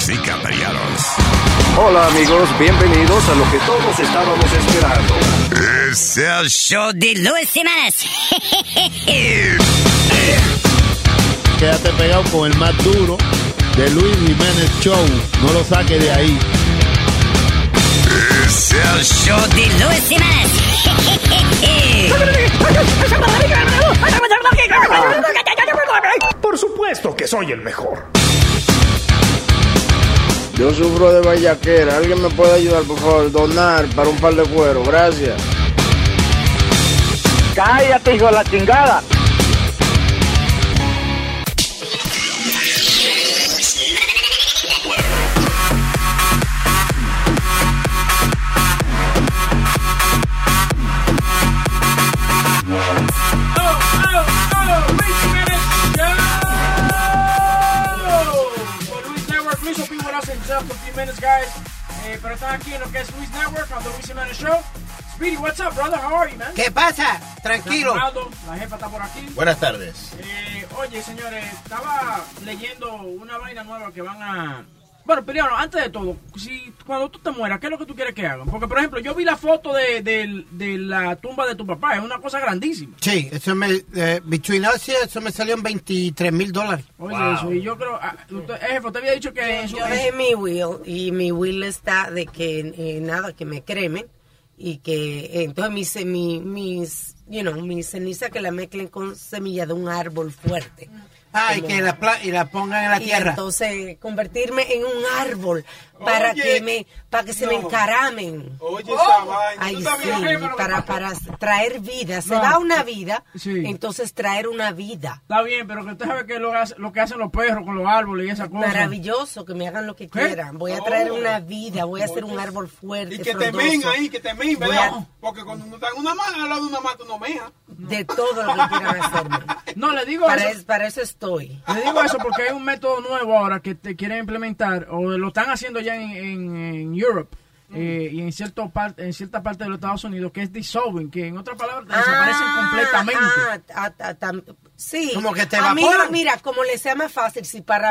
Datos y Caballeros. Hola amigos, bienvenidos a lo que todos estábamos esperando. Es el show de Luis Jiménez. Quédate pegado con el más duro de Luis Jiménez Show. No lo saques de ahí. Es el show de Luis Jiménez. Por supuesto que soy el mejor. Yo sufro de vallaquera. ¿Alguien me puede ayudar, por favor? Donar para un par de cuero. Gracias. Cállate, hijo de la chingada. Pero están aquí en lo que es Luis Network, on the Luis Jiménez Show. Speedy, what's up, brother? How are you, man? ¿Qué pasa? Tranquilo. La jefa está por aquí. Buenas tardes. Oye, señores, estaba leyendo una vaina nueva que van a... Bueno, primero, antes de todo, cuando tú te mueras, ¿qué es lo que tú quieres que hagan? Porque, por ejemplo, yo vi la foto de la tumba de tu papá, es una cosa grandísima. Sí, eso between us, eso me salió en $23,000. Oye, wow. Eso, y yo creo, jefe, usted había dicho que... Yo dejé mi will, y mi will está de que, nada, que me cremen, y que, entonces mis cenizas que la mezclen con semilla de un árbol fuerte. Y que la pongan en la tierra. Entonces, convertirme en un árbol para que se me encaramen. Oye, esa vaina. Ay, sí, para traer vida. Se va una vida, sí. Entonces traer una vida. Está bien, pero que usted sabe que lo que hacen los perros con los árboles y esa cosa. Maravilloso, que me hagan lo que quieran. Voy a traer una vida, voy a hacer un árbol fuerte, y que te men ahí, ¿verdad? Porque cuando uno está en una mano, al lado de una mata, uno meja. De todo lo que quieran hacerme. No, le digo para eso estoy. Le digo eso porque hay un método nuevo ahora que te quieren implementar, o lo están haciendo ya en Europe, y en cierta parte de los Estados Unidos, que es dissolving, que en otras palabras desaparecen completamente. Sí, como que te a mí evaporan. No, mira, como le sea más fácil,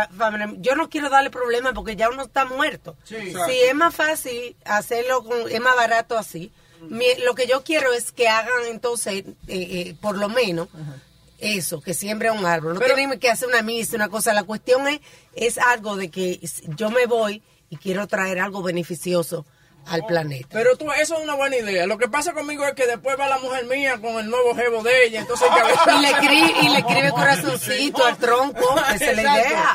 yo no quiero darle problemas porque ya uno está muerto. Sí, si es más fácil hacerlo, es más barato así. Lo que yo quiero es que hagan entonces, por lo menos, eso, que siembre un árbol. No tienen que hacer una misa, una cosa. La cuestión es algo de que yo me voy y quiero traer algo beneficioso al planeta. Pero eso es una buena idea. Lo que pasa conmigo es que después va la mujer mía con el nuevo jevo de ella, entonces y le escribe corazoncito al tronco. Esa es la idea.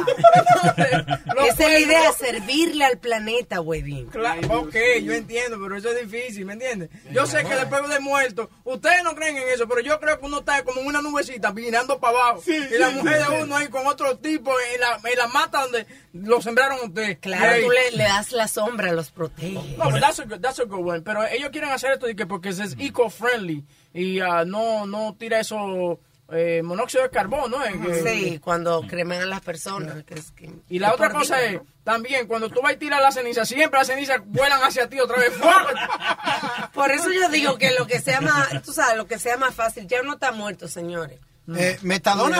Esa es la idea, servirle al planeta, güey. Claro, ok, yo entiendo, pero eso es difícil, ¿me entiendes? Yo sé que después de muerto, ustedes no creen en eso, pero yo creo que uno está como en una nubecita mirando para abajo, y la mujer de uno ahí con otro tipo en la mata donde lo sembraron ustedes. Claro, tú le das la sombra, los proteges. No, that's a good one. Pero ellos quieren hacer esto porque es eco-friendly y no tira eso monóxido de carbono, ¿no? Sí, cuando creman a las personas. Y la otra cosa es, también, cuando tú vas y tiras la ceniza, siempre las cenizas vuelan hacia ti otra vez. Por eso yo digo que lo que sea más, tú sabes, lo que sea más fácil, ya uno está muerto, señores. Metadona,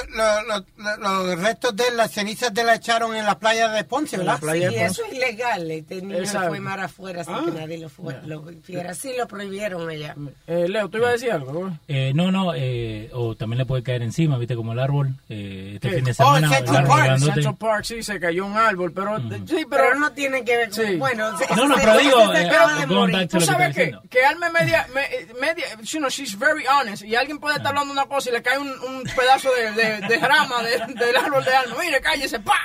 los restos de las cenizas de la echaron en la playa de Ponce, ¿verdad? Sí, eso es ilegal. Este niño fue mar afuera sin que nadie lo hiciera. Sí, lo prohibieron allá. Leo, ¿tú ibas a decir algo? O también le puede caer encima, ¿viste? Como el árbol. Este fin de semana. Central Park, sí, se cayó un árbol, pero pero no tiene que ver con... Bueno, pero digo... ¿Tú sabes qué? Que Alma media, she's very honest, y alguien puede estar hablando una cosa y le cae un pedazo de rama del árbol de Alma. Mire, cállese, ¡pa!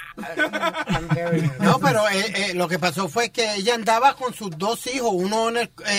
No, pero lo que pasó fue que ella andaba con sus dos hijos, uno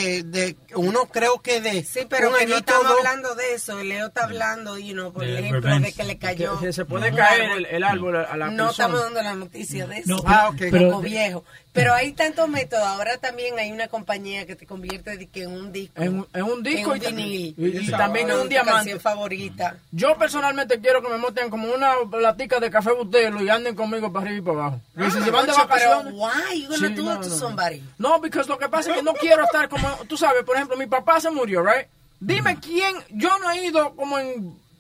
creo que de... Sí, pero que no estamos hablando de eso. Leo está hablando, por el ejemplo de que le cayó. Que se puede caer el árbol a la persona. No estamos dando la noticia de eso. No, Pero viejo. Pero hay tantos métodos. Ahora también hay una compañía que te convierte en un disco. En un disco en un vinil. Y también en un diamante. Favorita. Yo personalmente quiero que me monten como una latica de café Butelo y anden conmigo para arriba y para abajo. Y si se van de vacaciones. Why? You gonna do it to somebody? No, porque lo que pasa es que no quiero estar como, tú sabes, por ejemplo, mi papá se murió, right? Dime quién, yo no he ido como en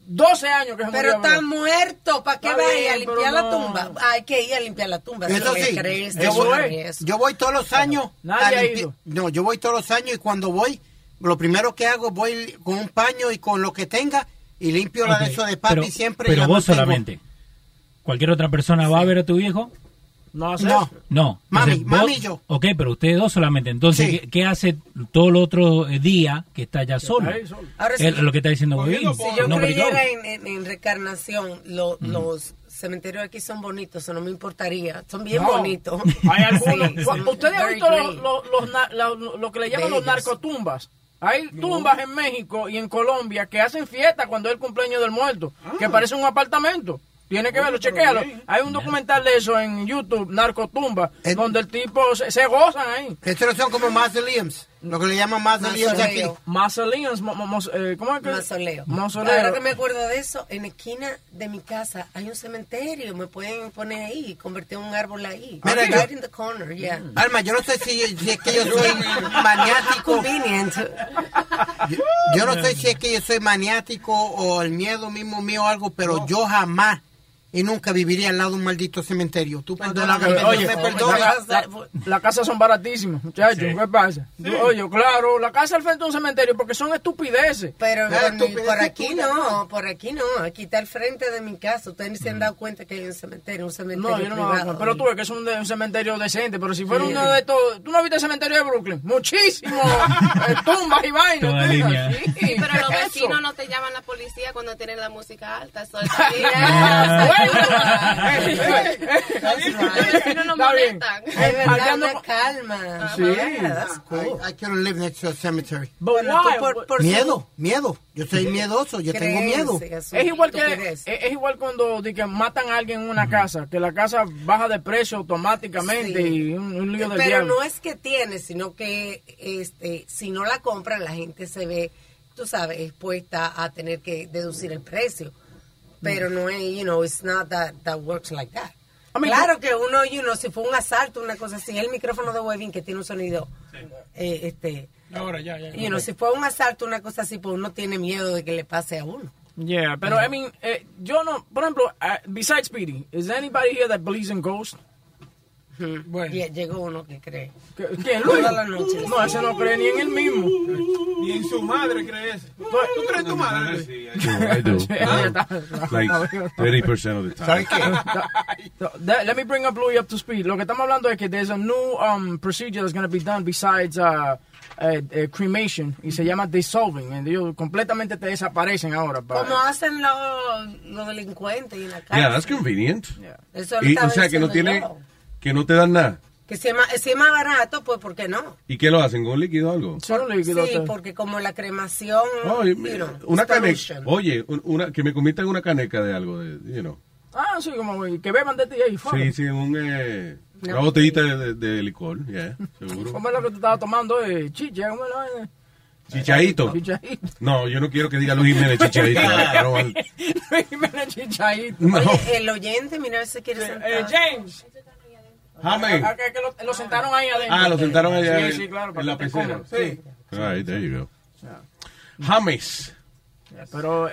12 años que se Pero murió. está muerto, ¿para qué Está va a ir bien, a limpiar pero la no. tumba? Hay que ir a limpiar la tumba. Eso sí, yo voy todos los años. Nadie a ha limpi- ido. No, yo voy todos los años y cuando voy, lo primero que hago, voy con un paño y con lo que tenga y limpio la de eso de papi siempre. y Pero la vos mantengo. solamente. ¿Cualquier otra persona va a ver a tu viejo? No, No. Mami, Entonces, mami vos- y yo. Ok, pero ustedes dos solamente. Entonces, Sí. ¿qué hace todo el otro día que está ya solo? ahí solo. Ahora sí. Es lo que está diciendo Bobín. Si yo Nobody creyera goes. en reencarnación, los cementerios aquí son bonitos, eso no me importaría. Son bien No. bonitos. Hay algunos. Sí, son Ustedes han very visto green. lo que le llaman los Bellos. narcotumbas. Hay tumbas en México y en Colombia que hacen fiesta cuando es el cumpleaños del muerto, que parece un apartamento. Tiene que verlo, chequéalo. Hay un documental de eso en YouTube, Narcotumba, donde el tipo se gozan ahí. Estos no son como mausoleums, lo que le llaman mausoleums aquí. Mausoleums, ¿cómo es que? Mausoleo. Mausoleo. Ahora que me acuerdo de eso, en la esquina de mi casa hay un cementerio, me pueden poner ahí y convertir un árbol ahí. Mira, Right yo- in the corner, yeah. Alma, yo no sé si es que yo soy maniático. Convenient. Yo no sé si es que yo soy maniático o el miedo mismo mío o algo, pero yo jamás y nunca viviría al lado de un maldito cementerio. Tú perdóname, Oye, me perdonas. las casas son baratísimas, muchachos. ¿Qué pasa? Oye, claro, la casa al frente de un cementerio porque son estupideces. Pero por aquí no, por aquí no. Aquí está al frente de mi casa. Ustedes ni se han dado cuenta que hay un cementerio No, yo no me privado. pero tú ves que es un cementerio decente, pero si fuera Sí. uno de estos, ¿tú no viste el cementerio de Brooklyn? Muchísimo, tumbas y vainas. Toda tú ves, línea. sí, Pero los eso. vecinos no te llaman la policía cuando tienen la música alta. Eso está bien. Los vecinos no Está bien. molestan. Es verdad, Parqueando una con- calma. Sí. Yeah, that's cool. I can't live next to a cemetery. But Bueno, why? tú por Miedo. Yo soy miedoso, yo tengo miedo. Es igual es igual cuando di que matan a alguien en una casa, que la casa baja de precio automáticamente Sí. y un lío del Pero diablo. no es que tiene, sino que si no la compran, la gente se ve, tú sabes, expuesta a tener que deducir el precio. Pero no es, it's not that works like that. I mean, Claro que uno, si fue un asalto, una cosa así, el micrófono de Webin que tiene un sonido, Ahora ya. si fue un asalto, una cosa así, pues uno tiene miedo de que le pase a uno. Yeah, pero I mean, yo no, por ejemplo, besides Speedy, is there anybody here that believes in ghosts? Bueno. Y llegó uno que cree. ¿Quién, Luis? Toda la noche. No, ese no cree ni en él mismo. Y en su madre crees. ¿Tú crees en tu madre? I do. Like 30% of the time. ¿Sabes qué? Let me bring up Louis up to speed. Lo que estamos hablando es que there's a new procedure that's going to be done besides cremation y se llama dissolving. Y ellos completamente te desaparecen ahora. Como hacen los delincuentes y en la calle. Yeah, that's convenient. Eso lo Y, estaba o sea, que no diciendo tiene, yo. que no te dan nada. Que si es más barato, pues ¿por qué no? ¿Y qué lo hacen? ¿Con un líquido o algo? Solo líquido. Sí, porque como la cremación, Oye, una caneca. solution. Oye, que me conviertan en una caneca de algo, Ah, sí, como güey, que beban de ti ahí. Sí, sí, una botellita de licor, yeah, seguro. ¿Cómo es lo que tú estabas tomando? Chicha, ¿cómo es la vaina? Chichaíto. Chichaíto. No, yo no quiero que diga Luis Jiménez Chichaíto. Luis Jiménez Chichaíto. No. Oye, el oyente, mira a ver si quiere sentar. James. James. Que lo sentaron ahí adentro. Ah, lo sentaron allá Sí, sí, claro. en la para que pecera. te coman. Sí. All right, there you go. James. Pero,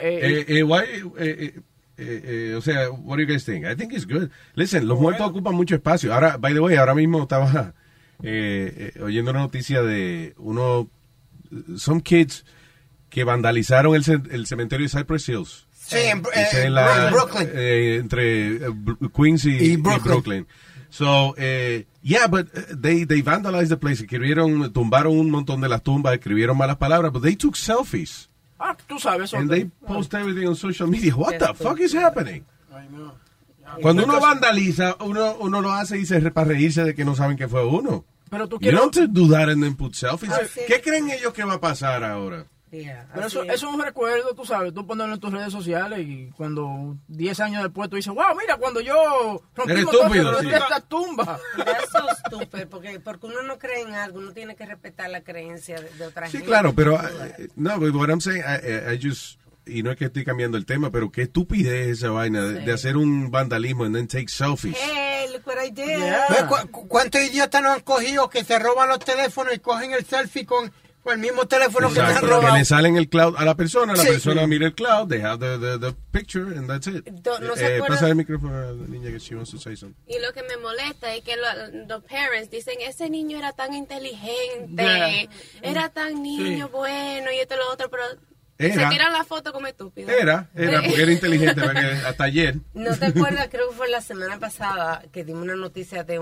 o sea, what do you guys think? I think it's good. Listen, los muertos ocupan mucho espacio. Ahora, by the way, ahora mismo estaba oyendo una noticia de some kids que vandalizaron el cementerio de Cypress Hills. Sí, en Brooklyn. Entre Queens y Brooklyn. So, yeah, but they vandalized the place. Tumbaron un montón de las tumbas, escribieron malas palabras, but they took selfies. Ah, tú sabes. And they post everything on social media. What the fuck is happening? Cuando uno vandaliza, uno lo hace para reírse de que no saben que fue uno. Pero tú You quieres... don't do that and then put selfies. sí. ¿Qué creen ellos que va a pasar ahora? Pero eso es un recuerdo, tú sabes, tú ponerlo en tus redes sociales y cuando 10 años después tú dices, wow, mira, cuando yo rompí Eres estúpido, sí. esta tumba. Eso es estúpido, porque uno no cree en algo, uno tiene que respetar la creencia de otra Sí, gente. claro, pero no, but what I'm saying, I just, y no es que estoy cambiando el tema, pero qué estupidez esa vaina de hacer un vandalismo and then take selfies. Hey, look what I did. ¿Cuántos idiotas nos han cogido que se roban los teléfonos y cogen el selfie con O el mismo teléfono que te Exacto, han robado. que le sale en el cloud a la persona Sí. mira el cloud, they have the picture, and that's it. No se acuerdan- Pasa el micrófono a la niña que she wants to say something. Y lo que me molesta es que los parents dicen, ese niño era tan inteligente, Yeah. era tan niño bueno y esto y lo otro, pero Era. se tiran la foto como estúpido. Era porque era inteligente, porque hasta ayer. ¿No te acuerdas? Creo que fue la semana pasada que dimos una noticia de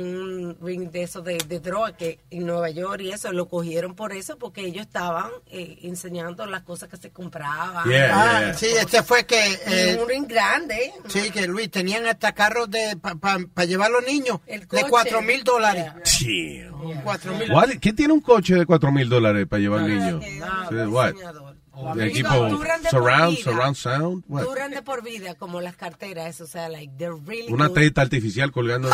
un ring de eso de droga que en Nueva York y eso, lo cogieron por eso, porque ellos estaban enseñando las cosas que se compraban. Yeah. Sí, este fue que... Y un ring grande. Sí, que Luis, tenían hasta carros para llevar a los niños El de coche. $4,000. Chill. $4,000. What? ¿Qué tiene un coche de $4,000 para llevar niños? What? De Digo, equipo duran de por surround vida. sound. What? Duran de por vida, como las carteras, o sea, like, they're really Una good. teta artificial colgando de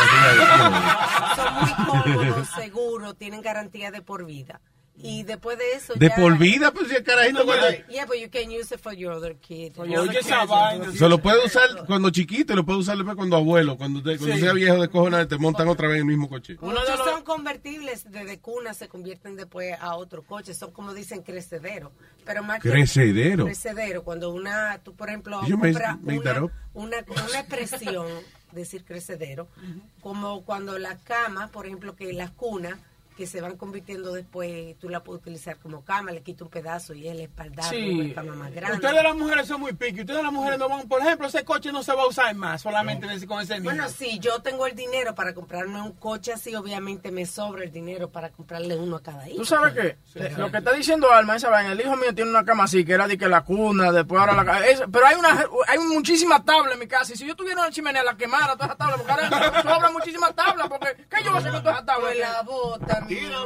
arriba. Son muy cómodos, seguros, tienen garantía de por vida. Y después de eso De ya... por vida, pues si el carajito. Yeah, but you can use it for your other kid. Oye, esa vaina. Se lo puede usar cuando chiquito y lo puede usar después cuando abuelo. Cuando sea viejo de cojones, te montan otra vez en el mismo coche. Muchos son convertibles, desde cuna se convierten después a otro coche. Son como dicen crecedero. Pero más que- ¿Crecedero? Crecedero. Cuando tú por ejemplo, You compras make that up? una expresión, decir crecedero, como cuando las camas, por ejemplo, que las cunas, que se van convirtiendo después, tú la puedes utilizar como cama, le quita un pedazo y el espaldar, una cama más grande. Ustedes las mujeres son muy piqui. Ustedes las mujeres no van, por ejemplo, ese coche no se va a usar más, solamente con ese niño. Bueno, si yo tengo el dinero para comprarme un coche así, obviamente me sobra el dinero para comprarle uno a cada hijo. ¿Tú sabes qué? Lo que está diciendo Alma, esa vaina, el hijo mío tiene una cama así, que era de que la cuna, después ahora la cama. Pero hay muchísimas tablas en mi casa, y si yo tuviera una chimenea, la quemara todas esas tablas, porque ahora sobran muchísimas tablas, porque ¿qué yo voy a hacer con todas esas tablas? Pues la bota,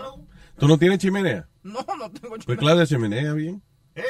¿Tú no tienes chimenea? No tengo chimenea. Pues Claudia, chimenea bien.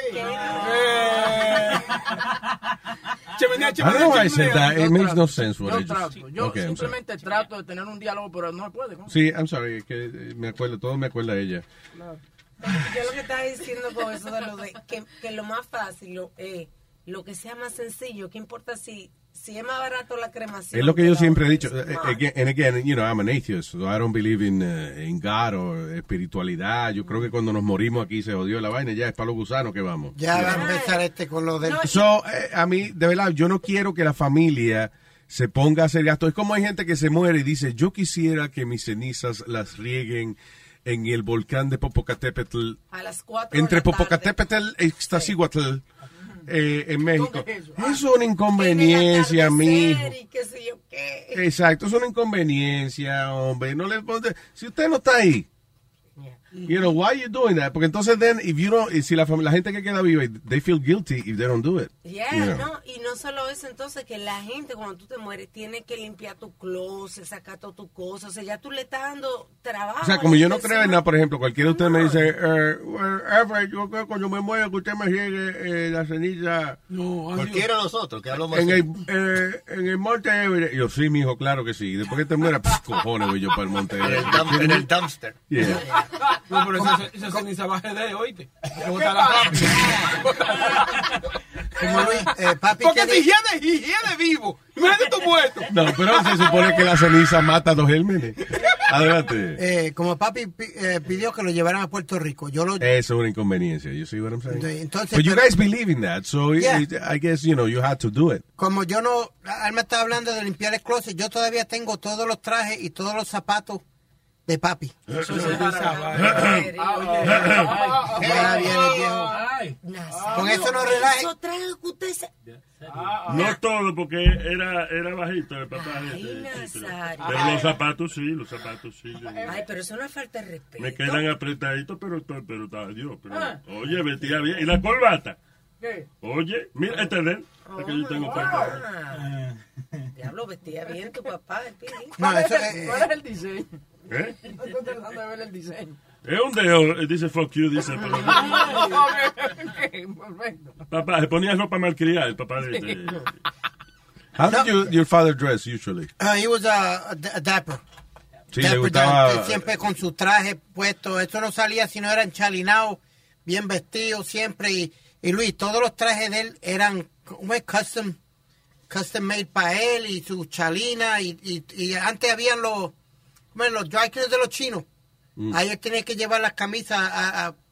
Chimenea, I don't know why I said that. It makes no sense what I Yo just... trato, yo Okay, I'm sorry. simplemente trato de tener un diálogo, pero no se puede. ¿no? Sí, I'm sorry, que me acuerdo, todo me acuerda a ella. Yo lo que estaba diciendo con eso de lo de que lo más fácil, lo que sea más sencillo, ¿qué importa si es más barato la cremación? Es lo que yo siempre he dicho. Smart. Again, you know, I'm an atheist, so I don't believe in God o espiritualidad. Yo creo que cuando nos morimos aquí se jodió la vaina, ya es para los gusanos que vamos. Ya va a empezar con lo del... So, a mí, de verdad, yo no quiero que la familia se ponga a hacer gasto. Es como hay gente que se muere y dice, yo quisiera que mis cenizas las rieguen en el volcán de Popocatépetl, A las 4 entre de la tarde. Popocatépetl e Iztaccíhuatl, en México. ¿Dónde es eso? Es una inconveniencia, En el mijo. atardecer y qué sé yo qué. Exacto, es una inconveniencia, hombre. No le si usted no está ahí, you know, why you doing that? Porque entonces, then, if you don't, si la gente que queda viva, they feel guilty if they don't do it. Yeah, you know. no, y no solo eso, entonces que la gente cuando tú te mueres tiene que limpiar tu closet, sacar todas tus cosas, o sea, ya tú le estás dando trabajo. O sea, a como la yo no persona. creo en nada, por ejemplo, cualquiera de ustedes me dice, yo creo que cuando me muera que usted me riegue la ceniza Cualquiera de nosotros que hablamos en así. el Monte Everest. Y yo, sí, mijo, claro que sí. Después que te muera, pues, cojones voy yo para el Monte Everest. En el dumpster. Yeah. No, pero esa ceniza va a GD, oíste. Hay que botarla rápido. Como Luis, papi Porque quería- si hiede vivo, imagínate tú muerto. No, pero se supone que la ceniza mata a los gérmenes. Adelante. como papi pidió que lo llevaran a Puerto Rico, yo lo... Eso es una inconveniencia. You see what I'm saying? Entonces, But you pero- guys believe in that, so Yeah. I guess, you know, you had to do it. Como yo no... Alma estaba hablando de limpiar el closet, yo todavía tengo todos los trajes y todos los zapatos de papi. Eso se dice Ya viene el viejo. Con eso no relaje. Eso trae que usted se... No todo, porque era bajito el papá. Ay, Nazario. Pero los zapatos sí. Ay, pero eso no es falta de respeto. Me quedan apretaditos, pero Dios. Pero, oye, vestía bien. ¿Y la corbata? ¿Qué? Oye, mira, este es de él. El que yo tengo puesto. Diablo, vestía bien tu papá, el Pili. No, eso ¿Cuál es el diseño? ¿Eh? Estoy tratando de ver el diseño. Es un dedo, dice fuck you, dice. Pero, Perfecto. papá, se ponía ropa malcriada, el papá de How did your father dress usually? He was a dapper. Sí, Dapper le gustaba. Dan, siempre con su traje puesto. Eso no salía si no era enchalinado, bien vestido siempre. Y Luis, todos los trajes de él eran custom made para él y su chalina. Y antes habían los dry cleaners de los chinos. A ellos tenían que llevar las camisas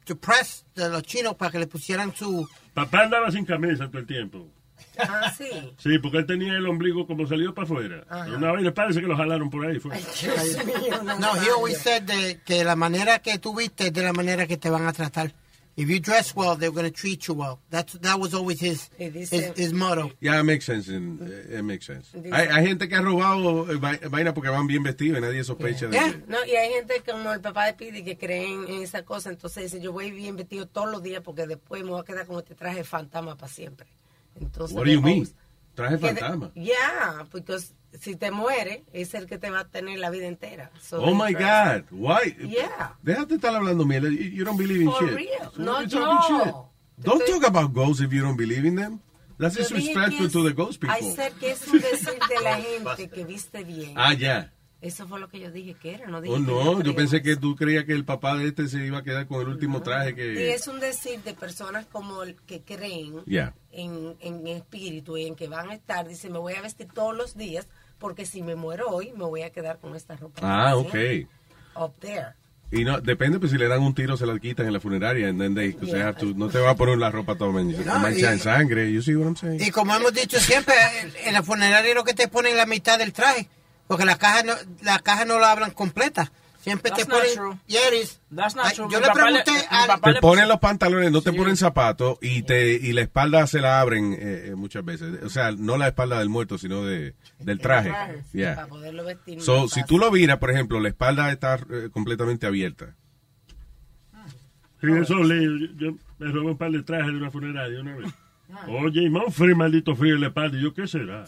to press de los chinos para que le pusieran su... Papá andaba sin camisa todo el tiempo. Ah, sí. Sí, porque él tenía el ombligo como salido para afuera. Una vez parece que lo jalaron por ahí. Fue. No, he always said que la manera que tú viste es de la manera que te van a tratar. If you dress well, they're going to treat you well. That was always his motto. Yeah, it makes sense. It makes sense. Hay gente que ha robado vaina porque van bien vestidos y nadie sospecha de eso. No, y hay gente como el papá de Pidi que creen en esa cosa. Entonces dice, yo voy bien vestido todos los días porque después me voy a quedar con este traje fantasma para siempre. Entonces, What do you mean? Traje fantasma. Yeah, porque si te mueres, es el que te va a tener la vida entera. So oh my God, why? Yeah. Déjate estar hablando mierda. You don't believe in For shit. real. So No, you're talking shit. Don't talk about ghosts if you don't believe in them. That's Yo dije disrespectful que to the ghost people. I said que es un decir de la gente que viste bien. Ah, ya. Eso fue lo que yo dije que era. No dije Oh, que no, yo creo. pensé que tú creías que el papá de este se iba a quedar con el último traje Y que... es un decir de personas como el que creen Yeah. en espíritu y en que van a estar. Dice, me voy a vestir todos los días porque si me muero hoy, me voy a quedar con esta ropa. Ah, ok. Up there. Y no, depende, pues si le dan un tiro se la quitan en la funeraria and then they have to, no te va a poner la ropa toda manchada en sangre. You see what I'm saying? Y como hemos dicho siempre, en la funeraria lo que te ponen la mitad del traje, porque la caja no la hablan completa. Siempre That's te ponen... not true. Yeah, it is. That's not true. Yo Mi le papá pregunté a... Te ponen los pantalones, no te ponen zapatos y la espalda se la abren muchas veces. O sea, no la espalda del muerto, sino del traje. Yeah. Para poderlo vestir. So, más si fácil. tú lo miras, por ejemplo, la espalda está completamente abierta. Sí, eso leí. Yo me robé un par de trajes de una funeraria una vez. Oye, y más frío, maldito frío en la espalda. ¿Y yo qué será?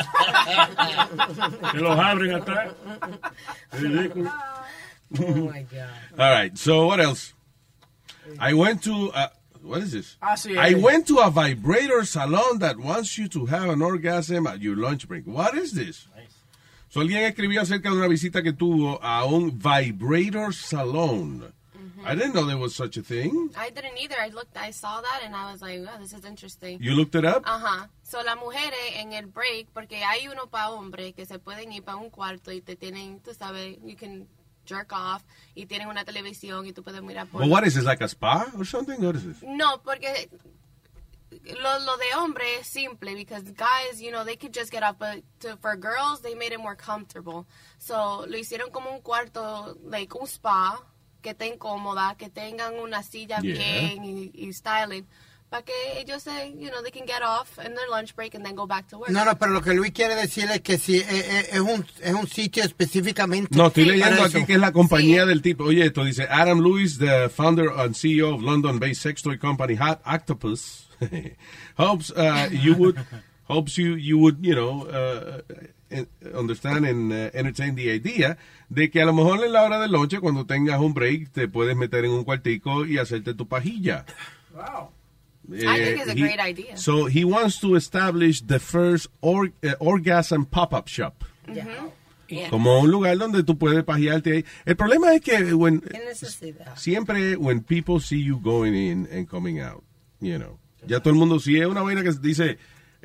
Que los abren atrás. Ridículo. Oh my God. All right, so what else? I went to... what is this? Sí, I went to a vibrator salon that wants you to have an orgasm at your lunch break. What is this? So alguien escribió acerca de una visita que tuvo a un vibrator salon. I didn't know there was such a thing. I didn't either. I saw that and I was like, wow, this is interesting. You looked it up? Ajá. So las mujeres en el break, porque hay uno para hombres que se pueden ir para un cuarto y te tienen, tú sabes, you can jerk off y tienen una televisión y tú puedes mirar por... Well, what is this, like a spa or something? What is this? No, porque lo de hombre es simple because guys, you know, they could just get up, but for girls, they made it more comfortable. So lo hicieron como un cuarto, like un spa, que esté incómoda, que tengan una silla bien y styling. Para que ellos you know, they can get off in their lunch break and then go back to work. No, pero lo que Luis quiere decir es que si es un sitio específicamente... No, estoy leyendo para aquí eso. que es la compañía del tipo. Oye, esto dice Adam Lewis, the founder and CEO of London-based sex toy company Hot Octopus, hopes you would, you know, understand and entertain the idea de que a lo mejor en la hora del lunch, cuando tengas un break, te puedes meter en un cuartico y hacerte tu pajilla. Wow. I think it's a great idea. So he wants to establish the first orgasm pop-up shop. Yeah. Como un lugar donde tú puedes pajearte ahí. El problema es que ¿Qué necesidad? siempre when people see you going in and coming out, you know, ya todo el mundo, si es una vaina que dice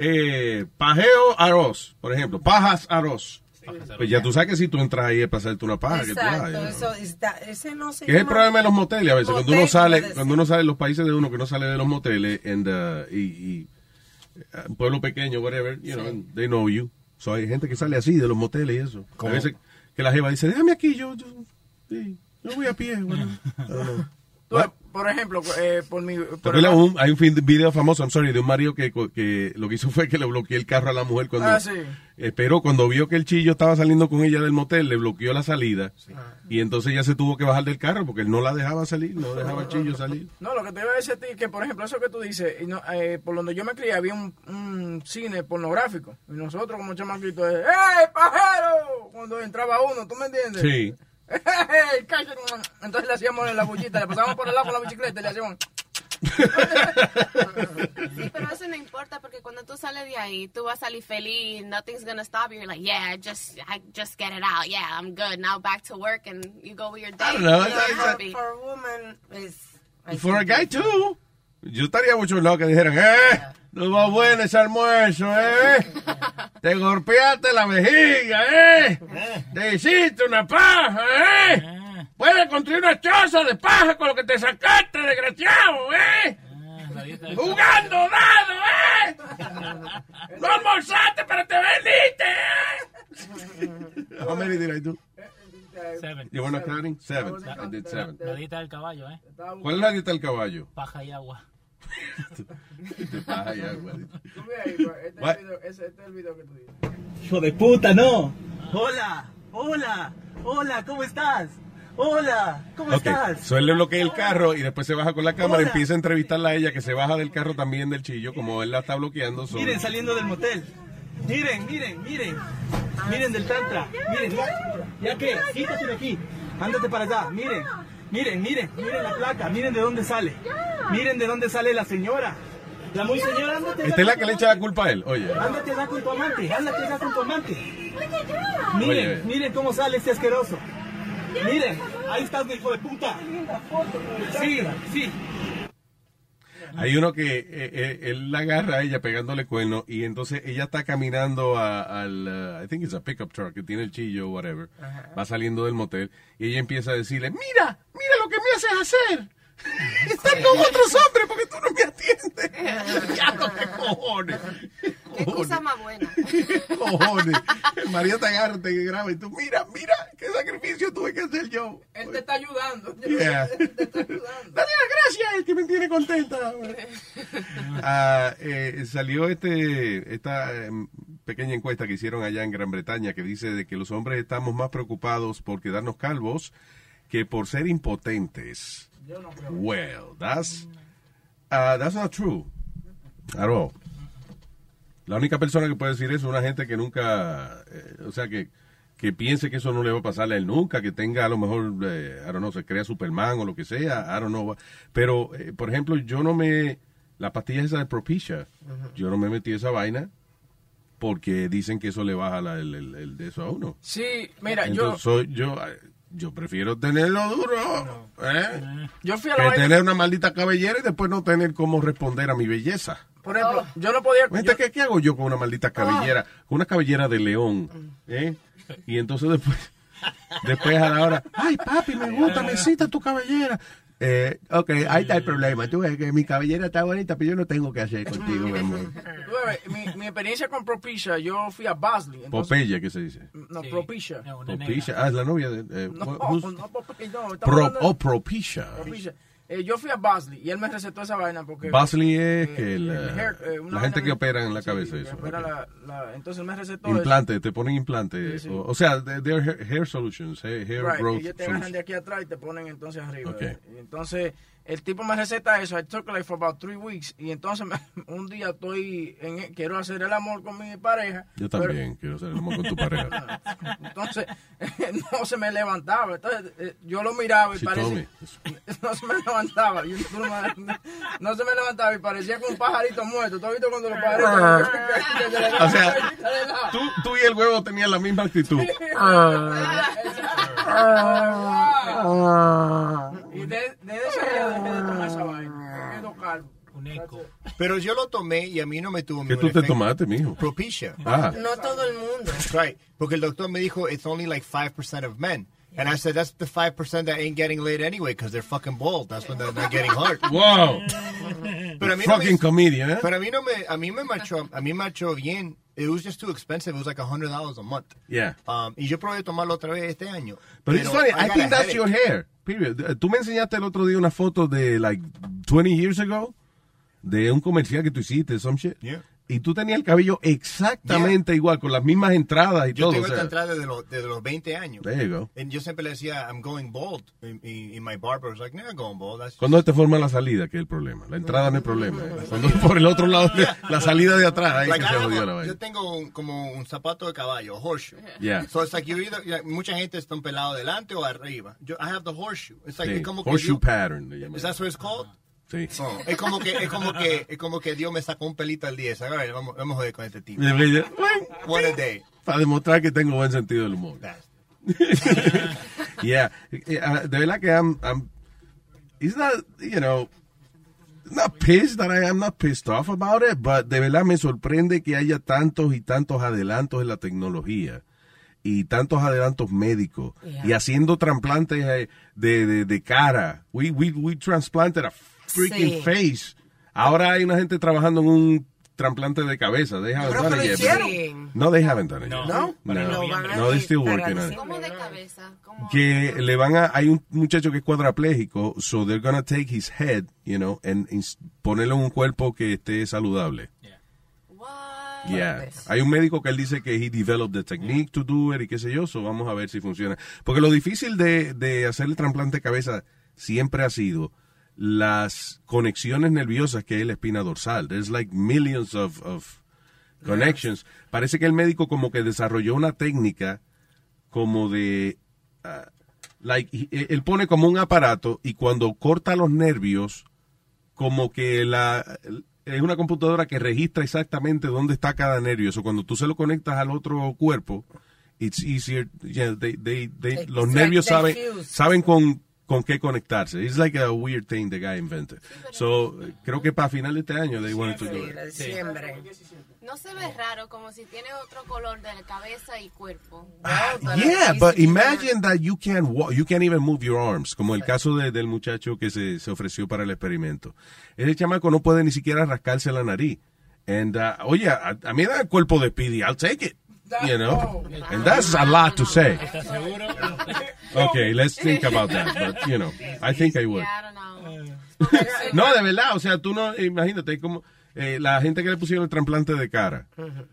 pajeo arroz, por ejemplo, pajas arroz. Pues ya tú sabes que si tú entras ahí es para hacerte una paja. Exacto, que tú vas, eso ese no se que es el llama- problema de los moteles a veces. Motel, Cuando uno sale de los países de uno, que no sale de los moteles y un pueblo pequeño, whatever, you know, and they know you. So hay gente que sale así de los moteles y eso. A veces que la jeva dice, déjame aquí, yo voy a pie. Whatever. I don't know. Por ejemplo, por mi... ¿Te por acuerdas hay un video famoso, I'm sorry, de un marido que lo que hizo fue que le bloqueó el carro a la mujer cuando... sí. Pero cuando vio que el chillo estaba saliendo con ella del motel, le bloqueó la salida. Y entonces ella se tuvo que bajar del carro porque él no la dejaba salir, no dejaba al chillo salir. No, lo que te iba a decir a ti es que, por ejemplo, eso que tú dices, y no, por donde yo me crié había un cine pornográfico. Y nosotros como chamaquitos, ¡hey, pajero! Cuando entraba uno, ¿tú me entiendes? Sí. ¡Hey, cállate! Entonces le hacíamos en la bullita, le pasábamos por el lado con la bicicleta y le hacíamos... Sí, pero eso no importa porque cuando tú sales de ahí, tú vas a salir feliz, nothing's gonna stop you. You're like, yeah, I just get it out. Yeah, I'm good. Now back to work and you go with your day. I don't know. You're happy. For a woman is... For a guy too. Yo estaría mucho loco que dijeran, no va bueno ese almuerzo, te golpeaste la vejiga, te hiciste una paja, Puedes construir una choza de paja con lo que te sacaste, desgraciado, ¿eh? Jugando dado, ¿eh? No almorzaste, pero te vendiste, ¿eh? How many did I do? 7. You were not counting? 7. I did 7. La dieta del caballo, ¿eh? ¿Cuál es la dieta del caballo? Paja y agua. De paja y agua. Este es el video que tú dices. Hijo de puta, no. Hola, hola, hola, ¿cómo estás? Hola, ¿cómo estás? So él le bloquea el carro y después se baja con la cámara y empieza a entrevistarla a ella, que se baja del carro también del chillo, como él la está bloqueando. Miren, saliendo del motel. Miren, miren, miren. Miren del tantra. Miren, ya que, quítate de aquí. Ándate para allá, miren. Miren, miren, miren la placa. Miren de dónde sale. Miren de dónde sale la señora. La muy señora, ándate. Esta es la que le echa la culpa a él, oye. Ándate allá con tu amante, ándate allá con tu amante. Miren, Oye. miren cómo sale este asqueroso. Miren, ahí está mi hijo de puta. Sí, sí. Hay uno que él la agarra a ella pegándole cuerno y entonces ella está caminando al, I think it's a pickup truck que tiene el chillo o whatever. Va saliendo del motel y ella empieza a decirle, mira, mira lo que me haces hacer. Estás con otros hombres porque tú no me atiendes. Ya no, qué cojones. Qué cosa más buena. Cojones. María te agarra, te graba y tú, mira, mira, qué sacrificio tuve que hacer yo. Él te está ayudando. Yeah. Él te está ayudando. Dale las gracias, el que me tiene contenta. Salió esta pequeña encuesta que hicieron allá en Gran Bretaña que dice de que los hombres estamos más preocupados por quedarnos calvos que por ser impotentes. Well, that's not true at all. La única persona que puede decir eso es una gente que nunca, o sea, que piense que eso no le va a pasar a él nunca, que tenga a lo mejor, I don't know, se crea Superman o lo que sea, I don't know. Pero, por ejemplo, la pastilla esa de Propecia, yo no me metí esa vaina porque dicen que eso le baja el de eso a uno. Sí, mira, entonces, yo prefiero tenerlo duro, yo fui a que la vaina. tener una maldita cabellera y después no tener cómo responder a mi belleza. Por ejemplo, yo no podía. ¿Qué hago yo con una maldita cabellera? Con una cabellera de león, Y entonces después a la hora, ay papi, me gusta, necesita tu cabellera. Ok, ahí está el problema. Tú ves que mi cabellera está bonita, pero yo no tengo que hacer contigo, mi amor. Mi experiencia con Propecia, yo fui a Bosley. Popeye, ¿qué se dice? No, Propecia. Propecia, es la novia de... No, Popeye, Propecia. Yo fui a Bosley y él me recetó esa vaina porque... Bosley es que la gente que opera en la cabeza. Sí, eso. Entonces él me recetó implante, te ponen implante. Sí. O sea, they're hair solutions, hair growth ellos te agarran solutions. de aquí atrás y te ponen entonces arriba. Okay. Y entonces el tipo me receta eso. I took like for about 3 weeks. Y entonces un día quiero hacer el amor con mi pareja. Yo también quiero hacer el amor con tu pareja. Entonces no se me levantaba. Entonces yo lo miraba y parecía... No se me levantaba. No se me levantaba y parecía como un pajarito muerto. ¿Tú has visto cuando los pajaritos... O sea, tú y el huevo tenían la misma actitud. Y desde ese día dejé de tomar esa vaina. Me quedo calvo. Un eco. Pero yo lo tomé y a mí no me tuvo ¿Qué tú te tomaste, mijo? Propecia. No todo el mundo. Right. Porque el doctor me dijo, it's only like 5% of men. And I said, that's the 5% that ain't getting laid anyway because they're fucking bald. That's when they're not getting hard. Wow. Pero a mí fucking comedian, ¿eh? Pero a mí me marchó bien. It was just too expensive. It was like $100 a month. Yeah. Y yo probé tomarlo otra vez este año. But it's funny, I think that's your hair. Period. Tú me enseñaste el otro día una foto de like 20 years ago de un comercial que tú hiciste, some shit. Yeah. Y tú tenías el cabello exactamente igual, con las mismas entradas y yo todo. Yo tengo esta entrada desde los 20 años. There you go. Y yo siempre le decía, I'm going bald. Y my barber was like, no, I'm going bald. ¿Cuándo te forma la salida? Que es el problema. La entrada no es problema. Cuando por el otro lado, la salida de atrás, ahí que se jodió la vaina. Yo tengo como un zapato de caballo, horseshoe. Yeah. So it's like mucha gente está pelado delante o arriba. I have the horseshoe. It's like, sí. como horseshoe que pattern. Is that what it's called? Sí. Oh, es como que Dios me sacó un pelito al 10. A ver, vamos a joder con este tipo. One a day. Para demostrar que tengo buen sentido del humor. Yeah. De verdad que I'm it's not, you know, not pissed that I'm not pissed off about it, but de verdad me sorprende que haya tantos y tantos adelantos en la tecnología y tantos adelantos médicos y haciendo trasplantes de cara. We transplanted a freaking face. Ahora hay una gente trabajando en un trasplante de cabeza. They haven't done it yet. No, they haven't done it yet. No, they're still working on it. ¿Cómo de cabeza? Que le van hay un muchacho que es cuadrapléjico, so they're gonna take his head, you know, and ponerlo en un cuerpo que esté saludable. Yeah. Hay un médico que él dice que he developed the technique to do it y qué sé yo, so vamos a ver si funciona. Porque lo difícil de hacer el trasplante de cabeza siempre ha sido las conexiones nerviosas que es la espina dorsal. There's like millions of connections. Parece que el médico como que desarrolló una técnica como de él pone como un aparato y cuando corta los nervios como que es una computadora que registra exactamente dónde está cada nervio. Eso cuando tú se lo conectas al otro cuerpo, it's easier. Yeah, los nervios saben con qué conectarse. It's like a weird thing the guy invented. So, creo que para final de este año they wanted to do it. No se ve raro, como si tiene otro color de la cabeza y cuerpo. Yeah, but imagine that you can't walk, you can't even move your arms, como el caso del muchacho que se ofreció para el experimento. Ese chamaco no puede ni siquiera rascarse la nariz. And, oye, a mí da el cuerpo de Speedy, I'll take it. You know, and that's a lot to say. ¿Estás seguro? Okay, let's think about that, but, you know, I think I would. No, de verdad, o sea, tú no, imagínate, como la gente que le pusieron el trasplante de cara,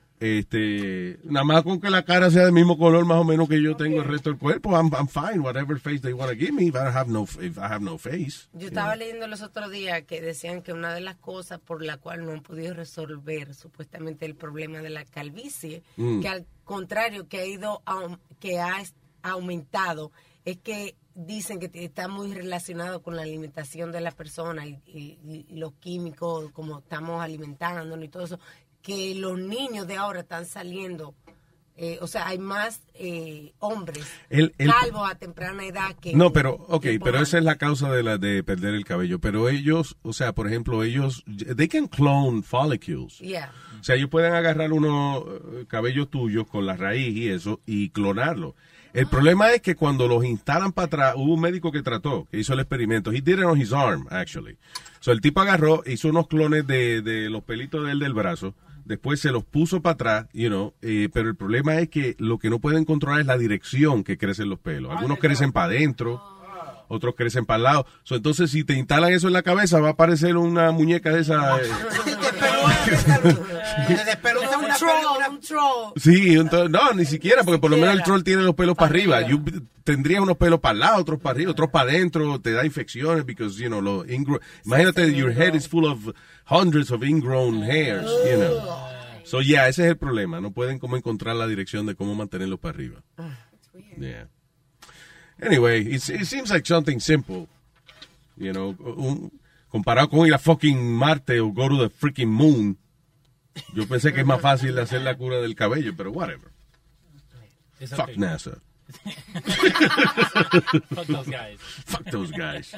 nada más con que la cara sea del mismo color más o menos que yo tengo el resto del cuerpo, I'm fine, whatever face they want to give me, if I have no face. Yo estaba leyendo los otros días que decían que una de las cosas por la cual no han podido resolver supuestamente el problema de la calvicie, que al contrario que ha aumentado, es que dicen que está muy relacionado con la alimentación de la persona y los químicos, como estamos alimentándonos y todo eso, que los niños de ahora están saliendo, o sea, hay más hombres calvos a temprana edad que... No, pero esa es la causa de perder el cabello, pero ellos, o sea, por ejemplo, they can clone follicles. Yeah. O sea, ellos pueden agarrar unos cabellos tuyos con la raíz y eso, y clonarlo. El problema es que cuando los instalan para atrás, hubo un médico que hizo el experimento. He did it on his arm, actually. So, el tipo agarró, hizo unos clones de los pelitos de él del brazo, después se los puso para atrás, pero el problema es que lo que no pueden controlar es la dirección que crecen los pelos. Algunos crecen para adentro, otros crecen para el lado. So, entonces, si te instalan eso en la cabeza, va a aparecer una muñeca de esa... un troll. Sí, no, ni siquiera, porque por lo menos el troll tiene los pelos para arriba. Tendrías unos pelos para el lado, otros para arriba, otros para adentro, te da infecciones, because, you know, imagínate, your head is full of hundreds of ingrown hairs, you know. So, yeah, ese es el problema. No pueden como encontrar la dirección de cómo mantenerlos para arriba. Yeah. Anyway, it seems like something simple, you know, comparado con ir a fucking Marte o go to the freaking moon. Yo pensé que es más fácil hacer la cura del cabello, pero whatever. Fuck NASA. Fuck those guys. Fuck those guys.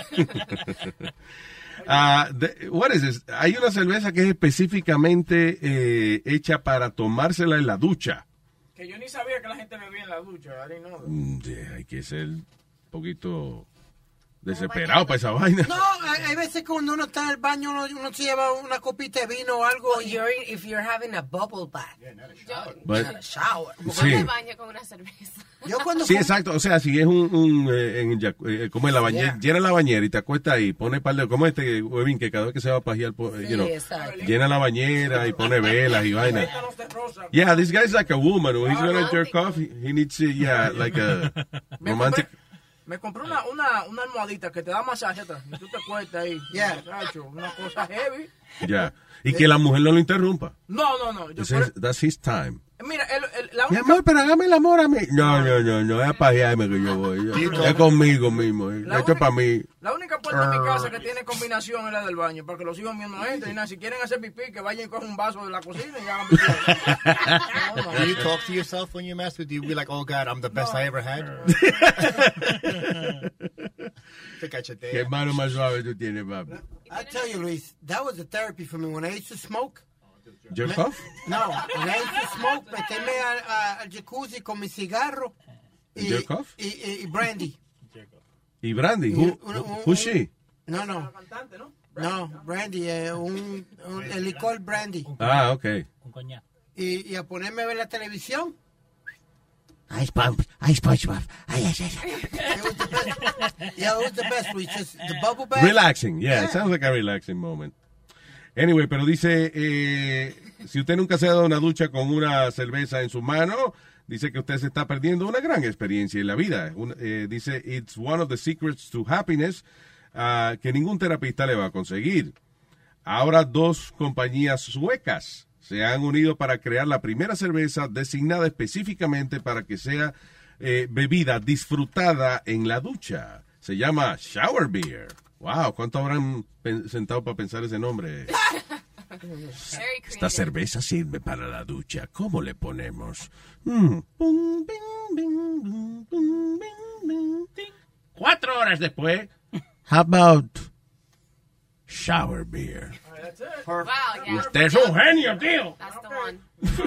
What is this? Hay una cerveza que es específicamente hecha para tomársela en la ducha. Que yo ni sabía que la gente bebía en la ducha. Hay que ser un poquito desesperado para esa vaina. No, hay veces que cuando uno está en el baño uno se lleva una copita de vino o algo. If you're having a bubble bath. But, not a shower. Sí. Me baño con una cerveza. Sí, exacto. O sea, si es como en la bañera, llena la bañera y te acuestas ahí, pone par de, como Webin, que cada vez que se va a pajear, llena la bañera y pone velas y vaina. Yeah, this guy's like a woman. When he's gonna jerk off, he needs, like a romantic. Me compré una almohadita que te da masaje atrás y tú te acuestas ahí. Una cosa heavy. Ya. Y que la mujer no lo interrumpa. No. That's his time. Mira, mi amor, pero hágame el amor a mí. No, es a pajearme que yo voy. Es conmigo mismo. Esto es para mí. La única puerta de mi casa que tiene combinación es la del baño, para que los hijos míos no entren y nada. Si quieren hacer pipí, que vayan y cojan un vaso de la cocina y hagan pipí. Do you talk to yourself when you masturbate? Do you be like, oh God, I'm the best I ever had? Qué mano más suave tú tienes, papi. I tell you, Luis, that was the therapy for me. When I used to smoke, Jerk off? No, lazy smoke, meterme al jacuzzi con mi cigarro Jerk off? y brandy. ¿Y Brandy? Who's she? No. No, brandy, el licor brandy. Ah, ok. Y a ponerme a ver la televisión. SpongeBob. Yeah, it was the best. We just the bubble bath. Relaxing, yeah, it sounds like a relaxing moment. Anyway, pero dice, si usted nunca se ha dado una ducha con una cerveza en su mano, dice que usted se está perdiendo una gran experiencia en la vida. Dice, it's one of the secrets to happiness que ningún terapista le va a conseguir. Ahora 2 compañías suecas se han unido para crear la primera cerveza designada específicamente para que sea bebida disfrutada en la ducha. Se llama Shower Beer. Wow, ¿cuánto habrán sentado para pensar ese nombre? Esta cerveza sirve para la ducha. ¿Cómo le ponemos? 4 horas después. How about Shower Beer? Wow, yeah. Usted es un genio, tío. That's the one.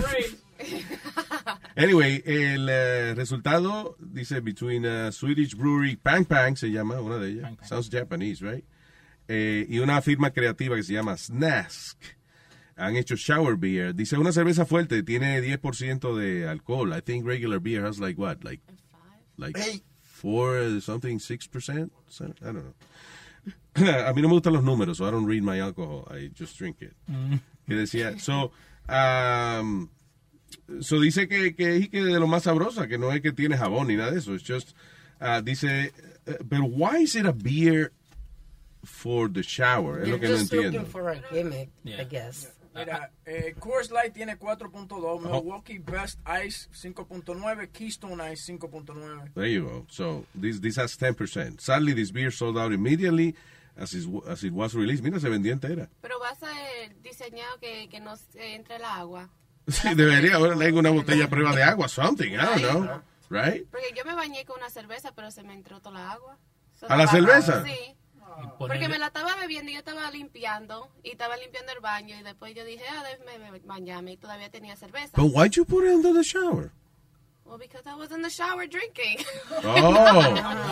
Anyway, el resultado dice between Swedish brewery Pang Pang, se llama una de ellas. Sounds Japanese, right? Y una firma creativa que se llama Snask. Han hecho Shower Beer. Dice una cerveza fuerte, tiene 10% de alcohol. I think regular beer has like what? Like 4 something, 6%? I don't know. A mí no me gustan los números, so I don't read my alcohol. I just drink it. Que decía, so dice que de lo más sabrosa, que no es que tiene jabón ni nada de eso. It's just, dice, but why is it a beer for the shower? Es lo que no entiendo. Looking for a gimmick, I guess. Mira, Coors Light tiene 4.2, Milwaukee Best Ice 5.9, Keystone Ice 5.9. There you go. So this has 10%. Sadly, this beer sold out immediately as it was released. Mira, se vendió entera. Pero va a ser diseñado que no entre el agua. Sí, debería. Ahora le hago una botella a prueba de agua, something, I don't know. Right? Porque yo me bañé con una cerveza, pero se me entró toda la agua. ¿A la cerveza? Sí. Porque me la estaba bebiendo y yo estaba limpiando. Y estaba limpiando el baño. Y después yo dije, déjame bañarme. Y todavía tenía cerveza. But why'd you put it under the shower? Well, because I was in the shower drinking. Oh.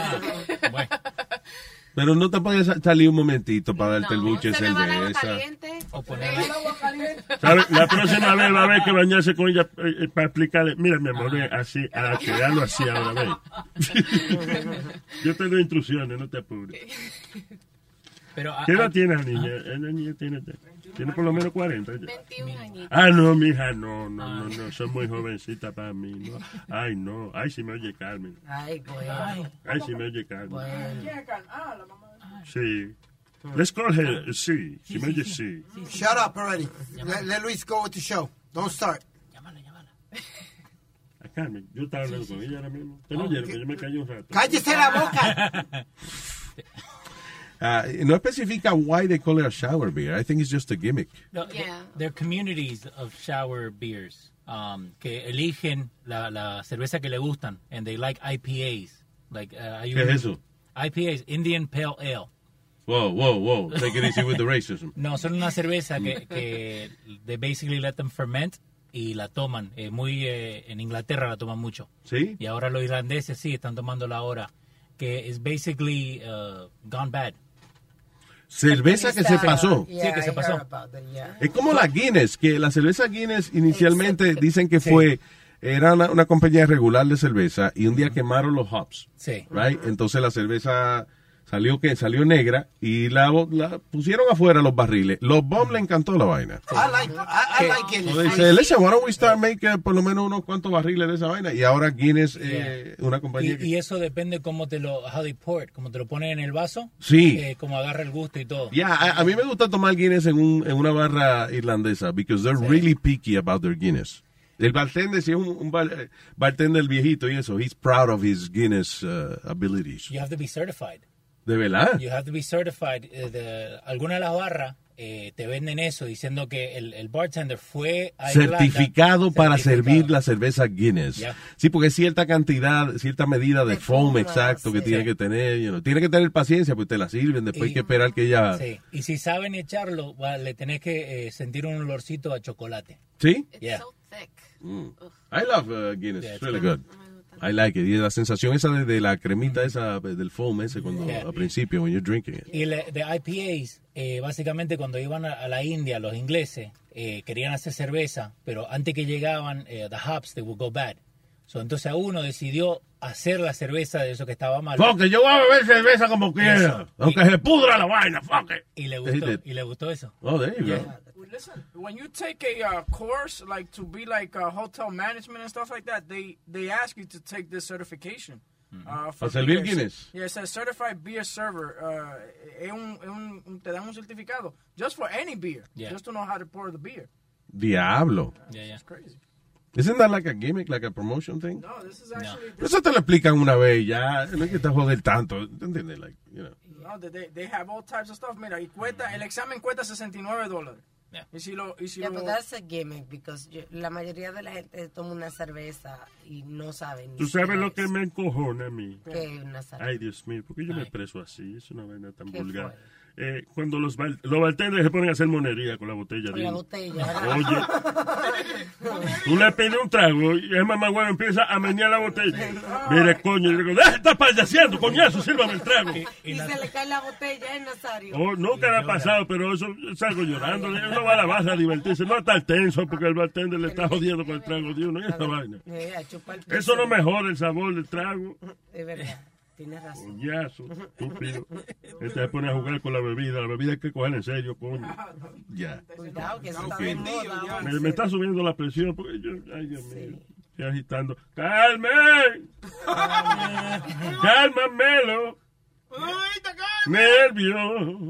Pero no te puedes salir un momentito para darte el buche de cerveza. O ponerle agua caliente. La próxima vez va a haber que bañarse con ella para explicarle. Mira, mi amor, así, a quedarlo así ahora, ¿ves? Yo te doy instrucciones, no te apures. Pero, ¿qué edad tiene la niña? La niña tiene por lo menos 40. 21 añitos. Ah, no, mija, no, son muy jovencita para mí. No. Ay, no, ay, si me oye Carmen. Ay, güey. Ay, si me oye Carmen. ¿Quién es Carmen? Ah, la mamá. Sí. Let's call her, sí, si me oye, sí. Shut up already. Let Luis go with the show. Don't start. Llámala. A Carmen, yo estaba hablando con ella ahora mismo. ¿Te no oyeron? Que yo me callé un rato. ¡Cállese la boca! No especifica why they call it a shower beer. I think it's just a gimmick. No, there are communities of shower beers que eligen la cerveza que le gustan, and they like IPAs. Like, ¿qué es eso? IPAs, Indian Pale Ale. Whoa. Take it easy with the racism. No, son una cerveza que they basically let them ferment y la toman. En Inglaterra la toman mucho. ¿Sí? Y ahora los irlandeses sí están tomándola ahora. Que es basically gone bad. Cerveza que se pasó. Sí, que se pasó. Es como la Guinness, que la cerveza Guinness inicialmente dicen que era una compañía regular de cerveza y un día quemaron los hops. Sí. Right? Entonces la cerveza salió negra y la pusieron afuera los barriles. Los bombs le encantó la vaina. I like Guinness. Dice, listen, why don't we start making por lo menos unos cuantos barriles de esa vaina? Y ahora Guinness, una compañía y eso depende cómo how they pour it, cómo te lo ponen en el vaso. Sí. Cómo agarra el gusto y todo. A mí me gusta tomar Guinness en una barra irlandesa because they're really picky about their Guinness. El bartender, si es un bartender viejito y eso, he's proud of his Guinness abilities. You have to be certified. ¿De verdad? You have to be certified. Algunas de las barras te venden eso diciendo que el bartender fue a certificado Irlanda, para servir la cerveza Guinness. Yeah. Sí, porque es cierta cantidad, cierta medida de foam exacto que tiene que tener. Tiene que tener paciencia, pues te la sirven, después hay que esperar que ella... Sí. Y si saben echarlo, le tenés que sentir un olorcito a chocolate. ¿Sí? Yeah. I love Guinness. It's really good. I like it. Y la sensación esa de la cremita esa, del foam ese, cuando al principio, when you're drinking it. Y de IPAs, básicamente cuando iban a la India, los ingleses querían hacer cerveza, pero antes que llegaban, the hops, they would go bad. So, entonces uno decidió hacer la cerveza de eso que estaba mal. Fuck it, yo voy a beber cerveza como quiera, aunque se pudra la vaina, fuck it. Y le gustó eso. Oh, there you go. Listen, when you take a course like to be like hotel management and stuff like that, they ask you to take this certification. ¿Para servir Guinness? Yeah, it says certified beer server. Te dan un certificado just for any beer, just to know how to pour the beer. Diablo. It's crazy. Isn't that like a gimmick, like a promotion thing? No, this is actually. Eso te lo explican una vez ya, no hay que estar joder tanto, ¿entiendes? Like, No, they have all types of stuff. Mira, y el examen cuesta $69. Yeah, but that's a gimmick, because la mayoría de la gente toma una cerveza y no saben. ¿Tú sabes lo que me encojona a mí? ¿Qué una cerveza? Ay, Dios mío, ¿por qué yo me expreso así? Es una vaina tan vulgar. Cuando los bartenders se ponen a hacer monería con la botella. Con la botella. Oye, tú le pides un trago y el mamagüero empieza a menear la botella. Mire, coño, y le digo, estás payaseando, coñazo, sírvame el trago. Y se le cae la botella, Nazario. Oh, nunca le ha pasado, pero eso salgo llorando. Uno va a la base a divertirse, no a estar tenso porque el bartender le está jodiendo con el trago de uno y esa vaina. Eso no mejora el sabor del trago. Es verdad. Tienes razón. Coñazo, estúpido. Este se pone a jugar con la bebida hay que cogerla en serio, coño. Ya. Cuidado, que eso está de moda. Me está subiendo la presión porque yo, ay Dios mío, estoy agitando. ¡Carmen! ¡Cálmamelo! ¡Nervio!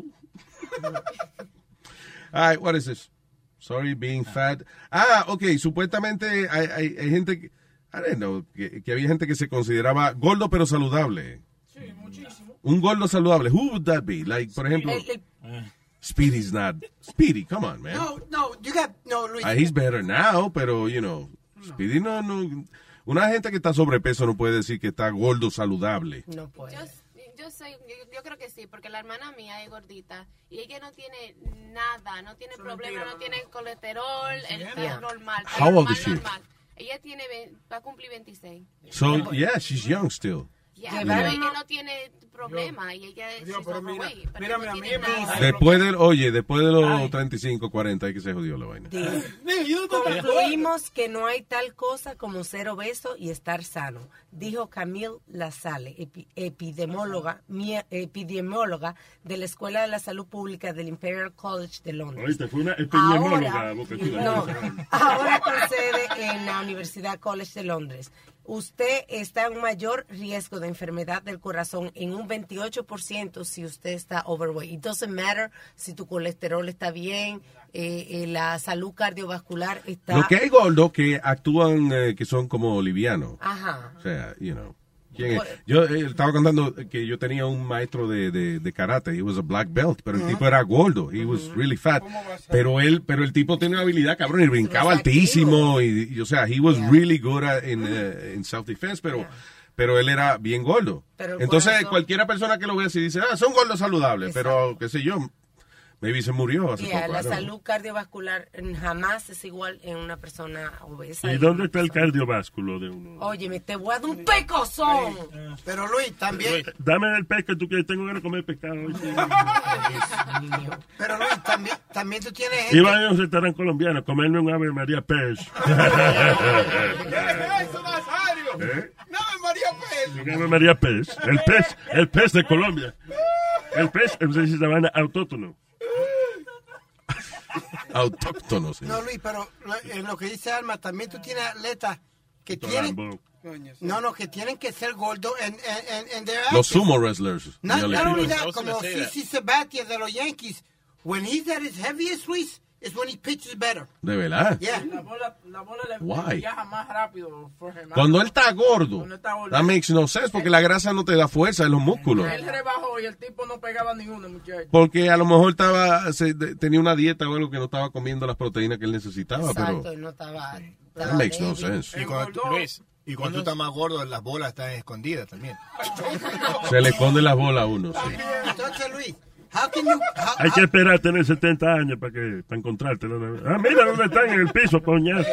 All right, what is this? Sorry, being fat. Okay, supuestamente hay gente que... I don't know, que había gente que se consideraba gordo pero saludable. Sí, muchísimo. Un gordo saludable. Who would that be? Like, por ejemplo, Speedy's not. Speedy, come on, man. No, Luis. He's better now, pero, Speedy no. Una gente que está sobrepeso no puede decir que está gordo saludable. No puede. Yo creo que sí, porque la hermana mía es gordita y ella no tiene nada, no tiene problema, no tiene colesterol, es normal. How old is she? Ella va a cumplir 26. So, yeah, she's young still. Yeah, pero ella no tiene problema y ella es overweight. Mírame a mí. Después de los 35, 40 hay que se jodió la vaina. Concluimos que no hay tal cosa como ser obeso y estar sano, dijo Camille Lasalle, epidemióloga de la Escuela de la Salud Pública del Imperial College de Londres. Oíste, fue una epidemióloga. Ahora con sede en la Universidad College de Londres. Usted está en un mayor riesgo de enfermedad del corazón en un 28% si usted está overweight. It doesn't matter si tu colesterol está bien, la salud cardiovascular está... Lo que hay gordos que actúan, que son como livianos. Ajá. O sea, ¿quién es? Yo estaba contando que yo tenía un maestro de karate. He was a black belt, pero el tipo era gordo. He was really fat. Pero el tipo tenía una habilidad, cabrón, y brincaba altísimo. Y o sea, he was really good in self-defense, pero él era bien gordo. Entonces, cualquiera persona que lo vea así dice, son gordos saludables. Pero, qué sé yo, maybe se murió hace poco. La salud cardiovascular jamás es igual en una persona obesa. ¿Y dónde está el cardiovasculo de uno? Óyeme, te voy a dar un pecozón. Pero Luis, también... Dame el pescado, tú que tengo ganas de comer pescado. Pero Luis, también tú tienes gente... Iba a un restaurante colombiano a comerme un Ave María pez. ¿Qué es eso, Nazario? No, María Pez. Ave María pez. El pez de Colombia. El pez es una vaina autóctono. Autóctonos. No, Luis, pero lo que dice Alma, también tú tienes atletas que tienen... que tienen que ser gordos en los sumo wrestlers. No unidad, como Sissy Sabathia de los Yankees. When he's at his heaviest, Luis, is when he pitches better. ¿De verdad? Yeah. La bola Why? viaja más rápido. Cuando él está gordo, Cuando está gordo. that makes no sense, porque la grasa no te da fuerza en los músculos. Él rebajó y el tipo no pegaba ni uno, muchacho. Porque a lo mejor tenía una dieta o algo que no estaba comiendo las proteínas que él necesitaba, Exacto, pero y no estaba... that makes no sense. Y cuando tú estás más gordo, las bolas están escondidas también. Se le esconde las bolas a uno, sí. Entonces, Luis, how can you... Hay que esperar a tener 70 años para encontrártelo. Ah, mira dónde están en el piso, coñazo.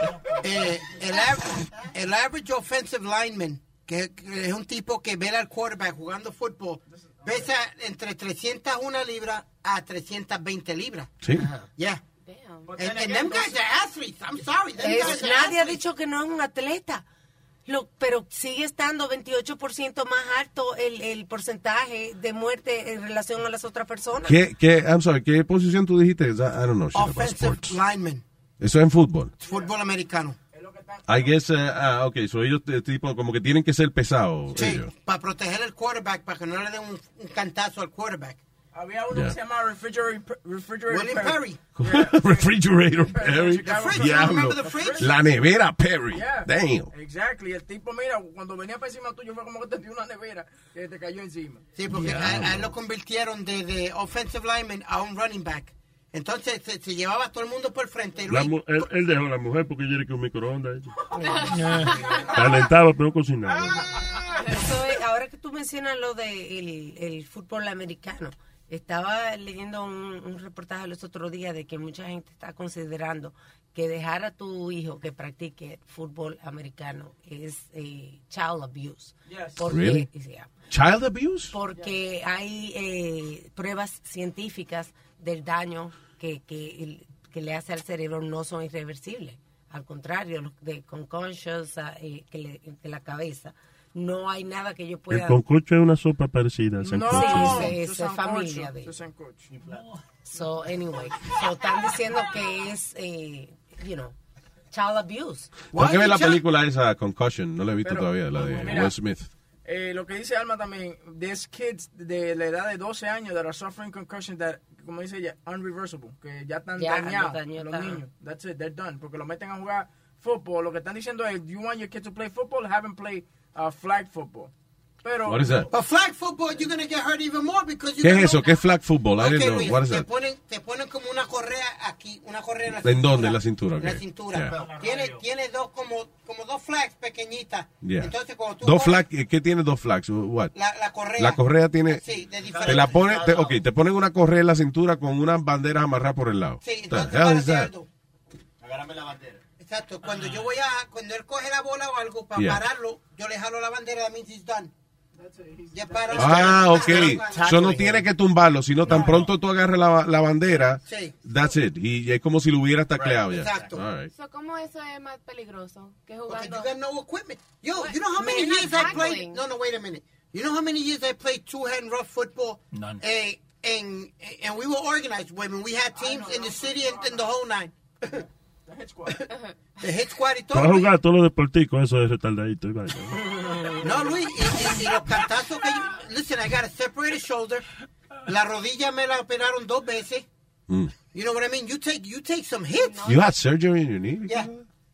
El average offensive lineman, que es un tipo que ve al quarterback jugando fútbol, pesa entre 301 libras a 320 libras. Sí. Yeah. And them guys are athletes. I'm sorry. Them guys are Nadie ha athletes. dicho que no es un atleta. Pero sigue estando 28% más alto el porcentaje de muerte en relación a las otras personas. ¿Qué posición tú dijiste? I don't know shit about Offensive sports. lineman. Eso es en fútbol. Fútbol americano. I guess, okay, so ellos tipo como que tienen que ser pesados. Sí, ellos. para proteger el quarterback, para que no le den un cantazo al quarterback. Había uno que se llama Refrigerator William Perry. Refrigerator Perry. Diablo. Remember the fridge? La nevera Perry. Yeah. Damn. Exactly. El tipo, mira, cuando venía para encima tuyo fue como que te dio una nevera que te cayó encima. Sí, porque a él lo convirtieron de offensive lineman a un running back. Entonces se llevaba a todo el mundo por el frente. Él dejó a la mujer porque quiere que un microondas. Calentaba, pero no cocinaba. Ahora que tú mencionas lo de el fútbol americano, estaba leyendo un reportaje los otros días de que mucha gente está considerando que dejar a tu hijo que practique fútbol americano es child abuse. Porque, Really? yeah, Child abuse? porque hay pruebas científicas del daño que le hace al cerebro no son irreversibles. Al contrario, los de concussions de la cabeza, no hay nada que yo pueda... El concocho es una sopa parecida al sancocho. Sí, es familia de... So, anyway, están diciendo que es, child abuse. ¿Por qué ve la película esa, Concussion? No la he visto Pero, todavía, la de mira, Will Smith. Lo que dice Alma también, there's kids de la edad de 12 años that are suffering concussion that, como dice ella, unreversible, que ya están dañados los niños. That's it, they're done. Porque lo meten a jugar fútbol. Lo que están diciendo es, you want your kids to play football, have them play flag football. Pero, What is that? But flag football, you're going to get hurt even more because ¿Qué es eso? ¿Qué es flag football? I didn't know. Luis, What is te that? ponen como una correa aquí, una correa en la ¿En cintura. dónde? En la cintura. En la okay. cintura. Yeah. Tiene dos como dos flags pequeñitas. Yeah. Entonces cuando tú Dos corres, flags, ¿qué tiene dos flags? What? la correa. La correa tiene... Sí, de Te diferente. la pone, te ponen una correa en la cintura con unas banderas amarradas por el lado. Sí, entonces The hell para is that? hacerlo. Agárrame la bandera. Exacto, cuando él coge la bola o algo para Yeah. pararlo, yo le jalo la bandera, that means he's done. Ya para. Ah, ok. Eso no tiene que tumbarlo, sino tan pronto tú agarres la bandera, Sí. that's it. Y es como si lo hubieras tacleado ya. Exacto. All right. So, ¿cómo eso es más peligroso que Porque jugando? you got no equipment. Yo, you know how many you're not years I played? tackling. No, wait a minute. You know how many years I played two-hand rough football? None. And we were organized women. We had teams in the city and the whole nine. the hit squad. The hit squad y Para todo. jugar todos los deporticos, eso es retardadito. Y vaina. No, Luis, y los cantazos que yo... Listen, I got a separated shoulder. La rodilla me la operaron 2 veces. Mm. You know what I mean? You take some hits. You had surgery in your knee? Yeah.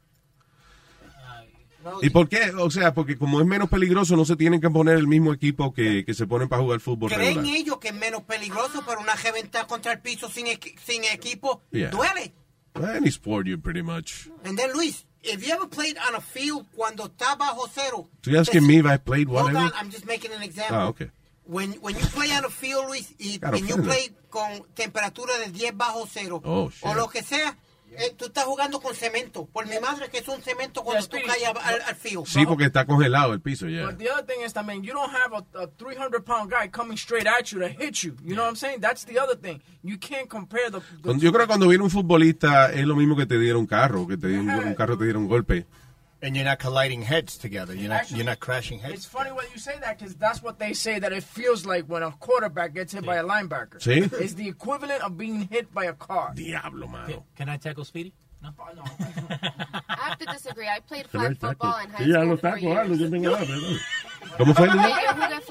¿Y por qué? O sea, porque como es menos peligroso, no se tienen que poner el mismo equipo que se ponen para jugar fútbol ¿Creen regular. ellos que es menos peligroso, pero una reventada contra el piso sin equipo Yeah. duele? Any sport, you pretty much. And then, Luis, if you ever played on a field cuando está bajo cero... So you're asking me if I played Hold whatever? on, I'm just making an example. Ah, okay. When you play on a field, Luis, Claro, and you fino. play con temperatura de 10 bajo cero, Oh, shit. o lo que sea, tú estás jugando con cemento. Por mi madre que es un cemento cuando tú caes al field. Sí, porque está congelado el piso ya. But the other thing is, I mean, you don't have a 300-pound guy coming straight at you to hit you. You know what I'm saying? That's the other thing. You can't compare the Yo creo que cuando viene un futbolista es lo mismo que te diera un carro, que te diera un carro te diera un golpe. And you're not colliding heads together. You're not crashing heads. It's funny when you say that because that's what they say that it feels like when a quarterback gets hit by a linebacker. Sí. It's the equivalent of being hit by a car. Diablo, mano. Can I tackle Speedy? No. I have to disagree. I played Pero flag el taco. football in high Y ya school los for tacos, years. yo tengo hambre, ¿no? ¿Cómo fue, Lina? Yo jugué flag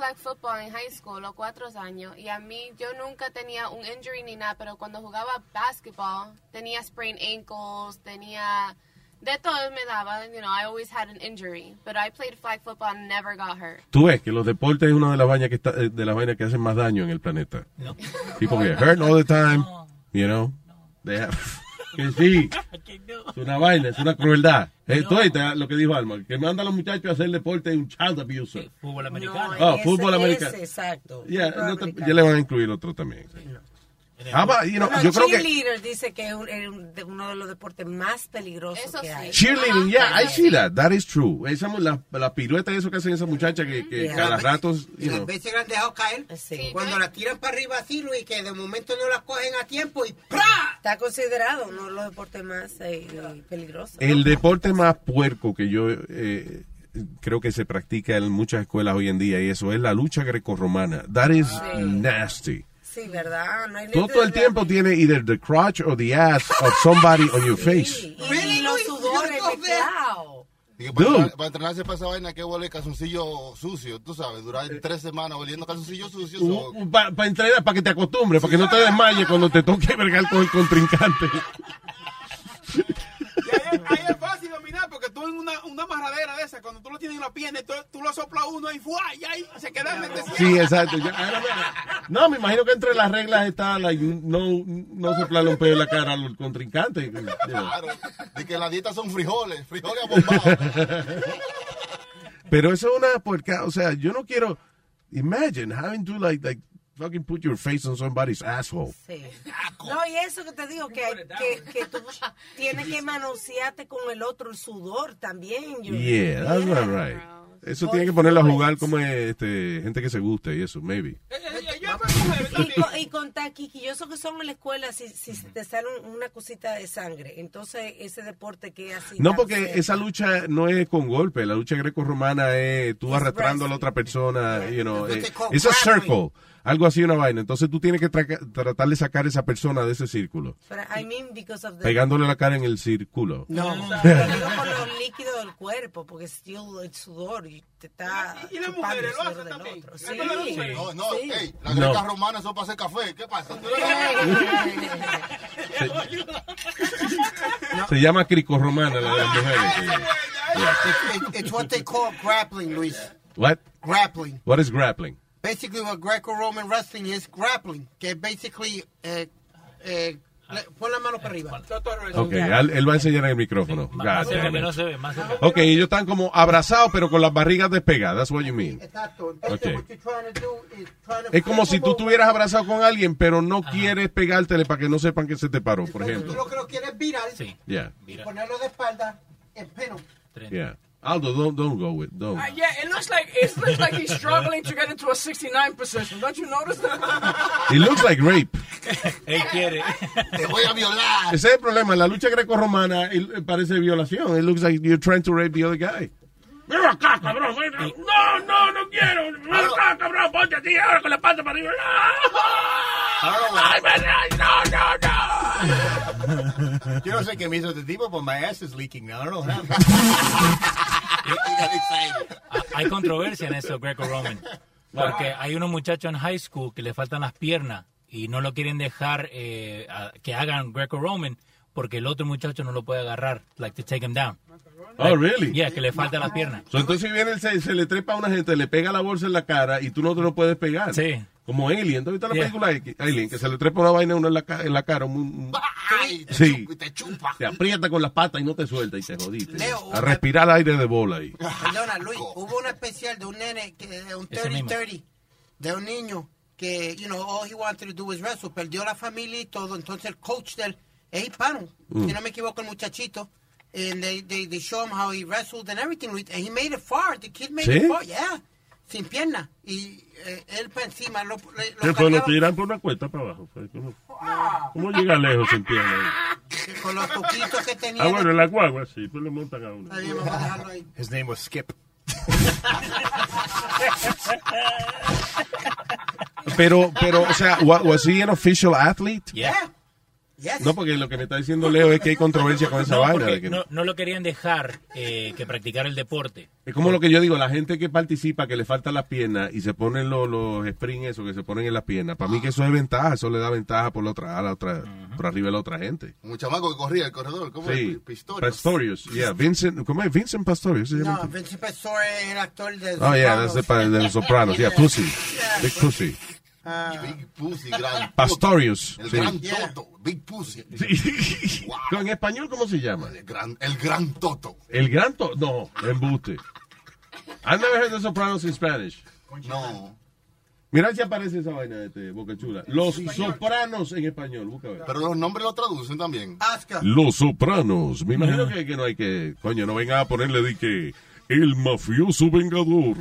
flag football en high school los 4 años y a mí yo nunca tenía un injury ni nada, pero cuando jugaba basketball tenía sprained ankles, tenía de todo me daba, you know, I always had an injury, but I played flag football and never got hurt. Tú ves que los deportes es una de las vainas que hacen más daño en el planeta. No. People get hurt all the time, you know. They have, que sí, es una vaina, es una crueldad. Lo que dijo Alma, que manda a los muchachos a hacer deporte es un child abuser. Fútbol americano. Fútbol americano. Exacto. Ya le van a incluir otro también. Yo creo que cheerleader dice que es uno de los deportes más peligrosos que hay. Cheerleading, I see that. That is true. Esa la pirueta y eso que hacen esas muchachas que cada rato, a veces la han dejado caer. Sí. Cuando la tiran para arriba así, Luis, que de momento no la cogen a tiempo y ¡pra! Está considerado uno de los deportes más peligrosos. El deporte más puerco que yo creo que se practica en muchas escuelas hoy en día, y eso es la lucha grecorromana. That is nasty. Sí, ¿verdad? No hay todo el tiempo tiene either the crotch or the ass of somebody on your face. Y los sudores mezclados. Para entrenarse para esa vaina que huele calzoncillo sucio, tú sabes, durar 3 semanas oliendo calzoncillo sucio. Para entrenar, para que te acostumbres, para que no te desmayes cuando te toque bregar con el contrincante. Ahí es fácil dominar porque tú en una amarradera de esa, cuando tú lo tienes en la pierna, tú lo soplas uno y ¡fua! Y ahí se queda en el desierto. Sí, exacto. No, me imagino que entre las reglas está no soplarle un pedo en la cara al contrincante. Claro, de que la dieta son frijoles abombados. Pero eso es una puerca, o sea, yo no quiero, imagine having to like fucking put your face on somebody's asshole. Sí. No, y eso que te digo, que tú tienes que manosearte con el otro, el sudor también. Yeah, that's not right. Eso tiene que ponerlo a jugar como gente que se guste y eso, maybe. Y con taquiquillosos que son en la escuela, si te sale una cosita de sangre, entonces ese deporte que así. No, porque esa lucha no es con golpe, la lucha grecorromana es tú arrastrando a la otra persona, you know, es a circle. Algo así, una vaina. Entonces tú tienes que tratar de sacar a esa persona de ese círculo. Pegándole la cara en el círculo. No, digo por los líquidos del cuerpo, porque es el sudor y te está. Y las mujeres lo hacen también. Sí. No, hey, la greca romana son para hacer café. ¿Qué pasa? Se llama cricorromana la de las mujeres. It's what they call grappling, Luis. What? Grappling. What is grappling? Basically, what Greco-Roman wrestling is grappling, que basically, pon la mano para arriba. Ok, él va a enseñar en el micrófono. Más cerca que no se ve, más cerca. Ok, ellos están como abrazados, pero con las barrigas despegadas. That's what you mean. Exacto. Okay. What you're trying to do is es como si tú estuvieras abrazado con alguien, pero no quieres pegártele para que no sepan que se te paró, por ejemplo. Tú lo que lo quieres virar, y ponerlo de espalda en pelo. Yeah. Aldo, don't go with, don't. Yeah, it looks like he's struggling to get into a 69 position. Don't you notice that? It looks like rape. Él quiere. Te voy a violar. Ese es el problema. En la lucha grecorromana parece violación. It looks like you're trying to rape the other guy. Ven acá, cabrón. No quiero. Ven acá, cabrón. Ponte a ti ahora con la pata para arriba. No. Yo no sé qué me hizo este tipo, but my ass is leaking now. I don't know how. Hay controversia en eso, Greco-Roman. Porque hay unos muchachos en high school que le faltan las piernas y no lo quieren dejar que hagan Greco-Roman porque el otro muchacho no lo puede agarrar, like to take him down. Oh, really? Yeah, que le falta las piernas. Entonces si viene, se le trepa a una gente, le pega la bolsa en la cara y tú no te lo puedes pegar. Sí. Como Alien. ¿Entonces viste la película Alien? Que se le trepa una vaina a uno en la cara. Sí. Te chupa. Te aprieta con las patas y no te suelta y te jodiste. Leo, a respirar aire de bola ahí. Perdona, Luis, hubo un especial de un nene, de un 30-30, de un niño que, you know, all he wanted to do was wrestle. Perdió la familia y todo. Entonces el coach del es hispano. Si no me equivoco, el muchachito. And they show him how he wrestled and everything. And he made it far. The kid made it far. Yeah. Sin pierna. Y él para encima lo lo tiran por una cuesta para abajo. ¿Cómo llega lejos sin pierna? Con los poquitos que tenía. Bueno, en la guagua sí, pues lo montan a uno. Ahí, vamos a dejarlo ahí. His name was Skip. Pero, o sea, was he an official athlete? Yeah. No, porque lo que me está diciendo Leo es que hay controversia con esa vaina. De que no lo querían dejar que practicara el deporte. es como lo que yo digo, la gente que participa, que le faltan las piernas y se ponen los springs esos que se ponen en las piernas. Para mí que eso es ventaja, eso le da ventaja por por arriba de la otra gente. Un chamaco que corría el corredor, ¿cómo Sí, es? Pistorius. Pastorius, yeah, ¿cómo es? Vincent Pastorius. ¿se llama? No, Vincent Pastore es el actor de Oh, yeah, that's de Los Sopranos. Yeah, Pussy. Big Pussy. Big Pussy, gran Pastorius. El Sí. gran Toto, Big Pussy. ¿En español cómo se llama? El gran Toto. El gran Toto. No, embuste. I never heard the Sopranos in Spanish. No. Mira si aparece esa vaina de Boca Chula. Los Sopranos en español. Busca a ver. Pero los nombres lo traducen también. Los Sopranos. Me imagino que no hay que... Coño, no vengan a ponerle de que... El mafioso vengador.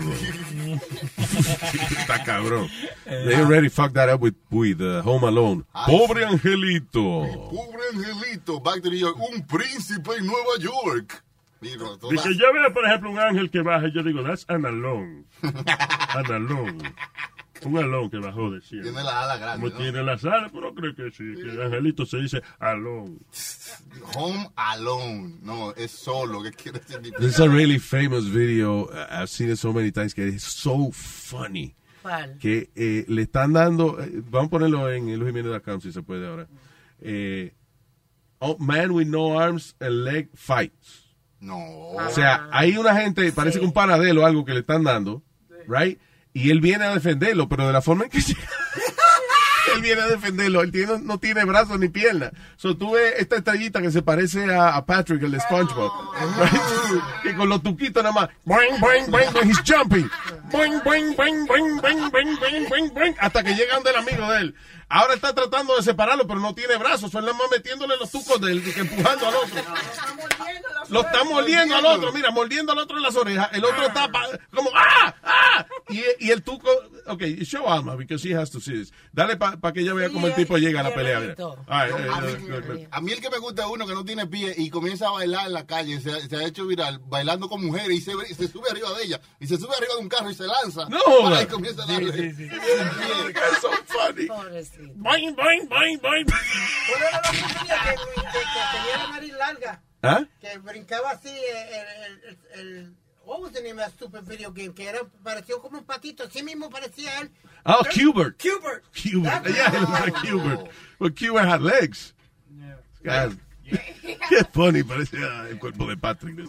Está cabrón. They already fucked that up with Home Alone. Pobre Angelito. Pobre Angelito. Back to New York. Un príncipe en Nueva York. Mira, Y que yo veo, por ejemplo, un ángel que baja y yo digo, that's an alone. An alone. Un alone que bajó de cielo. Tiene la ala grande, Como ¿no? tiene las alas, pero creo que sí. Que el angelito se dice alone. Home Alone. No, es solo. ¿Qué quiere decir? This is a really famous video. I've seen it so many times que es so funny. ¿Cuál? Que le están dando... vamos a ponerlo en LuisJiménez.com si se puede ahora. Man with no arms and leg fights. No. O sea, hay una gente, parece que un panadero o algo que le están dando, right? Y él viene a defenderlo, pero de la forma en que él viene a defenderlo, él no tiene brazos ni piernas. So, tú ves esta estrellita que se parece a Patrick, el de SpongeBob, right? Que con los tuquitos nada más, boing, boing, boing, boing, he's jumping, boing, boing, boing, boing, boing, boing, boing, boing, boing, hasta que llega donde el amigo de él. Ahora está tratando de separarlo, pero no tiene brazos, son nada más metiéndole los tucos de él, y que empujando al otro. Lo está mordiendo al otro, mira, mordiendo al otro en las orejas. El otro está como ¡ah! ¡Ah! Y el tuco, ok, show Alma, because she has to see this. Dale para que ella vea cómo el tipo llega a la pelea. Mira. A mí el que me gusta es uno que no tiene pie y comienza a bailar en la calle, se ha hecho viral, bailando con mujeres y se sube arriba de ella, y se sube arriba de un carro y se lanza. No, y comienza a darle. Sí. It's so funny. Boing, boing, boing, boing. Uno de los que tenía la nariz larga. ¿Ah? Que brincaba así el what was the name of that stupid video game? Que era, pareció como un patito, así mismo parecía él. Oh, Qbert. Qbert. Yeah, it was like Qbert. But Qbert had legs. God. Qué funny, parecía el cuerpo de Patrick.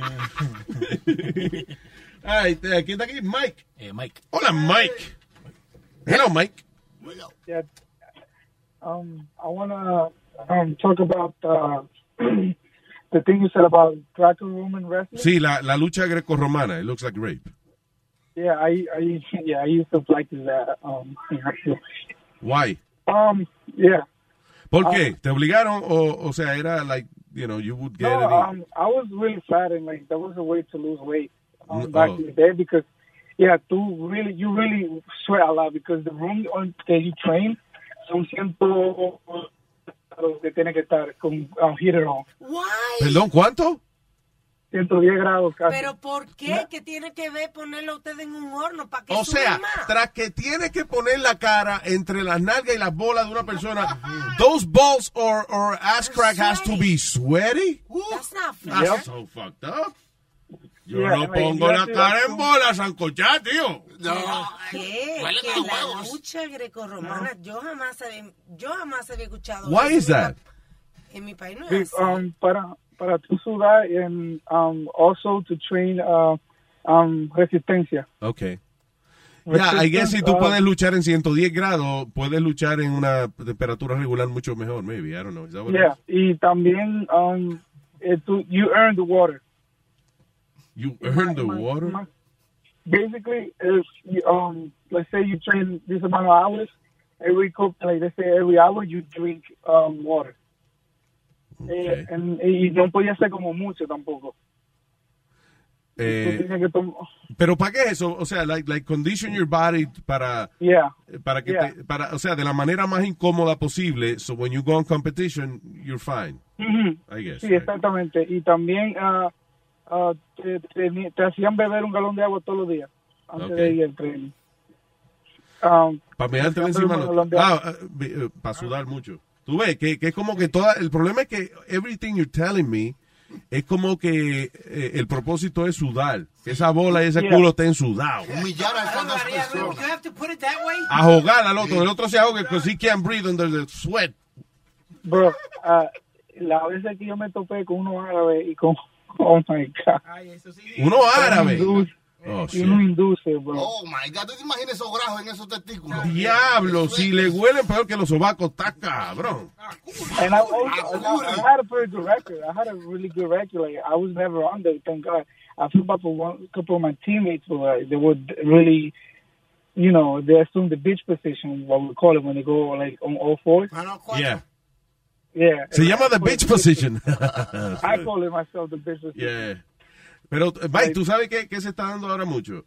Ay, ¿quién está aquí? Mike. Mike. Hola, Mike. Hello, Mike. Yeah. I want to talk about the thing you said about Greco-Roman wrestling. Sí, la lucha greco-romana. It looks like rape. Yeah, I used to like that. Why? Yeah. ¿Por qué? ¿Te obligaron o sea, era like, you know, you would get it? I was really fat and like that was a way to lose weight back in the day because you really sweat a lot because the room that you train son 100 que tiene que estar con heater on. Why? ¿Perdón, cuánto? 110 grados casi. ¿Pero por qué? ¿Qué tiene que ver ponerlo usted en un horno? ¿Para que O sude sea, más? tras que tiene que poner la cara entre las nalgas y las bolas de una persona, those balls or ass crack has to be sweaty? That's not fair. That's so fucked up. Yo Yeah, no like, pongo you la have to- cara en bola, sancochá, tío. ¿Qué? Huele Que con la huevos. lucha grecorromana, yo jamás había escuchado Why eso is that? En mi país no es Big, así. para tu sudar and also to train resistencia. Okay. Yeah, I guess si tú puedes luchar en 110 grados, puedes luchar en una temperatura regular mucho mejor, maybe. I don't know. Is that what it Yeah, is? y también you earn the water. You earn the water? Basically, if you, let's say you train this amount of hours, every hour you drink water. Okay. Y no podía ser como mucho tampoco. Tú tienes que Pero ¿para qué eso? O sea, like condition your body para que o sea, de la manera más incómoda posible, so when you go on competition, you're fine. I guess. Sí, exactamente. Y también te hacían beber un galón de agua todos los días antes de ir al training. Para mirarte encima, para sudar mucho. Tú ves que es como que el problema es que everything you're telling me es como que el propósito es sudar. Que esa bola y ese culo estén sudados. Humillar a esas dos personas. You have to put it that way. Ahogar al otro. El otro se ahoga because he can't breathe under the sweat. Bro, la vez que yo me topé con unos árabes y con... Oh, my God. Uno árabe. Oh, y uno induce, bro. Oh, my God. ¿Tú te imaginas esos grajos en esos testículos? Diablo, si le huelen peor que los sobacos, está cabrón. And I had a pretty good record. I had a really good record. Like, I was never on there, thank God. I feel bad for a couple of my teammates who they would really, you know, they assume the bitch position, what we call it, when they go, like, on all fours. Yeah. Yeah. Se llama the bitch position. I call it myself the bitch position. Yeah. Pero, Mike, ¿tú sabes qué se está dando ahora mucho?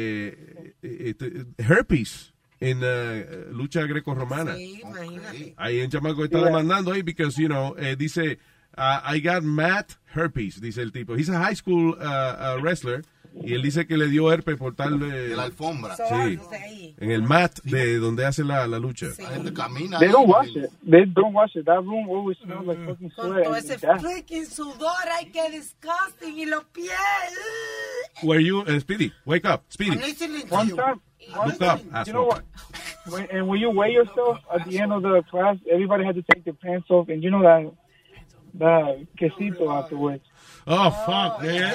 Herpes en lucha greco-romana. Sí, imagínate. Ahí en chamaco está demandando ahí because, you know, dice, I got mat herpes, dice el tipo. He's a high school wrestler. Y él dice que le dio herpes por tal de la alfombra. Sí. En el mat de donde hace la lucha. La gente camina. They don't wash it. They don't wash it. That room always smells like fucking sweat. Con ese freaking sudor, ay, qué disgusting. Y los pies. Were you, Speedy? Wake up, Speedy. One time. Look up, you know what? When you weigh yourself at the end of the class, everybody had to take their pants off, and you know that quesito afterwards. Oh, fuck, man.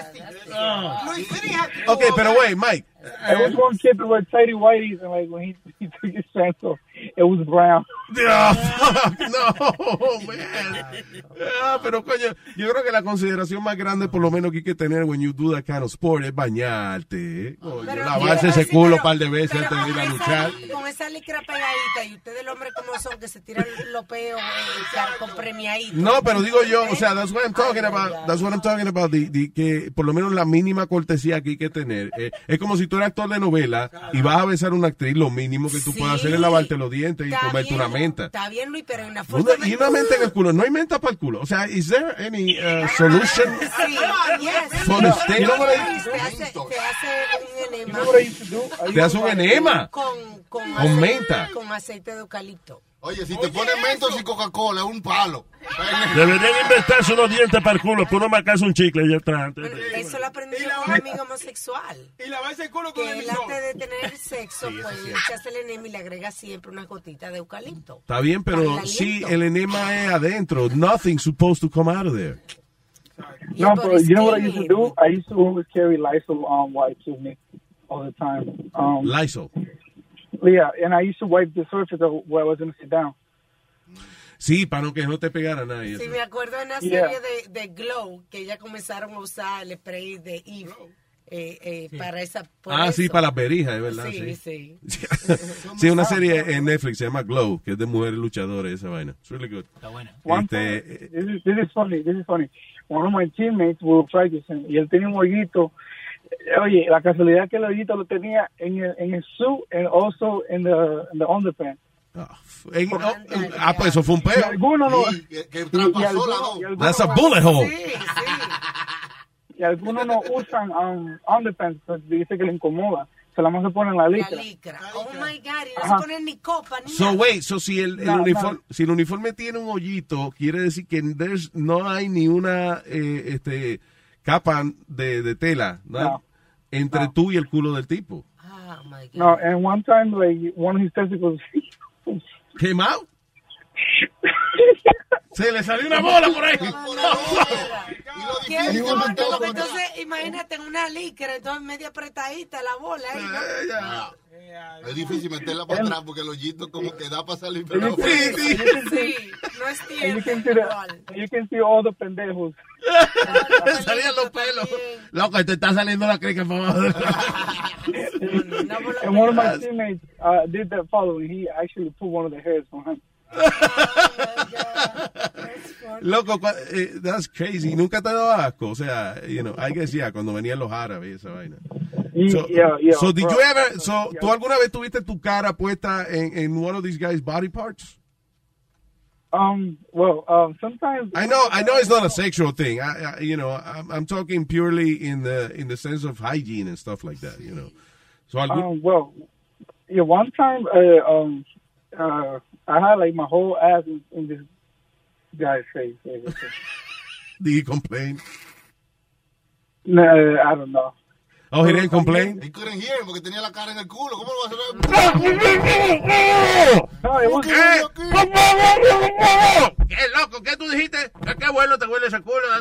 Okay, pero wait, Mike. There was one kid that wore tighty whities, and like when he took his pants off, it was brown. Oh, fuck, no, man. Pero coño, yo creo que la consideración más grande, por lo menos que hay que tener when you do that kind of sport, es bañarte. Coño, lavarse ese culo un par de veces antes de ir a luchar. Con esa licra pegadita, y ustedes, el hombre como son, que se tiran los peos con premiadito. No, pero digo yo, o sea, that's what I'm talking about. That's what I'm talking about. Que por lo menos la mínima cortesía que hay que tener. Es como si tú eres actor de novela y vas a besar a una actriz, lo mínimo que tú puedes hacer es lavarte los dientes y comerte una menta. Está bien, Luis, pero hay una forma Y una menta en el culo. No hay menta para el culo. O sea, is there any solution for the state? Te hace un enema. Con menta. Con aceite de eucalipto. Oye, si te pones mentos y Coca-Cola, es un palo. Deberían inventarse unos dientes para el culo, por no marcarse un chicle allá atrás. Eso lo aprendí con un amigo homosexual. Y lavarse el culo con el antes de tener sexo, pues echas el enema y le agrega siempre una gotita de eucalipto. Está bien, pero si el enema es adentro, nothing's supposed to come out of there. No, but you know what I used to do? I used to always carry Lysol wipes with me all the time. Lysol. Yeah, and I used to wipe the surface of where I was going to sit down. Sí, para que no te pegara nadie. Sí, me acuerdo de una serie de Glow, que ya comenzaron a usar el spray de Eve para esa... Sí, para las berijas, es verdad. Sí. Sí, una serie en Netflix se llama Glow, que es de mujeres luchadoras, esa vaina. It's really good. Está buena. This is funny. One of my teammates were practicing y él tenía un hoyito. Oye, la casualidad que el hoyito lo tenía en el suit and also in the underpants. Pues eso fue un peo. Y algunos no. That's a bullet hole. Sí. Y algunos no usan underpants, pues dice que le incomoda. Se la más se ponen la licra. Oh my God, y no se ponen ni copa ni nada. Wait, si el uniforme tiene un hoyito, quiere decir que no hay ni una capa de tela, ¿no? Entre tú y el culo del tipo. Oh my God. No, and one time, like, one of his testicles came out. Se le salió una bola por ahí. Entonces, imagínate en una licra, entonces media apretadita la bola. Es difícil meterla para atrás porque el hoyito como que da para salir. Sí, no es tiempo. You can see all the pendejos. Salían los pelos. Loco, te está saliendo la crica para abajo. And one of my teammates did that following. He actually put one of the hairs on him. Loco, that's crazy. Nunca te ha dado asco. O sea, I guess cuando venían los árabes y esa vaina. So did you ever, ¿tú alguna vez tuviste tu cara puesta en one of these guys' body parts? Sometimes I know it's not a sexual thing. I'm talking purely in the sense of hygiene and stuff like that, So one time I had like my whole ass in this guy's face. Did he complain? No, I don't know. Oh, he didn't complain? He couldn't hear him porque tenía la cara en el culo. ¿Cómo lo va a hacer? ¿Qué loco? ¿Qué tú dijiste? ¿Qué bueno te huele ese culo?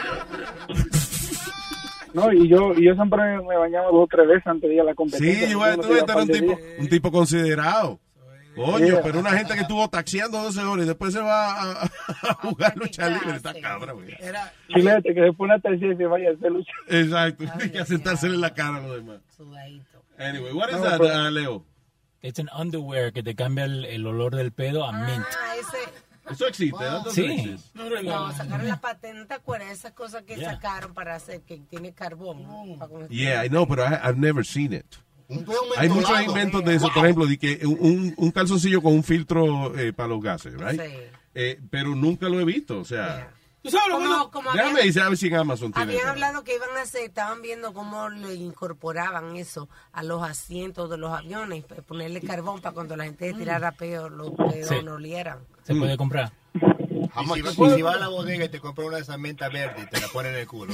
No, y yo siempre me bañaba 2 o 3 veces antes de ir a la competencia. Sí, igual tú eres un tipo considerado. Coño, pero una gente que estuvo taxiando 12 horas y después se va a jugar lucha libre. Está cabra, güey. Chilete, que después una tercera y se vaya a hacer lucha. Exacto, hay que sentársele en la cara a los demás. Anyway, what is that, Leo? Es un underwear que te cambia el olor del pedo a mint. Eso existe, ¿no? Sí. No, sacaron la patente, ¿no te acuerdas de esas cosas que sacaron para hacer que tiene carbón? Yeah, I know, but I've never seen it. Hay muchos inventos de eso, por ejemplo, de que un calzoncillo con un filtro para los gases, right? Sí. Pero nunca lo he visto, o sea. ¿Tú sabes como Déjame decir a ver si en Amazon tiene. Habían hablado que iban a hacer, estaban viendo cómo le incorporaban eso a los asientos de los aviones, ponerle carbón para cuando la gente tirara peor, los pedos no olieran. Se puede comprar. Y si vas a la bodega y te compras una de esas mentas verdes y te la ponen en el culo.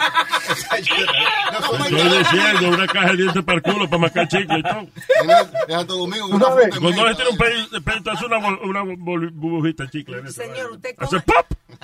Estoy diciendo una caja de dientes para el culo, para mascar chicle y todo. Cuando le tiene un pedito, hace una burbujita de chicle. Señor, usted hace pop.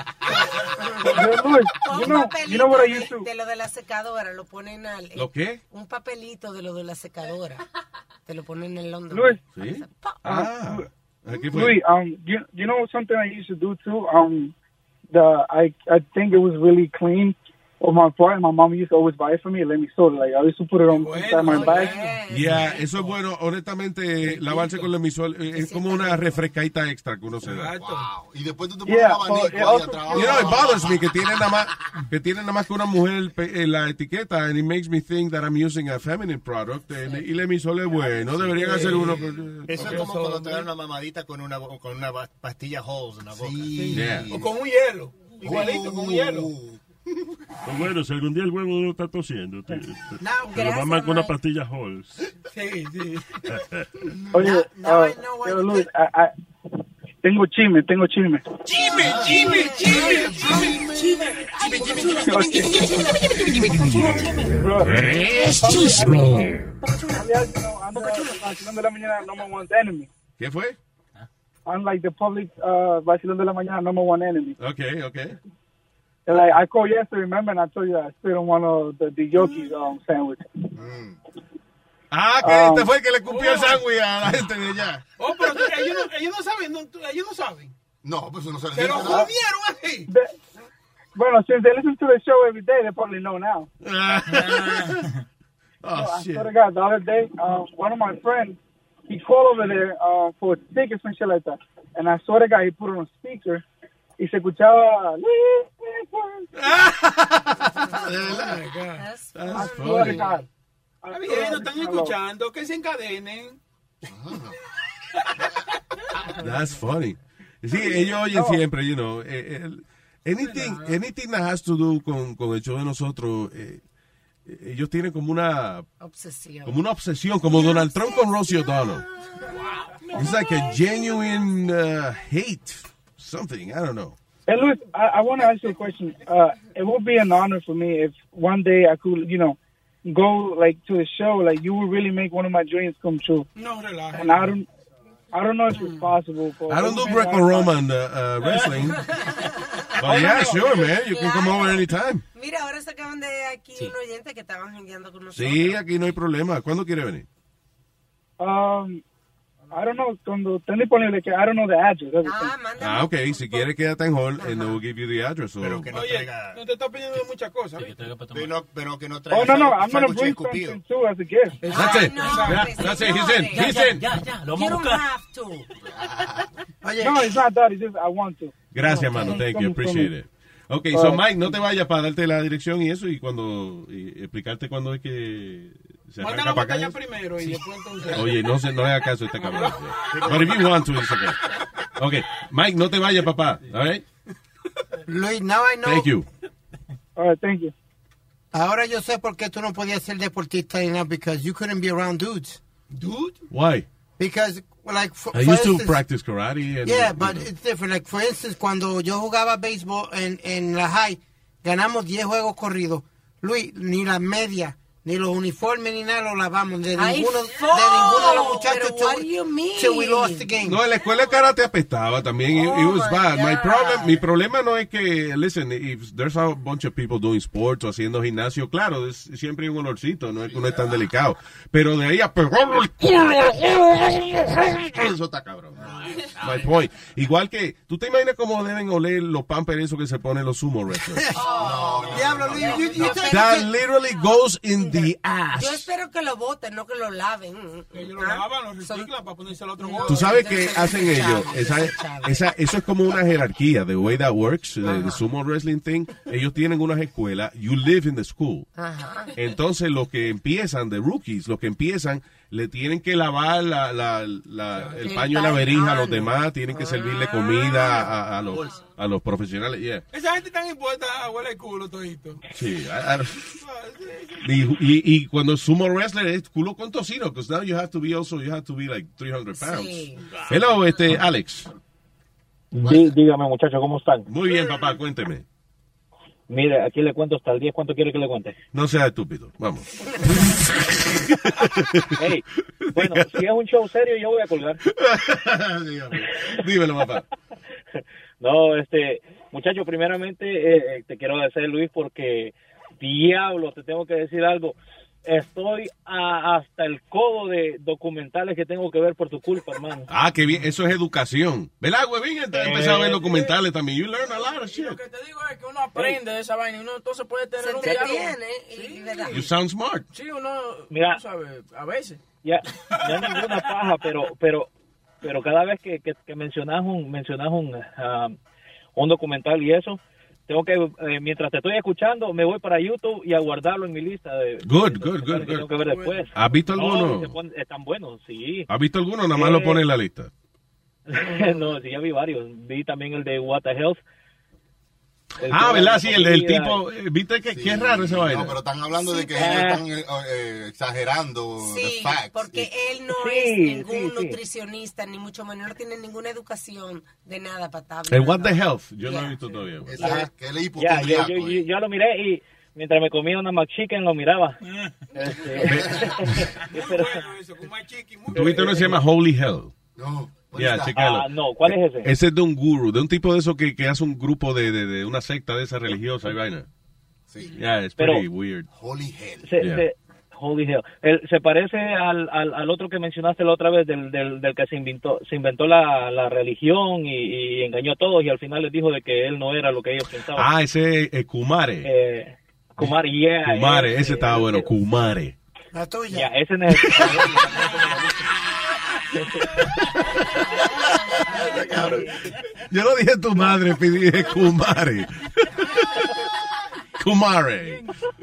Un papelito de lo de la secadora, lo ponen al... ¿Lo qué? Un papelito de lo de la secadora. Te lo ponen en Londres. Luis. ¿Sí? Louis, you know something I used to do too? I think it was really clean on my part. My mom used to always buy it for me and let me sew it. Like, I used to put it on inside my bag. Yeah, eso es bueno. Honestamente, lavarse con el emisol es como una refrescadita extra que uno se da. Wow. Y después tú te pones abanico ahí atrás. You know, it bothers me que tiene nada más que una mujer en la etiqueta, and it makes me think that I'm using a feminine product. Y el emisol es bueno. Deberían hacer uno. Eso es como cuando te dan una mamadita con una pastilla Halls en la boca. Sí. Yeah. O con un hielo. Igualito, con un hielo. Pues bueno, si algún día el huevo no está tosiendo, te lo maman con una pastilla Halls. Sí. Oye, Luis, tengo chisme. Chisme. Vacilón de la mañana, number one enemy. ¿Qué fue? Unlike the public, Vacilón de la mañana, number one enemy. Okay. Like, I called yesterday, remember, and I told you that I spit on one of the Yoki's sandwich. Que este fue el que le escupió el sándwich a la gente de allá. Oh, pero ellos no saben, ellos no saben. No, pues no se les Se lo jodieron así. Bueno, since they listen to the show every day, they probably know now. I swear to God, the other day, one of my friends, he called over there for tickets and shit like that. And I swear to God, he put it on speaker. Y se escuchaba. That's funny. Está bien, no están escuchando, que se encadenen. That's funny. Sí, ellos oyen siempre, you know. Anything that has to do con el show de nosotros, ellos tienen como una obsesión, como Donald Trump con Rosie O'Donnell. It's like a genuine hate. Something, I don't know. Hey, Luis, I want to ask you a question. It would be an honor for me if one day I could, go like to the show. Like, you would really make one of my dreams come true. No, relax. And I don't know if it's possible. I don't do Greco-Roman wrestling. But yeah, sure, man. You can come over anytime. Mira, ahora se acaban de aquí un oyente que estaban jangueando con nosotros. Sí, aquí no hay problema. ¿Cuándo quiere venir? I don't know, cuando estén disponibles, que I don't know the address. Okay, si quiere quédate en hall and we'll give you the address. Pero que no traiga... no te está pidiendo muchas cosas. Pero que no traiga... Oh, no, I'm going to bring something too as a gift. That's it, he's in. Ya, lo You vamos don't a have to. No, it's not that, it's just I want to. Gracias, mano, thank you, appreciate it. Okay, so Mike, no te vayas para darte la dirección y eso, y explicarte cuándo es que se arranca para acá. Primero y después entonces... Oye, no haga caso a este cabrón. But if you want to, it's okay. Okay, Mike, no te vayas, papá, all right? Luis, now I know. Thank you. All right, thank you. Ahora yo sé por qué tú no podías ser deportista enough, because you couldn't be around dudes. Dude? Why? Because like I used to practice karate. And, yeah, but it's different. Like, for instance, cuando yo jugaba béisbol en la high, ganamos 10 juegos corridos. Luis, ni la media, ni los uniformes, ni nada lo lavamos. De ninguno de los muchachos till we lost the game. No, en la escuela de karate apestaba también. It was bad. Mi problema no es que, listen, if there's a bunch of people doing sports o haciendo gimnasio, claro, siempre hay un olorcito, no es que uno es tan delicado. Pero de ahí a pegarlo el culo, eso está cabrón. My point. Igual que, ¿tú te imaginas cómo deben oler los pampers esos que se ponen los sumo wrestlers? Diablo, That literally goes in the ass. Yo espero que lo boten, no que lo laven. Ellos lo lavan, lo reciclan para ponerse al otro modo. ¿Tú sabes qué hacen ellos? Eso es como una jerarquía, the way that works, the sumo wrestling thing. Ellos tienen unas escuelas, you live in the school. Ajá. Entonces, los que empiezan, the rookies, los que empiezan, le tienen que lavar el paño de la verija a los demás, tienen que servirle comida a los profesionales. Yeah. Esa gente tan impuesta a huele el culo todito. Sí. Y cuando sumo wrestler es culo con tocino, because now you have to be like 300 pounds. Sí. Hello, Alex. Sí, dígame, muchachos, ¿cómo están? Muy bien, papá, cuénteme. Mire, aquí le cuento hasta el 10. ¿Cuánto quiere que le cuente? No sea estúpido, vamos. Hey, bueno, si es un show serio, yo voy a colgar. Dímelo, papá. No, muchacho, primeramente te quiero agradecer, Luis, porque diablo, te tengo que decir algo. Estoy hasta el codo de documentales que tengo que ver por tu culpa, hermano. Ah, qué bien, eso es educación. ¿Verdad, huevín? Empezar a ver documentales también. You learn a lot of shit. Lo que te digo es que uno aprende de esa vaina y uno entonces puede tener un diálogo. You sound smart. Sí, uno, mira, sabe, a veces. Ya ninguna paja, pero cada vez que mencionas un documental y eso, tengo que, mientras te estoy escuchando, me voy para YouTube y a guardarlo en mi lista de Good. Tengo que ver después. ¿Has visto alguno? Están buenos, sí. ¿Has visto alguno? Nada más lo pone en la lista. No, sí, ya vi varios. Vi también el de What the Health. ¿Verdad? Sí, el del tipo. ¿Viste que qué raro esa vaina? No, pero están hablando de que ellos están exagerando. Sí, facts, porque él no es ningún nutricionista, ni mucho menos, no tiene ninguna educación de nada para el What the Health, yo no he visto todavía. Yo lo miré y mientras me comía una McChicken lo miraba. ¿Tú viste uno que se llama Holy Hell? No. Chécalo. No, ¿cuál es ese? Ese es de un guru, de un tipo de eso que hace un grupo de una secta de esa religiosa y vaina. Sí. It's pretty weird. Holy Hell. Holy Hell. Se parece al otro que mencionaste la otra vez, del que se inventó la religión y engañó a todos y al final les dijo de que él no era lo que ellos pensaban. Ese Kumare. Kumare, ese estaba bueno, Kumare. La tuya. Ese necesita. Yo no dije tu madre, dije Kumare. Kumare.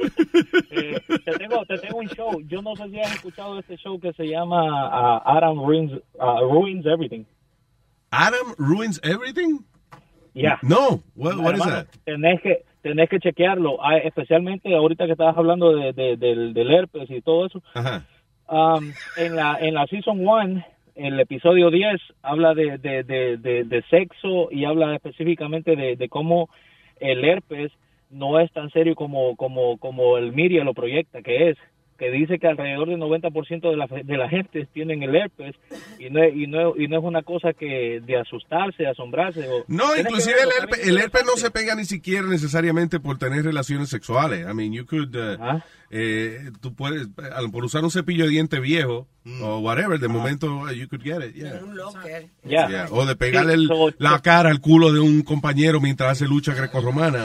Te tengo un show. Yo no sé si has escuchado este show que se llama Adam Ruins Everything. Adam Ruins Everything? Yeah. No. What is that? Tenés que chequearlo, especialmente ahorita que estabas hablando del herpes y todo eso. Ajá. En la Season 1, el episodio 10 habla de sexo y habla específicamente de cómo el herpes no es tan serio como el media lo proyecta que es. Que dice que alrededor del 90% de la gente tienen el herpes y no es una cosa que de asustarse, de asombrarse. No, inclusive el herpes no se pega ni siquiera necesariamente por tener relaciones sexuales. I mean, you could, tú puedes, por usar un cepillo de diente viejo o whatever, de momento you could get it. Yeah. O de pegarle la cara al culo de un compañero mientras hace lucha grecorromana.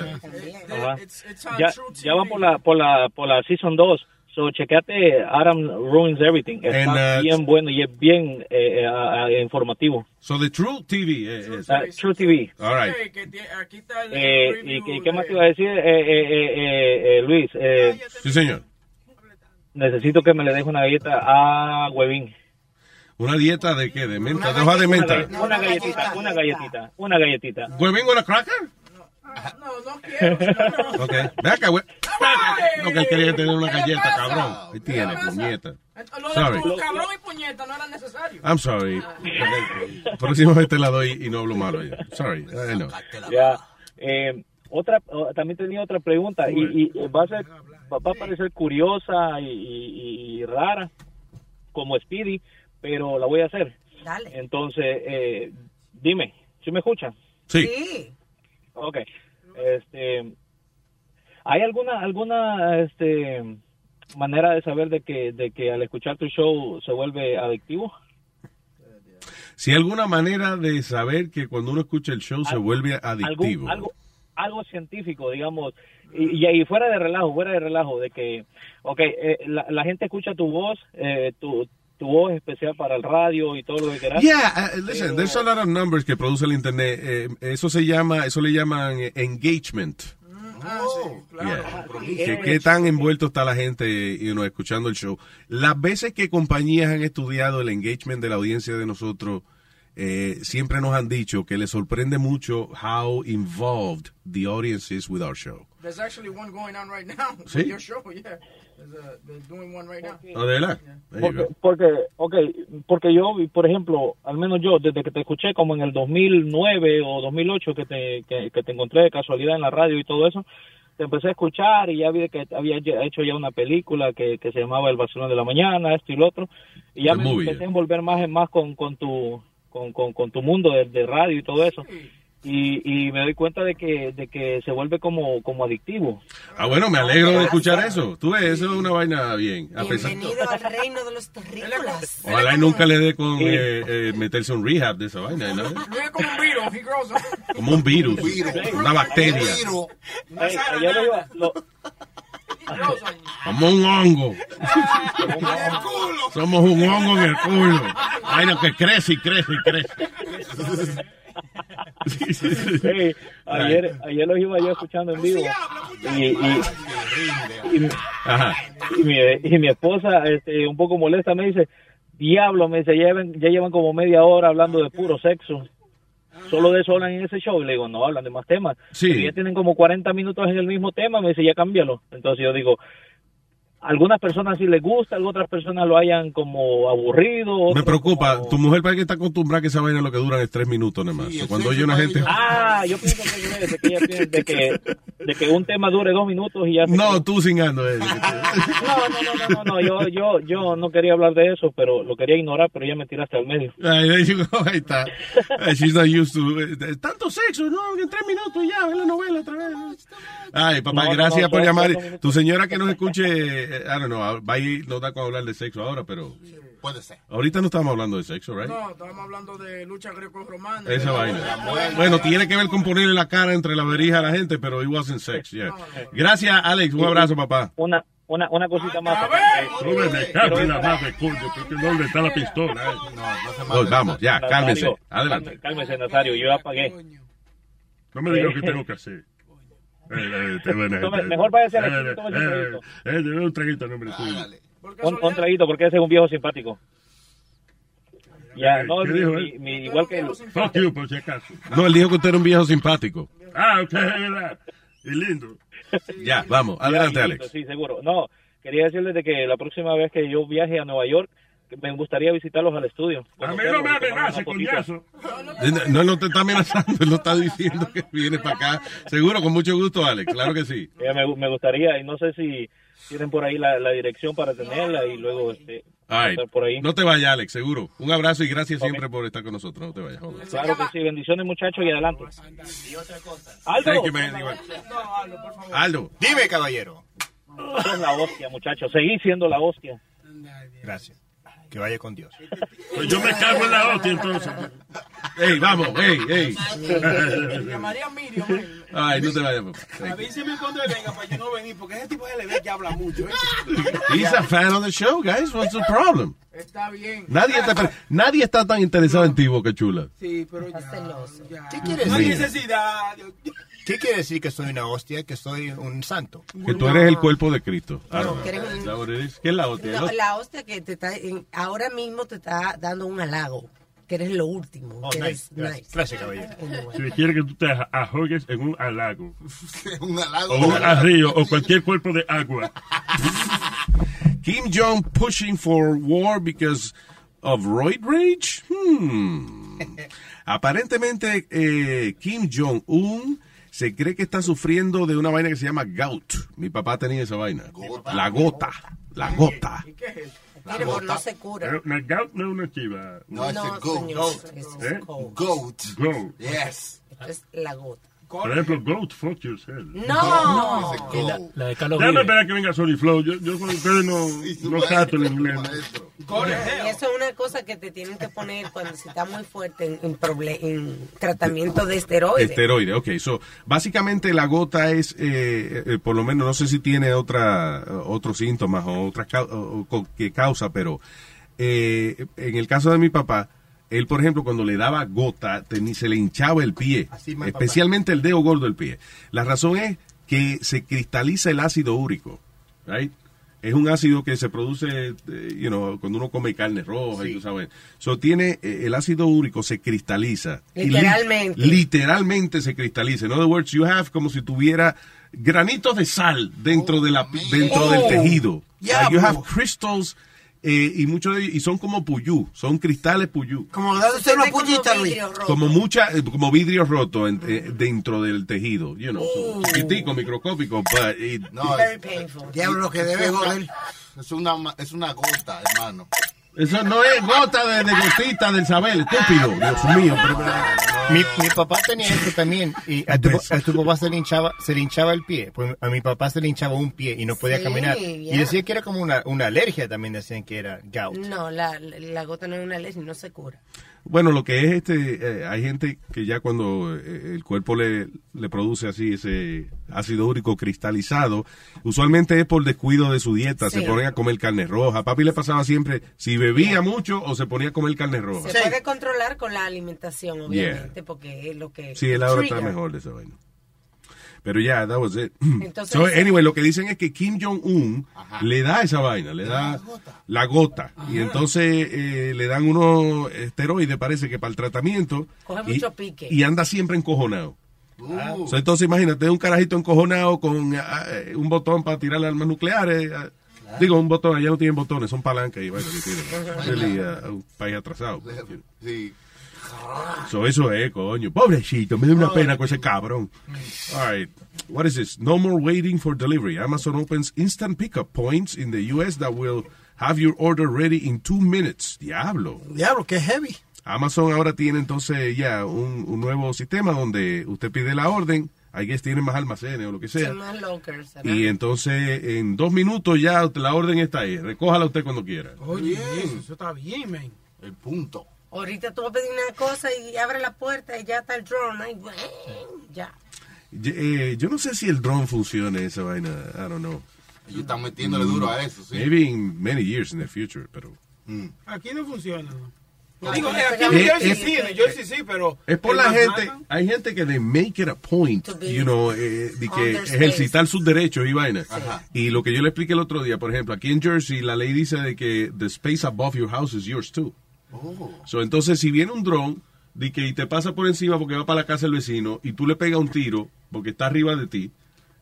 Ya van por la Season 2. So, chequeate Adam Ruins Everything. Está bien bueno y es bien informativo. So, the True TV. True TV. All right. Aquí está ¿Y qué más te iba a decir, Luis? Sí, señor. Necesito que me le deje una galleta a Huevín. ¿Una dieta de qué? ¿De menta? ¿De hoja de menta? Una galletita. ¿Huevín o la cracker? No quiero. Ok. Ve acá, güey. No, que él quería tener una galleta, cabrón. Ahí tiene, puñeta. Lo de Sorry. cabrón y puñeta no era necesario. I'm sorry. Próxima vez te la doy y no hablo malo. Sorry. I know. Ya. También tenía otra pregunta y va a parecer curiosa y rara como Speedy, pero la voy a hacer. Dale. Entonces, dime, ¿sí me escuchan? Sí. Ok. ¿Hay alguna manera de saber de que al escuchar tu show se vuelve adictivo? Si hay alguna manera de saber que cuando uno escucha el show se vuelve adictivo. Algo científico, digamos, y fuera de relajo, de que, la gente escucha tu voz, tu voz especial para el radio y todo lo que quieras. Yeah, listen, there's a lot of numbers que produce el internet. Eso le llaman engagement. Claro. ¿Qué tan envuelto está la gente escuchando el show? Las veces que compañías han estudiado el engagement de la audiencia de nosotros, siempre nos han dicho que les sorprende mucho how involved the audience is with our show. There's actually one going on right now. ¿Sí? Your show, yeah. They're doing one right now. ¿Oh, de verdad? Porque yo, por ejemplo, al menos yo, desde que te escuché como en el 2009 o 2008 que te encontré de casualidad en la radio y todo eso, te empecé a escuchar y ya vi que había hecho ya una película que se llamaba El Vacilón de la Mañana, esto y lo otro, y ya me empecé a envolver más con tu mundo de radio y todo eso. Y me doy cuenta de que se vuelve como adictivo. Bueno, me alegro de escuchar eso. Tú ves, eso es una vaina bien. Bienvenido al reino de los terrícolas. Ojalá y nunca le dé con meterse un rehab de esa vaina, ¿no? Como un virus, he grows up. Como un virus, una bacteria. Como un hongo. Somos un hongo en el culo. Vaina que crece y crece y crece. Hey, ayer los iba yo escuchando en vivo y mi esposa un poco molesta me dice, diablo, me dice, ya llevan como media hora hablando de puro sexo, solo de eso hablan en ese show. Y le digo, no, hablan de más temas. Y ya tienen como 40 minutos en el mismo tema. Me dice, ya cámbialo. Entonces yo digo, algunas personas sí les gusta, otras personas lo hayan como aburrido. Me preocupa, tu mujer parece que está acostumbrada a que esa vaina lo que duran es 3 minutos nada más. Cuando oye una gente... yo pienso que ella piensa de que un tema dure 2 minutos y ya... No, tú cingando. No, yo no quería hablar de eso, pero lo quería ignorar, pero ya me tiraste al medio. Ahí está. She's not used to... Tanto sexo, no, en 3 minutos ya, ve la novela otra vez. Ay, papá, gracias por llamar. Tu señora que nos escuche... I don't know, va a ir, no da con hablar de sexo ahora, pero... Puede ser. Ahorita no estamos hablando de sexo, ¿right? No, estamos hablando de lucha greco-romana. Esa vaina. Bueno, tiene que ver con ponerle la cara entre la verija a la gente, pero it wasn't sex, yeah. Gracias, Alex, un abrazo, papá. Una cosita más. Súbeme, cabe la madre, coño, porque ¿dónde está la pistola? Vamos, ya, cálmese. Adelante. Cálmese, Nazario, yo apagué. No me digas lo que tengo que hacer. Mejor vaya a hacer un traguito en nombre tuyo. Un traguito, porque ese es un viejo simpático. Ya, no, ¿Qué dijo, igual que él. Fuck you, por si acaso. No, él dijo que usted era un viejo simpático. Ok, es verdad. Y lindo. Ya, vamos, adelante, Alex. Sí, seguro. No, quería decirles de que la próxima vez que yo viaje a Nueva York, me gustaría visitarlos al estudio. A mí no me amenace, coñazo. No te está amenazando, él no está diciendo que viene para acá. Seguro, con mucho gusto, Alex, claro que sí. Me gustaría, y no sé si tienen por ahí la dirección para tenerla y luego estar por ahí. No te vayas, Alex, seguro. Un abrazo y gracias siempre por estar con nosotros. No te vayas, joder. Claro que sí, bendiciones, muchachos, y adelante. Y otra cosa. Aldo. Thank you, man. Aldo. Dime, caballero. Sos la hostia, muchachos. Seguí siendo la hostia. Gracias. Que vaya con Dios. Pues yo me cago en la hostia, entonces. Ey, vamos, ey. Llamaría a Miriam. Ay, no te vayas, papá. Avíseme cuando venga para yo no venir, porque ese tipo de LB que habla mucho. He's a fan of the show, guys. What's the problem? Está bien. Nadie está tan interesado en ti, Boca Chula. Sí, pero ya. ¿Qué quiere No hay decir? necesidad. ¿Qué quiere decir que soy una hostia, que soy un santo? Que tú eres el cuerpo de Cristo. No, que eres ¿Qué es la hostia? No, la hostia que te está, ahora mismo te está dando un halago, que eres lo último. Oh, que nice. eres nice. Gracias, caballero. Si quiere que tú te ahogues en un halago. Un halago. O un río, o cualquier cuerpo de agua. Kim Jong pushing for war because of roid rage. Aparentemente, Kim Jong-un se cree que está sufriendo de una vaina que se llama gout. Mi papá tenía esa vaina. La gota. ¿Y qué es eso? Pero no se cura. Una gout no es una chiva. No, es el goat. Goat. Yes. Esto es la gota. Por ejemplo, goat, fuck yourself. No. La de Carlos Déjame Vives. esperar que venga Sony Flow. Yo con ustedes no cato el inglés. Y eso es una cosa que te tienen que poner cuando se está muy fuerte en tratamiento de esteroides. Esteroides, ok. So, básicamente la gota es, por lo menos, no sé si tiene otros síntomas o otras que causa, pero en el caso de mi papá, él, por ejemplo, cuando le daba gota, se le hinchaba el pie, especialmente el dedo gordo del pie. La razón es que se cristaliza el ácido úrico, right? Es un ácido que se produce, cuando uno come carne roja, y tú sabes. So, el ácido úrico se cristaliza. Literalmente. Literalmente se cristaliza. In other words, you have como si tuviera granitos de sal dentro del tejido. You have crystals. Y muchos de ellos, y son como puyú, son cristales puyú. Como dándose una pullita, Luis. Como vidrio roto dentro del tejido, chiquitico, microscópico, Very painful. Diablo, lo que debe joder. Es una gota, hermano. Eso no es gota de gotita del saber, estúpido. Dios mío. Mi papá tenía eso también. Y a tu papá se le hinchaba el pie. Pues a mi papá se le hinchaba un pie y no podía caminar. Y decía que era como una alergia también, decían que era gout. No, la gota no es una alergia, no se cura. Bueno, lo que es hay gente que ya cuando el cuerpo le produce así ese ácido úrico cristalizado, usualmente es por descuido de su dieta, se ponen a comer carne roja. A papi le pasaba siempre, si bebía mucho o se ponía a comer carne roja. Se puede controlar con la alimentación, obviamente, porque es lo que... Sí, él ahora está mejor de esa vaina. Pero ya, that was it. Entonces, so, anyway, lo que dicen es que Kim Jong-un le da esa vaina, le da la gota. Y entonces le dan unos esteroides, parece que para el tratamiento. Coge mucho pique. Y anda siempre encojonado. So, entonces imagínate, un carajito encojonado con un botón para tirar armas nucleares. Digo, un botón, allá no tienen botones, son palancas y vaina que tienen. Un país atrasado. Sí. So, eso es, coño. Pobrecito, me da una pena con ese cabrón. All right. What is this? No more waiting for delivery. Amazon opens instant pickup points in the U.S. that will have your order ready in 2 minutes. Diablo, qué heavy. Amazon ahora tiene entonces ya un nuevo sistema donde usted pide la orden. I guess tiene más almacenes o lo que sea. Más lockers, ¿verdad? Y entonces en 2 minutos ya la orden está ahí. Recójala usted cuando quiera. Oye, eso está bien, man. El punto. Ahorita tú vas a pedir una cosa y abre la puerta y ya está el drone ahí. Ya. Yo no sé si el drone funciona, esa vaina. I don't know. Ellos están metiéndole duro a eso, sí. Maybe in many years in the future, pero... Aquí no funciona, ¿no? No, Digo, no, aquí en New Jersey sí, en New Jersey sí, pero... Es por la gente, hay gente que they make it a point, de que ejercitar sus derechos y vainas. Y lo que yo le expliqué el otro día, por ejemplo, aquí en Jersey la ley dice de que the space above your house is yours too. So, entonces, si viene un dron y te pasa por encima porque va para la casa del vecino y tú le pegas un tiro porque está arriba de ti,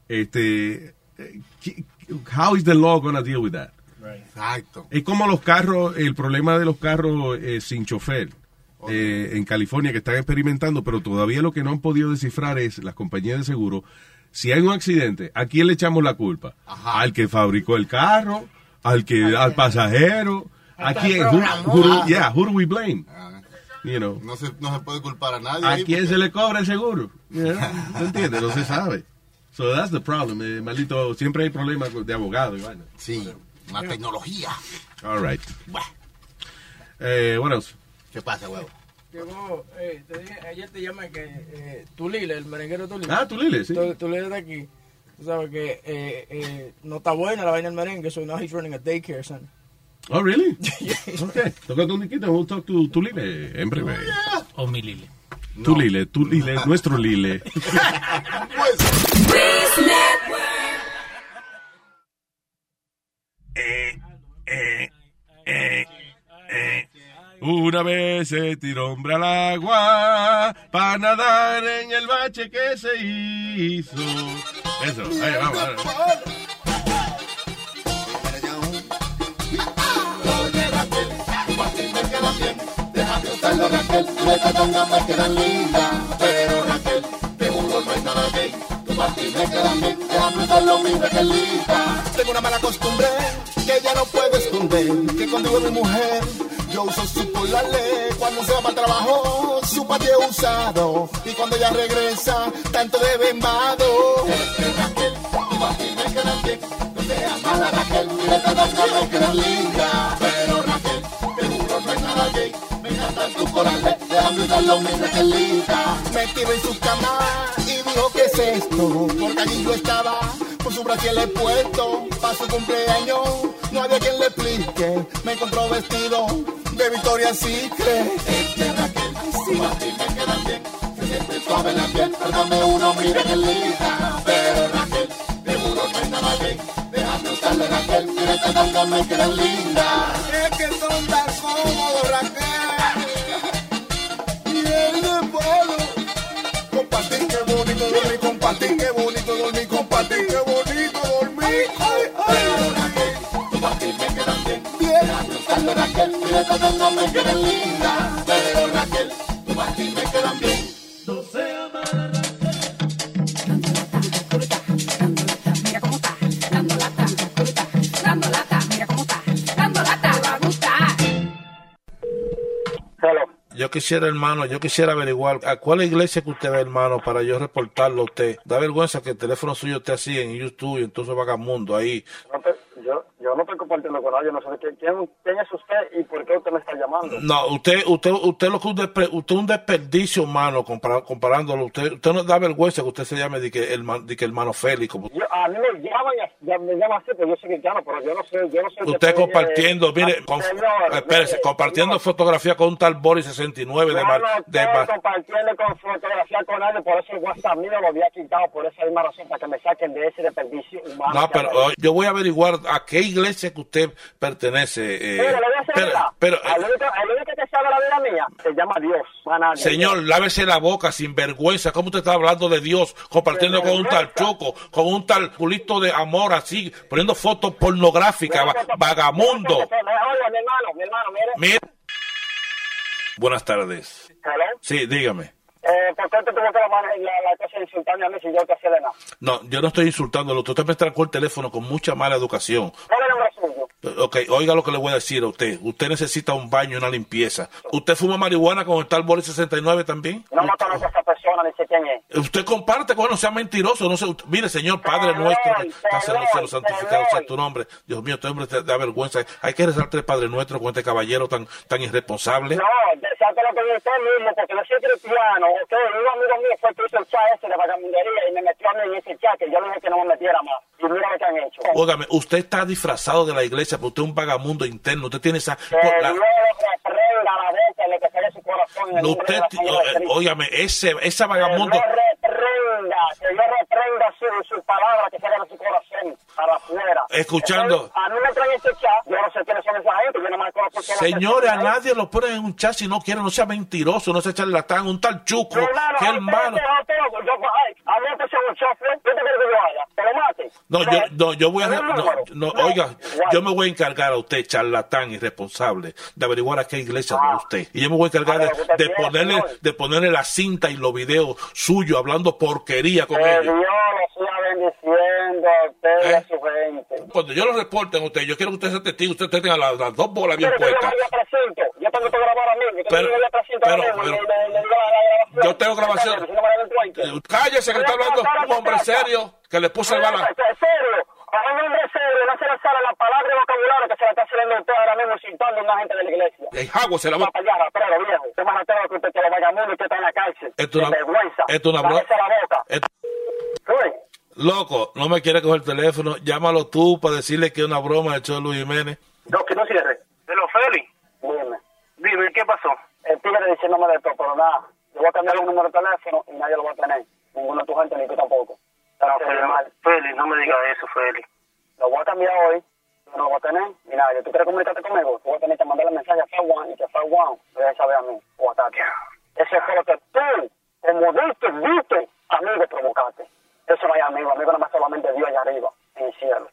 how is the law gonna deal with that? Right. Exacto. Es como los carros, el problema de los carros sin chofer en California que están experimentando, pero todavía lo que no han podido descifrar es las compañías de seguro. Si hay un accidente, ¿a quién le echamos la culpa? Al que fabricó el carro, al pasajero. ¿A quién? Who do we blame? No se puede culpar a nadie. ¿A quién se le cobra el seguro? ¿No entiendes? No se sabe. So that's the problem. Maldito, siempre hay problemas de abogado y vaina. Sí, más tecnología. All right. What else? ¿Qué pasa, huevo? Que vos, te dije, ayer te llamé que Tulile, el merenguero Tulile. Ah, Tulile, sí. Tulile de aquí. Tú sabes que no está buena la vaina del merengue, so now he's running a daycare center. Oh, really? Okay. Toca tu niquita, we'll talk to Tulile en breve. O mi Lile. Tulile, nuestro Lile. Una vez se tiró hombre al agua para nadar en el bache que se hizo. Eso, ahí vamos. usarlo, Raquel, y estas tangas me quedan lindas. Pero Raquel, te juro no hay nada gay, tu panty me quedan bien, déjame usarlo, mi Raquelita. Tengo una mala costumbre que ya no puedo esconder, que cuando digo mi mujer, yo uso su polale. Cuando se va para el trabajo, su patio usado, y cuando ella regresa, tanto de bembado. Raquel, tu panty me quedan bien, no seas mala, Raquel, y estas tangas me quedan lindas. Pero Raquel, te juro no hay nada gay, me encantan tus corales, déjame usarlo, mi Raquelita. Me tiró en su cama y dijo, ¿qué es esto? Porque allí yo estaba, con su brasil le he puesto, para su cumpleaños, no había quien le explique, me encontró vestido de Victoria's Secret. Raquel, sí, así me quedan bien, se siente suave la piel, dame uno, mi Raquelita. Pero Raquel, te juro no hay nada gay, déjame usarle, Raquel, mira estas tangas me quedan lindas. Es que son tan cómodos, Raquel. Y él no puedo compartir, qué bonito dormir, compartir, qué bonito dormir, compartir, qué bonito dormir. Pero Raquel, tu panty me quedan bien, déjame usarlo, Raquel, mira estas tangas me quedan lindas. Pero Raquel, tu panty me quedan bien. No sea mala, Mira cómo está, dando lata, dando lata, mira cómo está, dando lata, va a gustar. Yo quisiera averiguar a cuál iglesia que usted ve, hermano, para yo reportarlo a usted. Da vergüenza que el teléfono suyo esté así en YouTube y entonces vagamundo ahí. Yo no estoy compartiendo con nadie, no sé quién es usted y por qué usted me está llamando. No, usted lo que usted es un desperdicio, hermano, comparándolo. Usted no da vergüenza que usted se llame de que hermano Félix. A mí me llaman así, pero yo soy cristiano, pero yo no sé. Usted compartiendo, mire, espérese, compartiendo fotografía con un tal Boris 69 de compartiendo con fotografía con alguien, por eso el WhatsApp mío lo había quitado, por esa misma razón, para que me saquen de ese desperdicio humano. No, pero yo voy a averiguar a qué iglesia que usted pertenece. Pero el único que sabe la vida mía se llama Dios. Señor, lávese la boca sin vergüenza. ¿Cómo usted está hablando de Dios? Compartiendo con un tal Choco, con un tal culito de amor así, poniendo fotos pornográficas, vagamundo. Oye, mi hermano, mire. Buenas tardes. ¿Hello? Sí, dígame. ¿Por qué te tuvo que la cosa de insultarme a mí si yo te hacía de nada? No, yo no estoy insultándolo. Usted me trancó el teléfono con mucha mala educación. ¿Cuál es el nombre suyo? Ok, oiga lo que le voy a decir a usted. Usted necesita un baño y una limpieza. ¿Usted fuma marihuana con el tal Boris 69 también? No me conozco a esa persona, ni sé quién es. Usted comparte con él, no sea mentiroso. No sé, mire, señor Padre nuestro, que estás en los cielos, santificado sea tu nombre. Dios mío, este hombre te da vergüenza. Hay que rezar tres Padre Nuestro con este caballero tan irresponsable. No, exacto lo que dice usted mismo, porque yo soy cristiano. Un amigo mío fue que hizo el chat ese de vagamundería y me metió a mí en ese chat, que yo le dije que no me metiera más. Y mira lo que han hecho. Óigame, usted está disfrazado de la iglesia, pero usted es un vagamundo interno. Usted tiene esa... Que Dios le reprenda la boca, le que se dé su corazón. Usted, óigame, esa vagamundo... Que Dios reprenda su palabra, que salga de su corazón para afuera. Escuchando. Entonces, a mí me traen este chat, yo no sé quiénes son esa gente, yo no me conozco. Señores, a nadie lo ponen en un chat si no quieren, no sea mentiroso, no sea charlatán, un tal Chuco, que hermano. A mí me pusieron un chat, ¿qué te quieres que yo haga? ¿Te lo mate? Yo voy a... oiga, yo me voy a encargar a usted, charlatán irresponsable, de averiguar a qué iglesia va usted. Y yo me voy a encargar de ponerle la cinta y los videos suyos hablando porquería con ellos. Dios lo siga bendiciendo a usted y a su gente. Cuando yo lo reporte a usted, yo quiero que usted sea testigo, usted tenga las dos bolas bien puestas. Yo tengo que grabar a mí. Yo tengo grabación. Cállese, que está hablando un hombre serio, que le puso el bala. Serio. A un hombre serio no se le sale la palabra de vocabulario que se le está saliendo a usted ahora mismo insultando a una gente de la iglesia. El agua se la va. Pero viejo, usted más atrevo que usted que lo vagamundo y que está en la cárcel. Esto es vergüenza. Esto es una broma. Loco, no me quiere coger el teléfono, llámalo tú para decirle que es una broma del show de Luis Jiménez. No, que no cierre. De los Félix. Dime, ¿qué pasó? El tigre diciéndome de todo, pero nada. Yo voy a cambiar un número de teléfono y nadie lo va a tener. Ninguno de tu gente, ni tú tampoco. Félix, no me digas eso, Félix. Lo voy a cambiar hoy, no lo voy a tener, y nada, ¿tú quieres comunicarte conmigo? Tú vas a tener que mandarle mensaje a Far1 y que Far1 le deje saber a mí, o a Tati. Eso es lo que tú, como viste, amigo, provocaste. Eso no hay amigo no más solamente Dios allá arriba, en el cielo.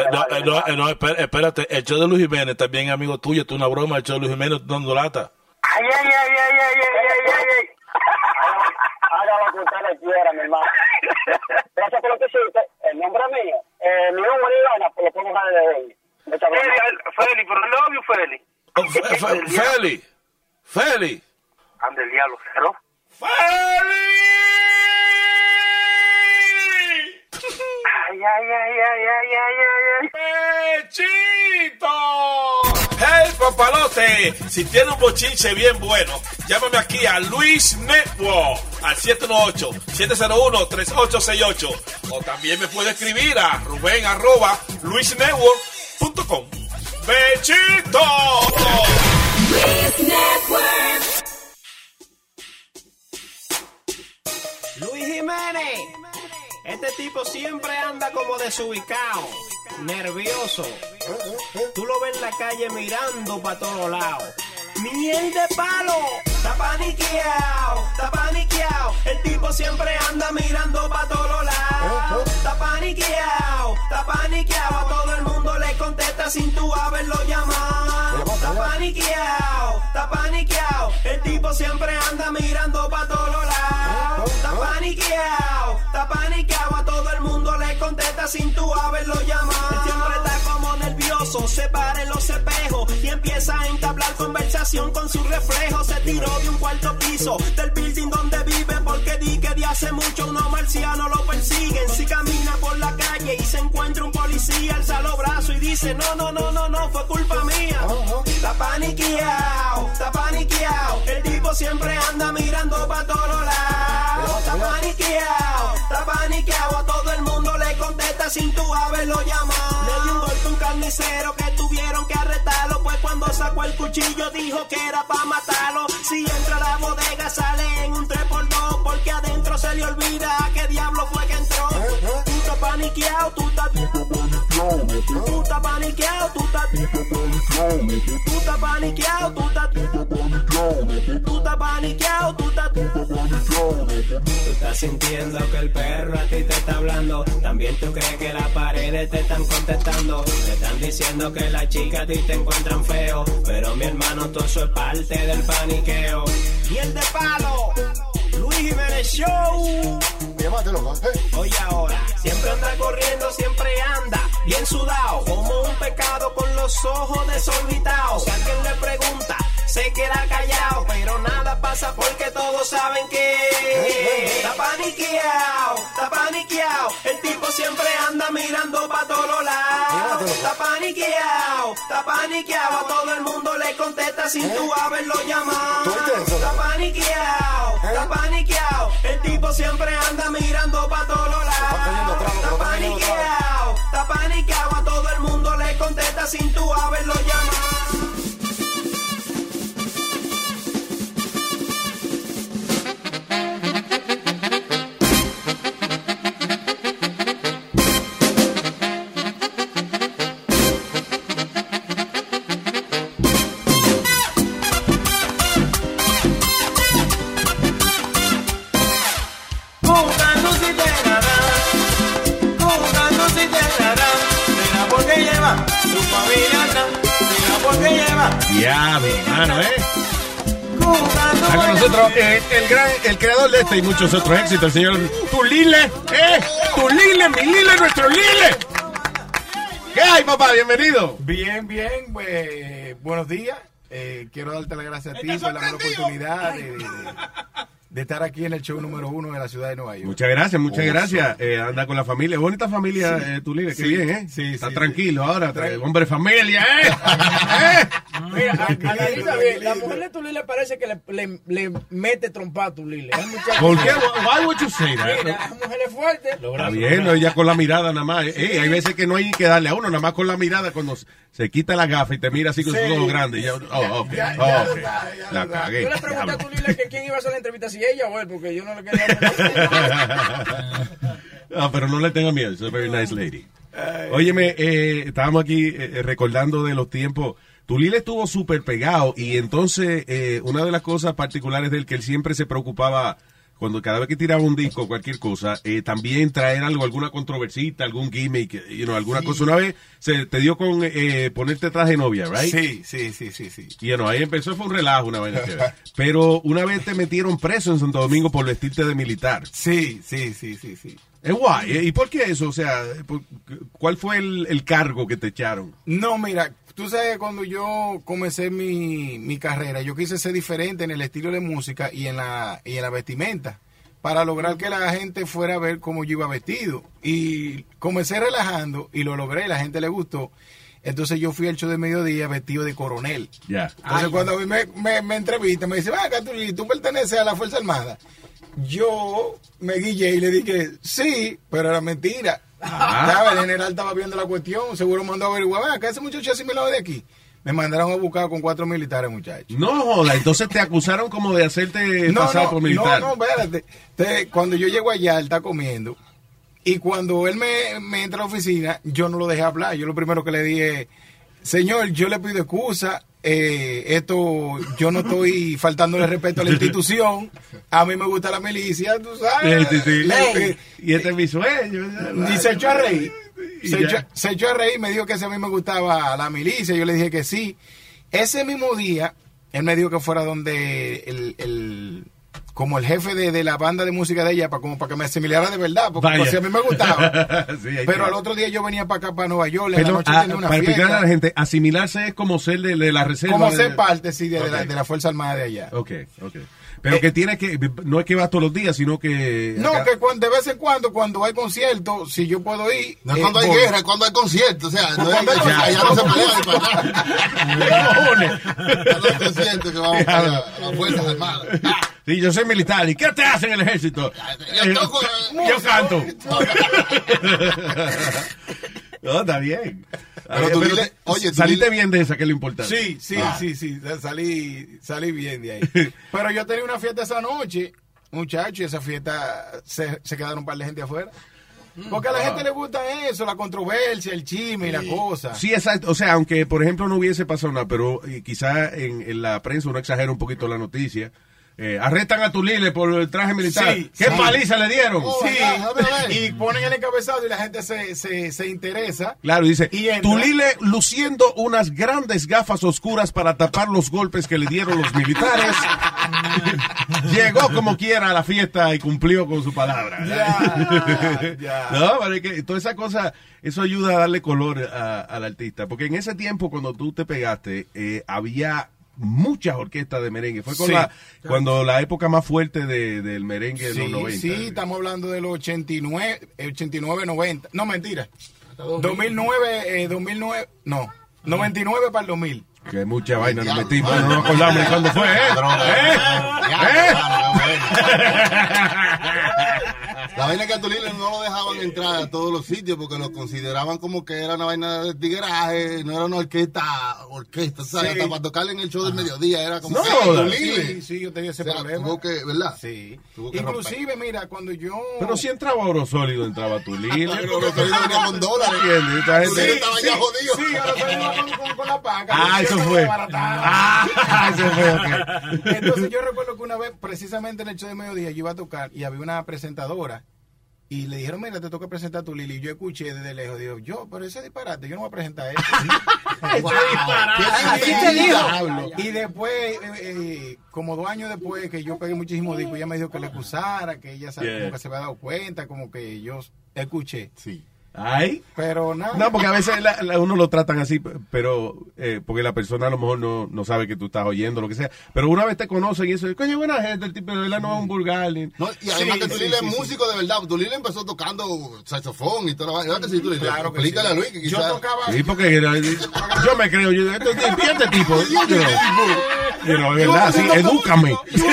No, espérate, el show de Luis Jiménez también es amigo tuyo, esto es una broma, el show de Luis Jiménez dando lata. Ay. Haga lo que usted le quiera, mi hermano. Gracias por lo que hiciste. El nombre mío. Mi nombre es Ivana, por lo pongo más de hoy. Feli, pero el novio Feli. Feli. Ande el diablo, ¿no? ¡Pechito! ¡Hey, papalote! Si tiene un bochinche bien bueno, llámame aquí a Luis Network al 718-701-3868. O también me puede escribir a Ruben@luisnetwork.com. ¡Pechito! Luis Network. Luis Jiménez. Este tipo siempre anda como desubicado, nervioso. Tú lo ves en la calle mirando para todos lados. ¡Miel de palo! Está paniqueado, está paniqueado. El tipo siempre anda mirando para todos lados. Está paniqueado, está paniqueado. A todo el mundo le contesta sin tú haberlo llamado. Está paniqueado, está paniqueado. El tipo siempre anda mirando para todos lados. Está paniqueado, está paniqueado. A todo el mundo le contesta sin tú haberlo llamado. Él siempre está como nervioso, se para en los espejos y empieza a entablar conversación con su reflejo. Se tiró de un cuarto piso del building donde vive porque di que de hace mucho unos marcianos lo persiguen. Si camina por la calle y se encuentra un policía, alza los brazos y dice no, fue culpa mía. Está paniqueado, está paniqueado. El tipo siempre anda mirando para todos lados. Está paniqueado, está paniqueado. A todo el mundo le contesta sin tú haberlo llamado. Le dio un golpe a un carnicero que tuvieron que arrestarlo, pues cuando sacó el cuchillo dijo que era para matarlo. Si entra a la bodega sale en un 3x2 porque adentro se le olvida a qué diablo fue que entró. Tú estás paniqueado, tú estás paniqueado, tú estás paniqueado, tú estás paniqueado, tú estás sintiendo que el perro a ti te está hablando. También tú crees que las paredes te están contestando. Te están diciendo que las chicas a ti te encuentran feo. Pero mi hermano, todo eso es parte del paniqueo. Y el de palo, Luis Jiménez Show. Oye ahora, siempre anda corriendo, siempre anda bien sudado, como un pecado con los ojos desorbitados. Si alguien le pregunta, se queda callado, pero nada pasa porque todos saben que está paniqueado, está paniqueado. El tipo siempre anda mirando para todos lados. Está paniqueado, está paniqueado. A todo el mundo le contesta sin tú haberlo llamado. Está paniqueado, está paniqueado. El tipo siempre anda mirando para todos lados. Está paniqueado, está paniqueado. A todo el mundo le contesta sin tú haberlo llamado. Ya, mi hermano, Está con nosotros el creador de este y muchos otros éxitos, el señor Tulile, Tulile, mi Lile, nuestro Lile. ¿Qué hay, papá? Bienvenido. Bien, buenos días. Quiero darte las gracias a ti por la oportunidad de estar aquí en el show número 1 de la ciudad de Nueva York. Muchas gracias. Anda con la familia. Bonita familia, Tulile. Qué bien, Está tranquilo ahora. Hombre familia, Mira, analiza bien. La mujer de Tulile parece que le mete trompa a Tulile. ¿Por qué? Why would you say that? Mira, la mujer es fuerte. Está bien, ella con la mirada nada más. Hay veces que no hay que darle a uno, nada más con la mirada cuando se quita la gafa y te mira así con sus ojos grandes. Ok. La cagué. Yo le pregunté a Tulile que quién iba a hacer la entrevista, si ella o él, porque yo no le quería. No, pero no le tenga miedo. Es a very nice lady. Óyeme, estábamos aquí recordando de los tiempos. Tulile estuvo súper pegado y entonces una de las cosas particulares de él que él siempre se preocupaba cuando cada vez que tiraba un disco, cualquier cosa, también traer algo, alguna controversita, algún gimmick, alguna cosa. Una vez se te dio con ponerte traje de novia, right? Sí. Y ahí empezó, fue un relajo, una vaina chévere. Pero una vez te metieron preso en Santo Domingo por vestirte de militar. Sí. Es guay. ¿Y por qué eso? O sea, ¿cuál fue el cargo que te echaron? No, mira, tú sabes, cuando yo comencé mi carrera, yo quise ser diferente en el estilo de música y en la vestimenta, para lograr que la gente fuera a ver cómo yo iba vestido. Y comencé relajando y lo logré, la gente le gustó. Entonces yo fui al show de mediodía vestido de coronel. Entonces cuando a mí me entrevistan, me dice, acá tú perteneces a la Fuerza Armada. Yo me guillé y le dije, sí, pero era mentira. El general estaba viendo la cuestión, seguro mandó a averiguar, acá ese muchacho asimilado de aquí. Me mandaron a buscar con 4 militares, muchachos. No joda, entonces te acusaron como de hacerte pasar por militar. No, espérate. Cuando yo llego allá, él está comiendo. Y cuando él me entra a la oficina, yo no lo dejé hablar. Yo lo primero que le dije, señor, yo le pido excusa. Esto, yo no estoy faltándole respeto a la institución. A mí me gusta la milicia, tú sabes. Y este es mi sueño. Y se echó a reír. Se echó a reír, me dijo que si a mí me gustaba la milicia. Yo le dije que sí. Ese mismo día, él me dijo que fuera donde como el jefe de la banda de música de ella, para que me asimilara de verdad, porque pues, a mí me gustaba. Pero al otro día yo venía para acá, para Nueva York, en la noche tenía una para fiesta. explicarle a la gente, asimilarse es como ser de la reserva. Como ser parte, sí, de la Fuerza Armada de allá. Ok. Pero que tiene que, no es que vas todos los días, sino que... No, que de vez en cuando hay conciertos, si yo puedo ir... No es cuando hay guerra, es cuando hay conciertos, o sea, no es allá no se pelea ni para acá. Cuando hay conciertos que vamos para las Fuerzas Armadas. Sí, yo soy militar. ¿Y qué te hacen en el ejército? Yo toco... Yo canto. No, está bien. Pero tú dile, oye, saliste bien de esa, que es lo importante. Sí. Salí bien de ahí. Pero yo tenía una fiesta esa noche, muchachos, y esa fiesta se quedaron un par de gente afuera. Porque a la gente le gusta eso, la controversia, el chisme y la cosa. Sí, exacto. O sea, aunque, por ejemplo, no hubiese pasado nada, pero quizá en la prensa uno exagera un poquito la noticia. Arrestan a Tulile por el traje militar. ¿Qué paliza le dieron? Y ponen el encabezado y la gente se interesa. Claro, dice, Tulile luciendo unas grandes gafas oscuras para tapar los golpes que le dieron los militares. Llegó como quiera a la fiesta y cumplió con su palabra. No, pero es que toda esa cosa, eso ayuda a darle color al artista. Porque en ese tiempo, cuando tú te pegaste, había muchas orquestas de merengue. Fue cuando la época más fuerte del merengue de los 90. Sí, estamos hablando de los 89, 90. No, mentira. 2009, no. 99 para el 2000. Que mucha vaina nos metimos. No nos acordamos de cuándo fue, La vaina que a Tulile no lo dejaban entrar a todos los sitios porque lo consideraban como que era una vaina de tigueraje, no era una orquesta, ¿sabes? Hasta para tocarle en el show del mediodía era como Tulile. Sí, yo tenía ese problema. ¿Verdad? Sí. Inclusive, mira, cuando yo... Pero si entraba Oro Sólido, entraba Tulile. Pero Oro Sólido venía con dólares. Tulile estaba ya jodido. Sí, Oro Sólido con la paca. Eso fue. Entonces yo recuerdo que una vez, precisamente en el show de mediodía, yo iba a tocar y había una presentadora y le dijeron, mira, te toca presentar tu Lili. Y yo escuché desde lejos, digo, pero ese disparate, yo no voy a presentar eso. Y después, como 2 años después, que yo pegué muchísimos discos, ella me dijo que le excusara, que ella como que se había dado cuenta, como que yo escuché. Sí. Ay. Pero nada. No, porque a veces uno lo tratan así, pero porque la persona a lo mejor no sabe que tú estás oyendo, lo que sea. Pero una vez te conocen y eso, coño, buena gente, el tipo de verdad no es un vulgar. No, y además que Tulile es músico de verdad. Tulile empezó tocando saxofón y toda la vaina. Claro, explícale a Luis que quizás. Yo tocaba. Sí, porque yo me creo, este tipo. Pero de verdad, sí, edúcame. Yo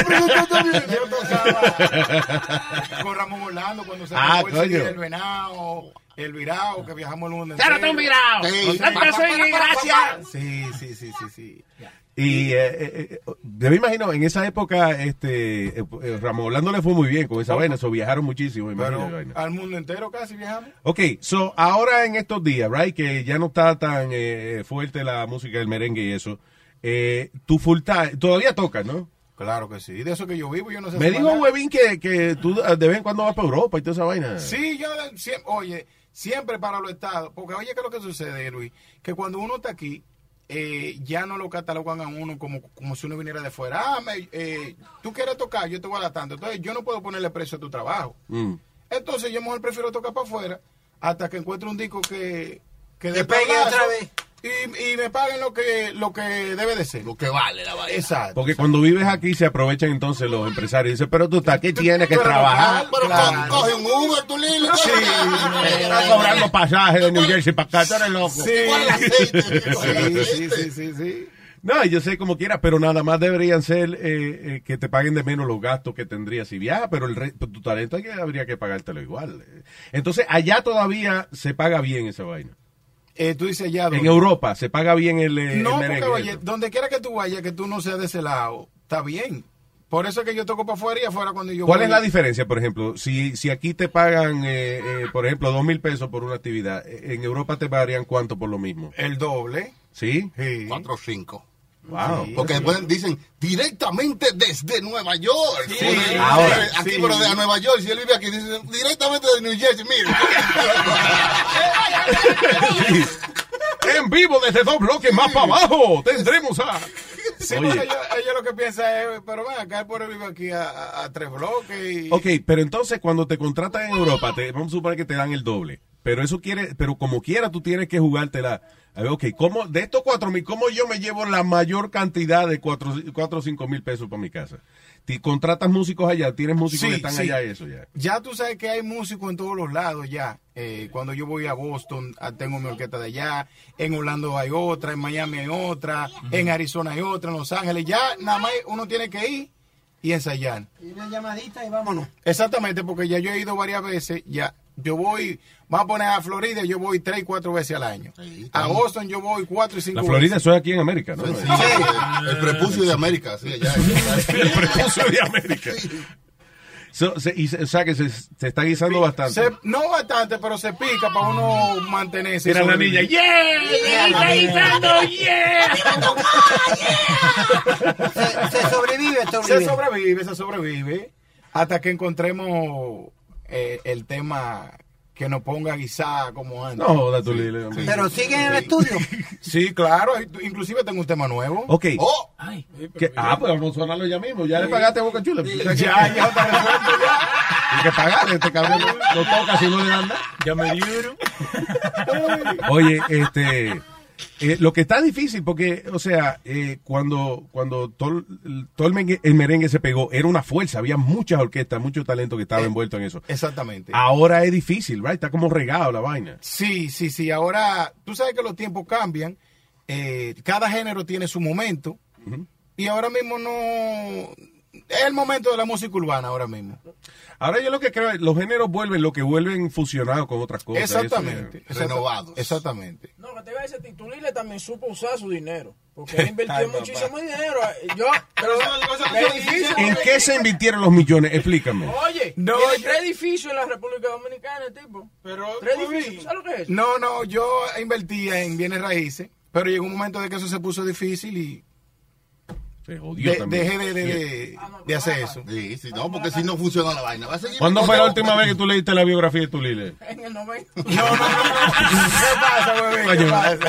tocaba con Ramón Orlando cuando se fue el Venado. El virao, que viajamos el mundo entero. ¡Claro, un virao! ¡Gracias! Sí. Y yo me imagino, en esa época, Ramón Orlando le fue muy bien con esa vaina, viajaron muchísimo. Pero al mundo entero casi viajamos. Ok, ahora en estos días, right, que ya no está tan fuerte la música del merengue y eso, tú todavía tocas, ¿no? Claro que sí. De eso que yo vivo, yo no sé. Me dijo Huevín que tú de vez en cuando vas para Europa y toda esa vaina. Sí, yo siempre para los estados. Porque oye, ¿qué es lo que sucede, Luis? Que cuando uno está aquí, ya no lo catalogan a uno como si uno viniera de fuera. Tú quieres tocar, yo te voy a dar tanto. Entonces yo no puedo ponerle precio a tu trabajo. Entonces yo mejor prefiero tocar para afuera hasta que encuentre un disco que pegue otra vez. Y me paguen lo que debe de ser. Lo que vale la vaina. Exacto. Porque cuando vives aquí se aprovechan entonces los empresarios y dicen, pero tú estás aquí, tienes que trabajar. Pero coge un Uber, tú Lili. Sí, estás cobrando pasajes de New Jersey para acá, tú eres loco. Sí. No, yo sé como quiera, pero nada más deberían ser que te paguen de menos los gastos que tendrías si viajas, pero tu talento habría que pagártelo igual. Entonces, allá todavía se paga bien esa vaina. Tú dices allá. En Europa se paga bien el merengue. Porque oye, donde quiera que tú vayas, que tú no seas de ese lado, está bien. Por eso es que yo toco para afuera y afuera cuando yo ¿Cuál voy. es la diferencia, por ejemplo? Si aquí te pagan, por ejemplo, 2,000 pesos por una actividad, ¿en Europa te pagarían cuánto por lo mismo? El doble. ¿Sí? 4 o 5. Wow. Sí, porque después dicen directamente desde Nueva York. Sí. Ahora, aquí, pero de Nueva York. Si él vive aquí, dicen directamente de New Jersey. Mira. En vivo desde 2 bloques más para abajo tendremos a... Sí, porque ella lo que piensa es, pero ven, acá el pueblo vive aquí a 3 bloques. Y... Ok, pero entonces cuando te contratan en Europa, vamos a suponer que te dan el doble. Pero como quiera tú tienes que jugártela. A ver, ok, de estos 4,000, ¿cómo yo me llevo la mayor cantidad de 4 o 5,000 pesos para mi casa? ¿Contratas músicos allá? ¿Tienes músicos que están allá y eso ya? Ya tú sabes que hay músicos en todos los lados ya. Cuando yo voy a Boston, tengo mi orquesta de allá. En Orlando hay otra, en Miami hay otra, en Arizona hay otra, en Los Ángeles. Ya nada más uno tiene que ir y ensayar. Y una llamadita y vámonos. Exactamente, porque ya yo he ido varias veces, ya. Yo voy, vamos a poner a Florida, yo voy 3 y 4 veces al año. Sí, a Boston yo voy 4 y 5 veces. La Florida eso es aquí en América, ¿no? Sí. El prepucio de América, sí, allá. El prepucio de América. O sea que se está guisando bastante. No bastante, pero se pica para uno mantenerse. Era la niña, ¡yeah! ¡Está guisando, yeah! Se sobrevive. Hasta que encontremos el tema que nos ponga a guisar como antes. No, da tu Lile. Sí. Pero sigue en el estudio. Sí, claro. Inclusive tengo un tema nuevo. Ok. Oh. Pues vamos a sonarlo ya mismo. Ya le pagaste a Boca Chula. Ya está resuelto ya. Hay que pagarle, este cabrón no toca si no le dan nada. Ya me dieron. Oye, lo que está difícil porque, o sea, cuando todo el merengue se pegó, era una fuerza, había muchas orquestas, mucho talento que estaba envuelto en eso. Exactamente. Ahora es difícil, ¿right? Está como regado la vaina. Sí. Ahora, tú sabes que los tiempos cambian, cada género tiene su momento, y ahora mismo no... Es el momento de la música urbana ahora mismo. Ahora yo lo que creo es los géneros lo que vuelven fusionados con otras cosas. Exactamente. Renovados. Exactamente. No, que te iba a decir, Titulile también supo usar su dinero. Porque él invirtió muchísimo dinero. ¿En qué se invirtieron los millones? Explícame. Oye, tiene 3 edificios en la República Dominicana, tipo. Pero 3 edificios, ¿sabes lo que es? No, yo invertía en bienes raíces, pero llegó un momento de que eso se puso difícil y dejé de hacer eso. Sí, no, porque si no funciona la vaina. ¿Cuándo fue la última vez que tú leíste la biografía de Tulile? En el 90. No. ¿Qué pasa, bebé? ¿Qué pasa?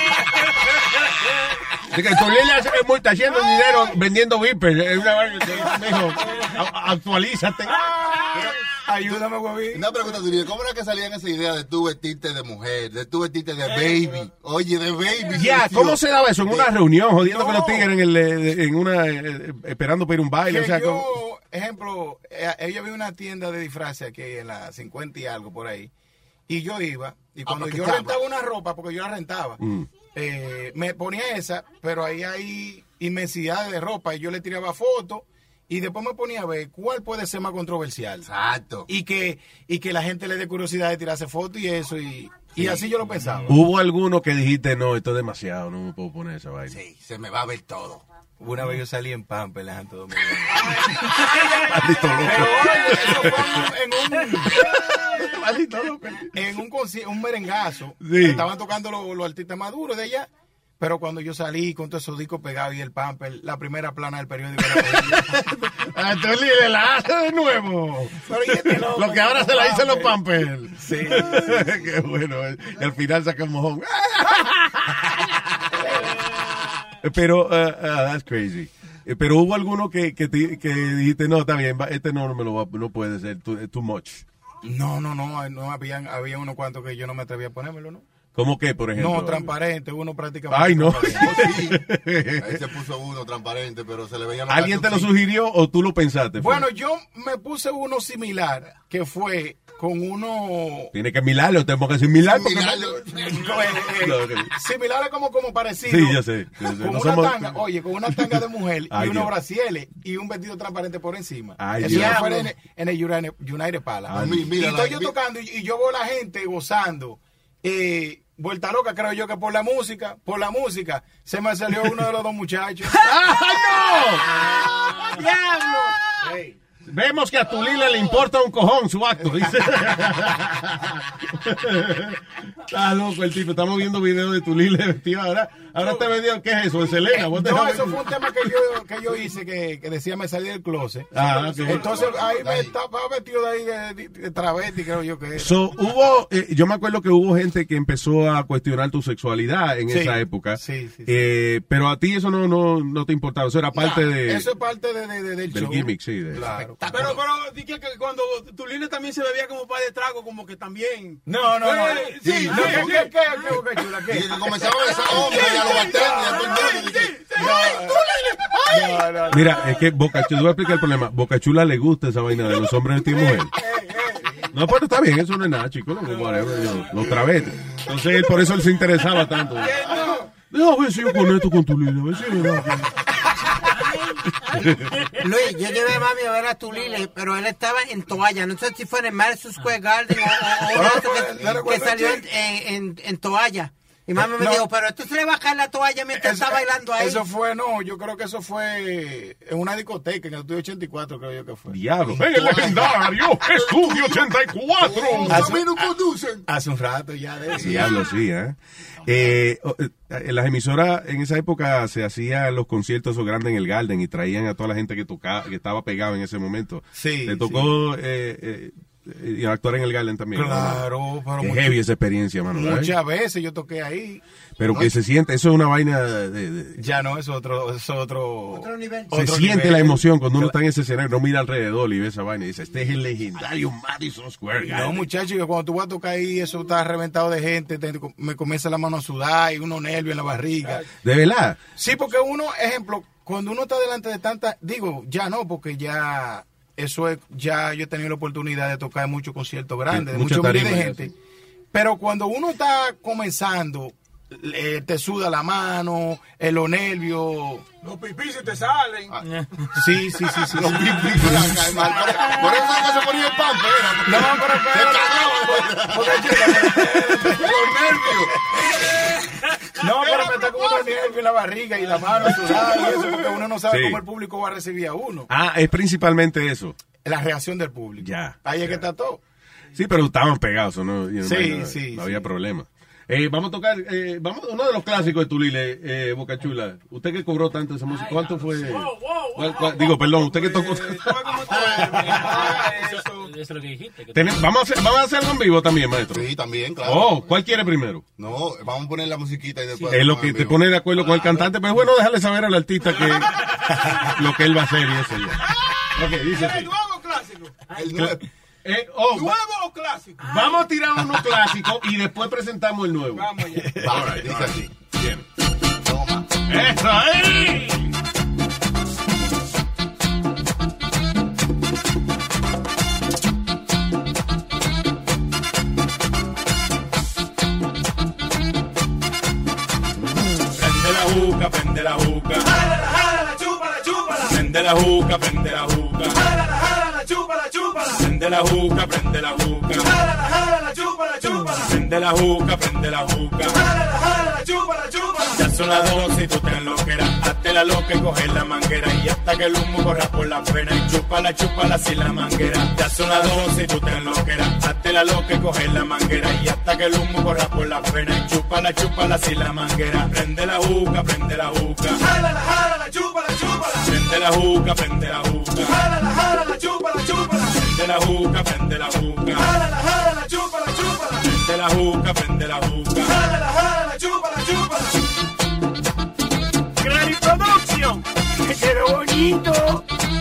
De que Tulile está haciendo dinero vendiendo vipers. Es una vaina que me dijo, actualízate. Ayúdame, huevín. Una pregunta, Tulile, ¿cómo era que salían esa idea de tú vestirte de mujer, de tú vestirte de baby? Oye, de baby. Ya, ¿cómo se daba eso? En una reunión, jodiendo con los tigres esperando para ir a un baile. Ejemplo, ella vi una tienda de disfraces aquí en la 50 y algo por ahí. Y yo iba, y cuando yo rentaba una ropa, porque yo la rentaba, me ponía esa, pero ahí hay inmensidad de ropa y yo le tiraba fotos. Y después me ponía a ver cuál puede ser más controversial. Exacto. Y que la gente le dé curiosidad de tirarse fotos y eso. Y así yo lo pensaba. ¿Hubo alguno que dijiste, no, esto es demasiado, no me puedo poner esa vaina? Sí, se me va a ver todo. Una vez yo salí en Pampa, en Santo Domingo. Maldito loco. En un merengazo. Sí. Estaban tocando los artistas más duros de allá. Pero cuando yo salí con todos esos discos pegados y el pamper, la primera plana del periódico. Entonces le la hace de nuevo. Lo que ahora se la dicen los pampers. Sí. Qué bueno. Y al final saca el mojón. Pero, that's crazy. Pero hubo alguno que dijiste, no, está bien, este no puede ser, too much. No, había unos cuantos que yo no me atrevía a ponérmelo, ¿no? ¿Cómo qué, por ejemplo? No, transparente, uno prácticamente. Ay, no. Sí. Ahí se puso uno transparente, pero se le veía... ¿Alguien te lo sugirió o tú lo pensaste? Bueno, yo me puse uno similar, que fue con uno... Tiene que mirarlo, tengo que decir mirar. Similar es como parecido. Sí, yo sé. Con una tanga, con una tanga de mujer y unos brasieles y un vestido transparente por encima. Ay, eso fue en el United Palace. Y estoy yo tocando y yo veo a la gente gozando. Vuelta loca, creo yo que por la música, se me salió uno de los dos muchachos. ¡Ay, no! ¡Diablo! Hey. Vemos que a Tulile le importa un cojón su acto, dice. Está loco el tipo. Estamos viendo videos de Tulile vestido. Ahora te vendió, ¿qué es eso? ¿De Selena? No, eso fue un tema que yo hice que decía me salí del closet. Okay. Entonces ahí me estaba vestido de ahí de travesti, creo yo que era. Yo me acuerdo que hubo gente que empezó a cuestionar tu sexualidad en esa época. Sí. Pero a ti eso no te importaba. Eso era parte de... Eso es parte del show. Gimmick, sí. Claro. Pero dije que cuando Tulile también se bebía como par de trago, como que también. No. Sí. ¿Qué? Y comenzaba a besar hombres y a los bartenders. Mira, es que Boca Chula, te voy a explicar el problema. Boca Chula le gusta esa vaina de los hombres de mujer. No, pero está bien, eso no es nada, chicos. Los travestis. Entonces, por eso él se interesaba tanto. No, a ver si yo conecto con Tulile, a ver si es verdad. Luis, yo llevé a mami a ver a Tulile, pero él estaba en toalla. No sé si fue en el Madison Square Garden o que salió en toalla. Y mami me dijo, pero esto se le va a caer la toalla mientras está bailando ahí. Yo creo que eso fue en una discoteca en el Estudio 84, creo yo que fue. Diablo. En el legendario Estudio 84. Hace un rato ya de eso. Diablo, sí, en las emisoras en esa época se hacían los conciertos esos grandes en el Garden y traían a toda la gente que estaba pegado en ese momento. Sí. ¿Te tocó actuar en el Garden también? Claro, pero qué heavy esa experiencia, mano. Muchas veces yo toqué ahí. Pero que se siente, eso es una vaina Ya no, es otro nivel. Se siente la emoción cuando uno está en ese escenario, no mira alrededor y ve esa vaina y dice, este es el legendario Madison Square Garden. No, muchachos, cuando tú vas a tocar ahí, eso está reventado de gente, me comienza la mano a sudar y unos nervios en la barriga. ¿De verdad? Sí, porque ejemplo, cuando uno está delante de tanta, ya no, porque ya... Eso es, ya yo he tenido la oportunidad de tocar muchos conciertos grandes, de muchos miles de gente. Pero cuando uno está comenzando, te suda la mano, los nervios. Los pipí se te salen. Sí. Los pipí. Por eso es que se ponía el pan, pero. No, pero los nervios. No, pero me está como los nervios en la barriga y la mano sudada y eso, porque uno no sabe cómo el público va a recibir a uno. Es principalmente eso. La reacción del público. Ya. Ahí es que está todo. Sí, pero estaban pegados, ¿no? Sí. No había problema. Vamos a tocar uno de los clásicos de Tulile, Boca Chula. Usted que cobró tanto esa música, ¿cuánto fue? Digo, perdón, usted que tocó. Eso es lo que dijiste. Vamos a hacer algo en vivo también, maestro. Sí, también, claro. ¿Cuál quiere primero? No, vamos a poner la musiquita y después. Es lo que te pone de acuerdo con el cantante, pero es bueno dejarle saber al artista que lo que él va a hacer y eso ya. Ok, dice así. ¿El nuevo o clásico? El nuevo. ¿Nuevo o clásico? Vamos a tirar uno clásico y después presentamos el nuevo. Vamos allá. Ahora, dice así. Bien. Toma. ¡Eso ahí! Prende la juca. Jálala, chúpala. Prende la juca. Jálala, chúpala. Prende la juca. Jálala, chúpala, chúpala. Prende la juca, prende la juca. Jálala, chúpala, chúpala. Ya son las 12 y tú te enloqueras. Hazte la loca y coge la manguera. Y hasta que el humo corra por la pena. Y chúpala, chúpala sin la manguera. Ya son las 12 y tú te enloqueras. Hazte la loca y coge la manguera. Y hasta que el humo corra por la pena. Y chúpala, chúpala sin la manguera. Prende la juca, prende la juca. Jálala, chúpala, chúpala. Prende la juca, prende la juca. Jálala, chúpala, chúpala. Prende la juca, prende la juca. Jálala, chúpala, chúpala. Prende la juca, prende la juca. Jálala, chúpala, chúpala. Gran Production. ¡Que quedó bonito!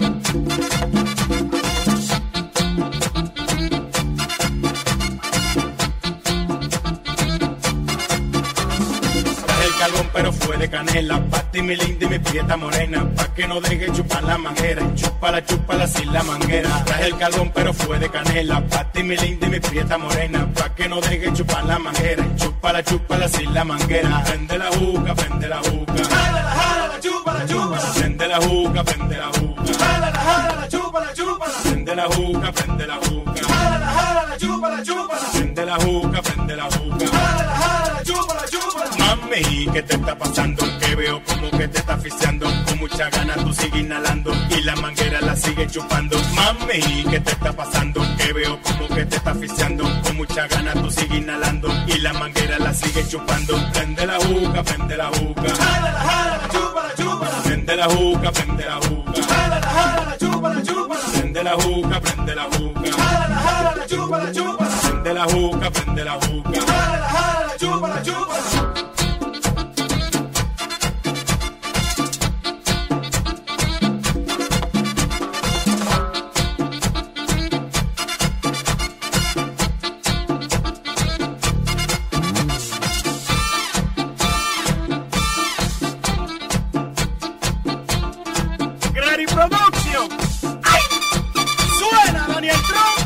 El carbón pero fue de canela, pa' ti mi linda y mi prieta morena, pa' que no deje chupar la manguera, y chúpala, chúpala sin la manguera. Traje el carbón pero fue de canela, pa' ti mi linda y mi prieta morena, pa' que no deje chupar la manguera, y chúpala, chúpala sin la manguera. Prende la juca, prende la juca. Jálala, chúpala, chúpala. Prende la juca, prende la juca. Jálala, chúpala, chúpala. Prende la juca, prende la juca. Jálala, chúpala, chúpala. Prende la juca, prende la juca. Jálala, chúpala, chúpala. Mami, ¿qué te está pasando? Que veo como que te está asfixiando. Con mucha ganas tú sigues inhalando y la manguera la sigue chupando. Mami, ¿qué te está pasando? Que veo como que te está asfixiando. Con mucha ganas tú sigues inhalando y la manguera la sigue chupando. Prende la juca, prende la juca. Jálala, chúpala, chúpala. Prende la juca, prende la juca. Jálala, chúpala, chúpala. Prende la juca, prende la juca. Jálala, chúpala, chúpala. Prende la juca, prende la juca. Jálala, chúpala, chúpala. Granny Production. ¡Ay! ¡Suena, Daniel Trump!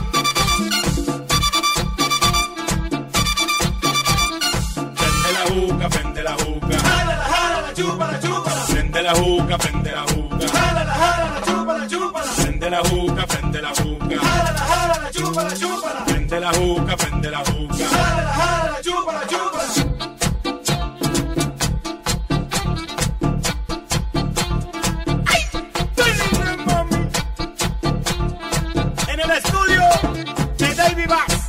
Prende la juca, prende la juca. Jálala, chúpala, chúpala. Prende la juca, prende la juca. Jálala, chúpala, chúpala. Prende la juca, prende la juca. Jálala, chúpala, chúpala. Prende la juca, prende la juca. Jálala, chúpala, chúpala. En el estudio de David Bass.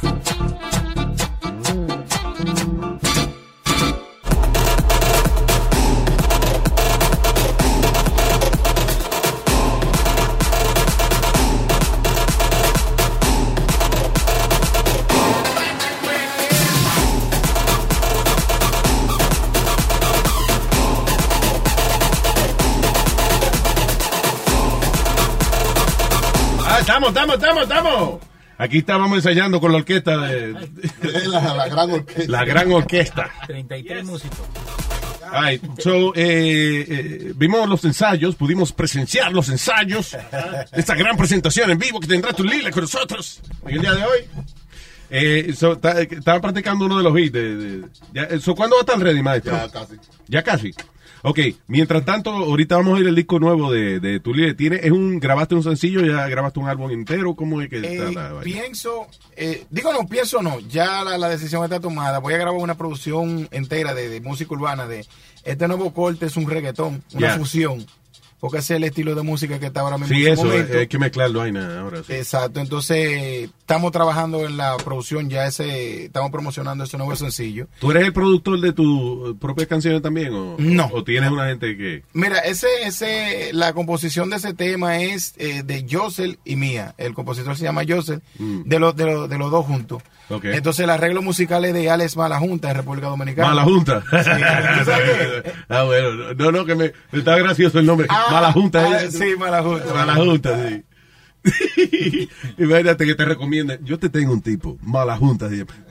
Estamos. Aquí estábamos ensayando con la orquesta de... la gran orquesta. La gran orquesta. 33 músicos. Right. So, vimos los ensayos, pudimos presenciar los ensayos. Esta gran presentación en vivo que tendrá Tulile con nosotros en el día de hoy. Estaba practicando uno de los hits. ¿Cuándo va a estar ready, maestro? Ya casi. ¿Ya casi? Ok, mientras tanto, ahorita vamos a ir al disco nuevo de Tulile. ¿Grabaste un sencillo? ¿Ya grabaste un álbum entero? ¿Cómo es que está la vaina? Pienso no, ya la decisión está tomada. Voy a grabar una producción entera de música urbana. Este nuevo corte es un reggaetón, una fusión. Porque ese es el estilo de música que está ahora mismo. Sí, eso, hay que mezclarlo ahora. Sí. Exacto, entonces estamos trabajando en la producción, estamos promocionando ese nuevo sencillo. ¿Tú eres el productor de tus propias canciones también? No. ¿O tienes una gente que...? Mira, la composición de ese tema es de Josel y mía. El compositor se llama Josel, de los dos juntos. Okay. Entonces el arreglo musical es de Alex Malajunta en República Dominicana. Malajunta. Sí. Bueno, no, que me está gracioso el nombre. Malajunta. Sí, Malajunta. Malajunta, sí. Imagínate que te recomienden. Yo te tengo un tipo, Malajunta.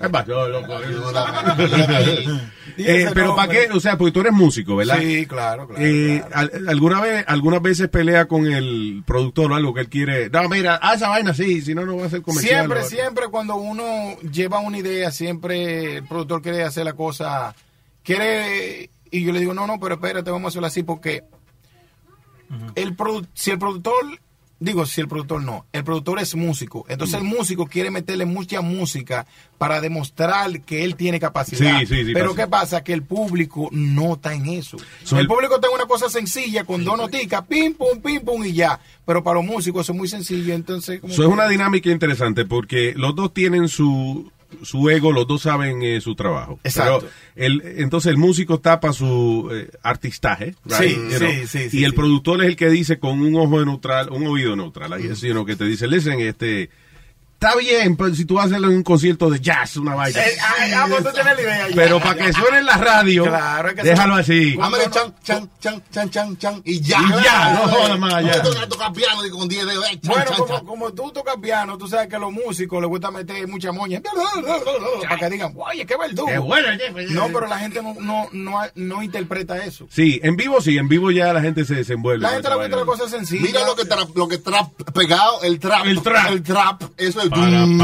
Pero ¿para qué? O sea, porque tú eres músico, ¿verdad? Sí, claro. ¿Algunas veces pelea con el productor o algo que él quiere? No, mira, haz esa vaina así, si no, no va a ser comercial. Siempre cuando uno lleva una idea, siempre el productor quiere hacer la cosa, y yo le digo, no, pero espérate, vamos a hacerlo así porque si el productor Digo, si el productor no. El productor es músico. Entonces el músico quiere meterle mucha música para demostrar que él tiene capacidad. Sí, Pero pasa. ¿qué pasa? Que el público no está en eso. El público está en una cosa sencilla con dos noticas, pim, pum, y ya. Pero para los músicos eso es muy sencillo. Entonces, Eso es una dinámica interesante porque los dos tienen su ego, los dos saben su trabajo. Exacto. Pero entonces el músico tapa su artistaje, right? Sí. Y el productor es el que dice con un ojo neutral, un oído neutral, que te dice, listen, está bien, pero si tú vas a hacerlo en un concierto de jazz, una vaina. Pues tú tienes la idea ya. Pero para que suene en la radio, claro, hay que déjalo así. Hámele chan, y ya. No jodas más, ya. Tú tocas piano con 10 dedos. Bueno, como tú tocas piano, tú sabes que a los músicos les gusta meter mucha moña para que digan, oye, qué verdugo. Qué bueno. No, pero la gente no interpreta eso. Sí, en vivo ya la gente se envuelve. La gente le gusta la cosa sencilla. Mira lo que trap pegado, el trap. Eso es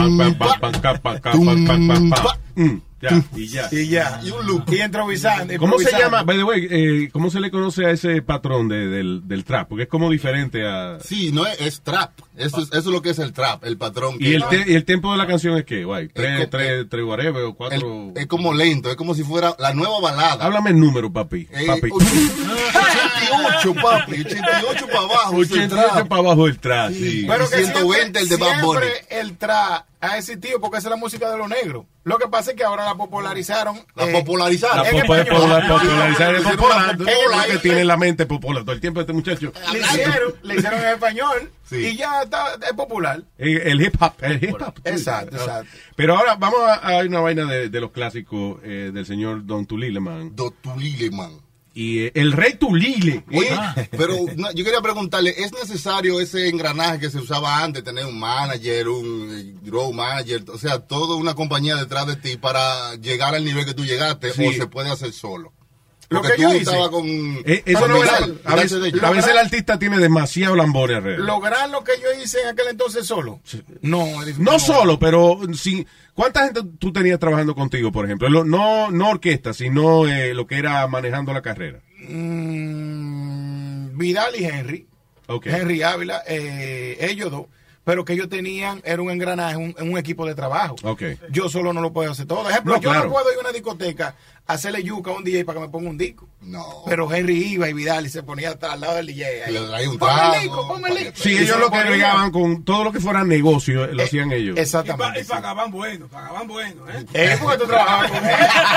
y ya. Y un loop. Y improvisando. ¿Cómo se llama, by the way, cómo se le conoce a ese patrón del trap? Porque es como diferente a... Sí, no es trap. Eso es lo que es el trap, el patrón. ¿Y el tempo de la canción es qué, guay? ¿Tres whatever o 4? Es como lento, es como si fuera la nueva balada. Háblame el número, papi. 88, papi. 88 para abajo. 88 para abajo el trap, sí. Pero que 120 el de Bad Bunny. Siempre el trap ha existido porque esa es la música de los negros. Lo que pasa es que ahora la popularizaron. Popularizar es lo que tiene en la mente popular todo el tiempo este muchacho. Le hicieron en español y ya es popular. El hip hop. Exacto. Pero ahora vamos a una vaina de los clásicos del señor Don Tulileman. Y el rey Tulile. Oye, pero yo quería preguntarle, ¿es necesario ese engranaje que se usaba antes, tener un manager, un road manager, o sea, toda una compañía detrás de ti para llegar al nivel que tú llegaste, o se puede hacer solo? Lo Porque que yo hice. estaba con... Eso no a veces el artista tiene demasiado lambones alrededor. ¿Lograr lo que yo hice en aquel entonces solo? No solo, pero sí. ¿Cuánta gente tú tenías trabajando contigo, por ejemplo? No orquesta, sino lo que era manejando la carrera. Vidal y Henry. Okay. Henry Ávila, ellos dos. Pero que ellos tenían, era un engranaje, un equipo de trabajo. Okay. Yo solo no lo puedo hacer todo. Por ejemplo, no puedo ir a una discoteca a hacerle yuca a un DJ para que me ponga un disco. No. Pero Henry iba y Vidal y se ponía al lado del DJ. Ahí. Le traía un Ponme el disco. Sí, ellos lo que agregaban con todo lo que fuera negocio, lo hacían ellos. Exactamente. Y pagaban bueno, ¿eh? Porque tú trabajabas con él.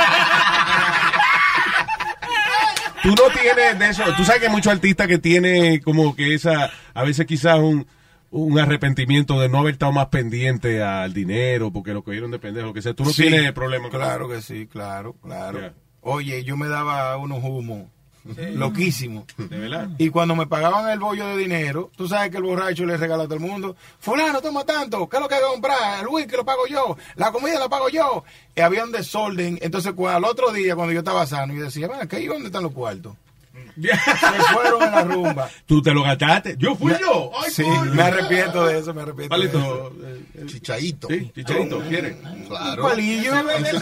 Tú no tienes de eso. Tú sabes que hay muchos artistas que tienen como que a veces quizás un arrepentimiento de no haber estado más pendiente al dinero porque lo cogieron de pendejo, lo que sea. Tú no tienes problema con claro eso. Que sí, claro. Yeah. Oye, yo me daba unos humos loquísimos. ¿De verdad? Y cuando me pagaban el bollo de dinero, tú sabes que el borracho le regala a todo el mundo. Fulano, toma tanto, ¿qué es lo que hay que comprar? El whisky lo pago yo, la comida la pago yo. Y había un desorden. Entonces, al otro día, cuando yo estaba sano, yo decía, bueno, ¿qué? ¿Y dónde están los cuartos? Se fueron en la rumba. ¿Tú te lo gastaste? ¡Yo fui yo! ¡Ay, sí, me arrepiento de eso, Palito, Chichaíto. Sí, chichaíto, ¿quieres? Claro. Palillo.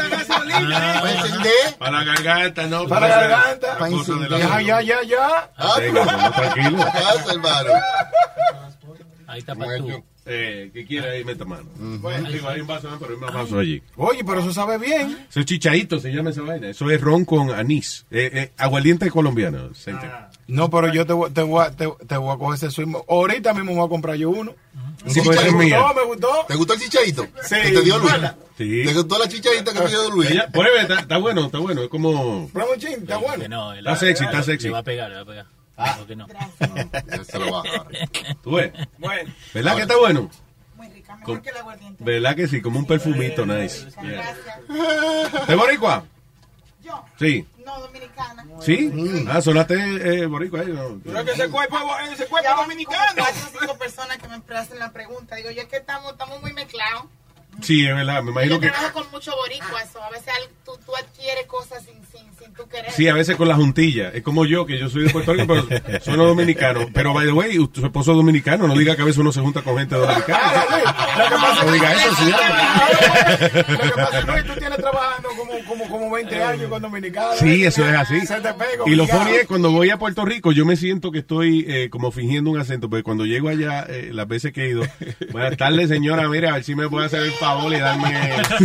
Para la garganta, ¿no? Para la garganta. Ya. Tranquilo. ¿Qué pasa, hermano? Ahí está para tú. ¿Qué quiere ahí? Meta mano. Hay un vaso, pero hay más vaso allí. Oye, pero eso sabe bien. Eso es chichaíto, se llama esa vaina. Eso es ron con anís. Aguardiente colombiano. No, pero yo te voy a coger ese swing. Ahorita mismo me voy a comprar yo uno. Sí, pues es mía. Me gustó. ¿Te gustó el chichaíto? Sí. ¿Que te dio Luis? Sí. ¿Te gustó la chichaíta que te dio Luis? Pruebe, está bueno. Es como... Ramochín, está bueno. Está sexy. Le va a pegar. ¿Por qué no? Se lo baja. ¿Tú ves? Bueno. ¿Verdad que está bueno? Muy rica, mejor que el aguardiente. ¿Verdad que sí? Como un perfumito nice. Gracias. ¿De boricua? Yo. Sí. No, dominicana. ¿Sí? Sonaste boricua ahí. ¿No? Pero que ese cuerpo Ya dominicano. 4 o 5 personas que me hacen la pregunta. Digo, yo es que estamos muy mezclados. Sí, es verdad. Me imagino yo que... trabajo con mucho boricua, eso. A veces tú adquieres cosas sin tú querer. Sí, a veces con la juntilla. Es como yo, que yo soy de Puerto Rico, pero soy no dominicano. Pero, by the way, su esposo es dominicano. No diga que a veces uno se junta con gente dominicana. No diga eso, señor. Lo que pasa es que tú tienes trabajando como 20 años con dominicanos. Sí, eso es así. Se te pega, y lo obligado. funny es, cuando voy a Puerto Rico, yo me siento que estoy como fingiendo un acento, porque cuando llego allá, las veces que he ido, buenas tardes, señora, mira, a ver si me puede hacer el favor y darme...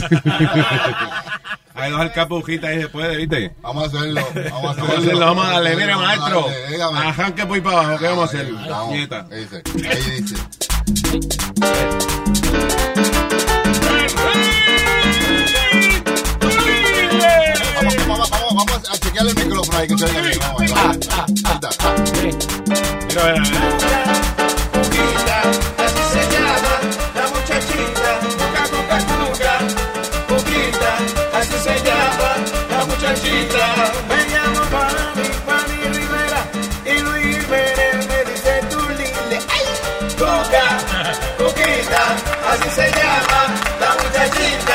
Hay dos alcapujita ahí después, ¿viste? Vamos a hacerlo. Vamos a darle, mire, maestro. Dígame. Arranque por ahí para abajo, ¿qué vamos a hacer? Nieta. Ahí dice. Vamos a chequear el micrófono ahí que se oiga bien. Mira, Así se llama la muchachita, Cuquita, así se llama la muchachita. Me llamo Fanny Rivera y Luis Jiménez me dice Tulile. Cuquita, así se llama la muchachita,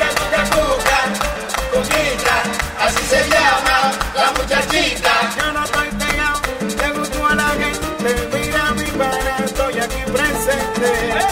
Cuquita, así se llama la muchachita. Yo no estoy pegado, le gusto a la gente, mira mi pana, estoy aquí presente.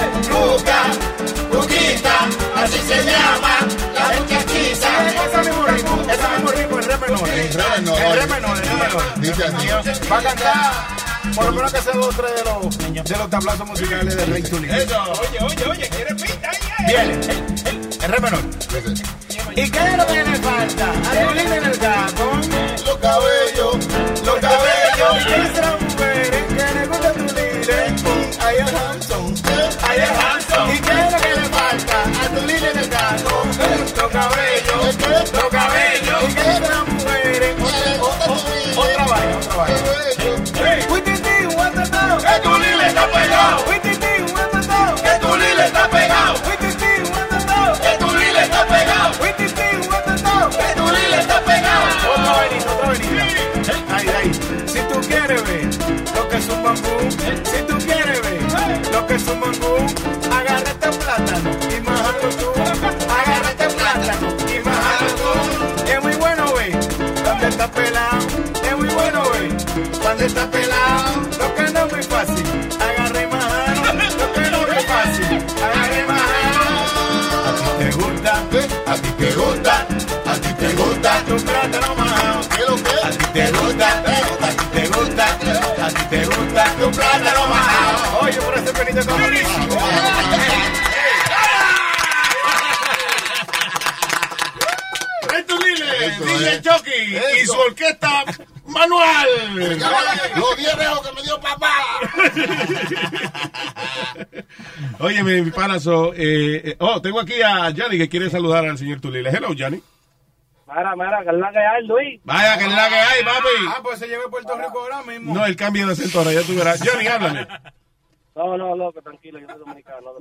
Cuquita, así se llama la muchachita. Ese mismo ritmo, en re menor. En re menor. Dice así. Va a cantar, por lo menos que sea 2 o 3 de los tablazos musicales de Rey Tulín. Eso, oye, ¿quiere pinta? Viene, en re menor. ¿Y qué es lo que le falta a Tulín en el cajón? Los cabellos. ¿Y qué es la mujer que le gusta a Tulín? Ahí es Hanson. ¿Y qué es lo que le falta a Tulín en el cajón? Los cabellos. ¿Y qué es la mujer? Otra vaina. Que Tulín le está pegado. Que Tulín le está pegado. Que Tulín le está pegado. Que Tulín le está pegado. Otra vainita. Ahí. Si tú quieres ver lo que es un bambú, agarra este plátano y májalo tú. Es muy bueno ver cuando está pelado. Cuando está pelado, lo que no es muy fácil, agarre majano. Lo que no es fácil, agarre majano. A ti te gusta tu plátano majano. A ti te gusta tu plátano majano. Oye, por ese pelito está buenísimo. DJ Chucky y su orquesta manual. Los 10 reos que me dio papá. Oye, mi pana, tengo aquí a Yanni que quiere saludar al señor Tulile. Hello, Yanni. Mira, que es la que hay, Luis. Vaya, que es la que hay, papi. Pues se lleva a Puerto Rico ahora mismo. No, el cambio de acento ahora, ya tú verás. Yanni, háblame. No, que tranquilo, yo soy dominicano.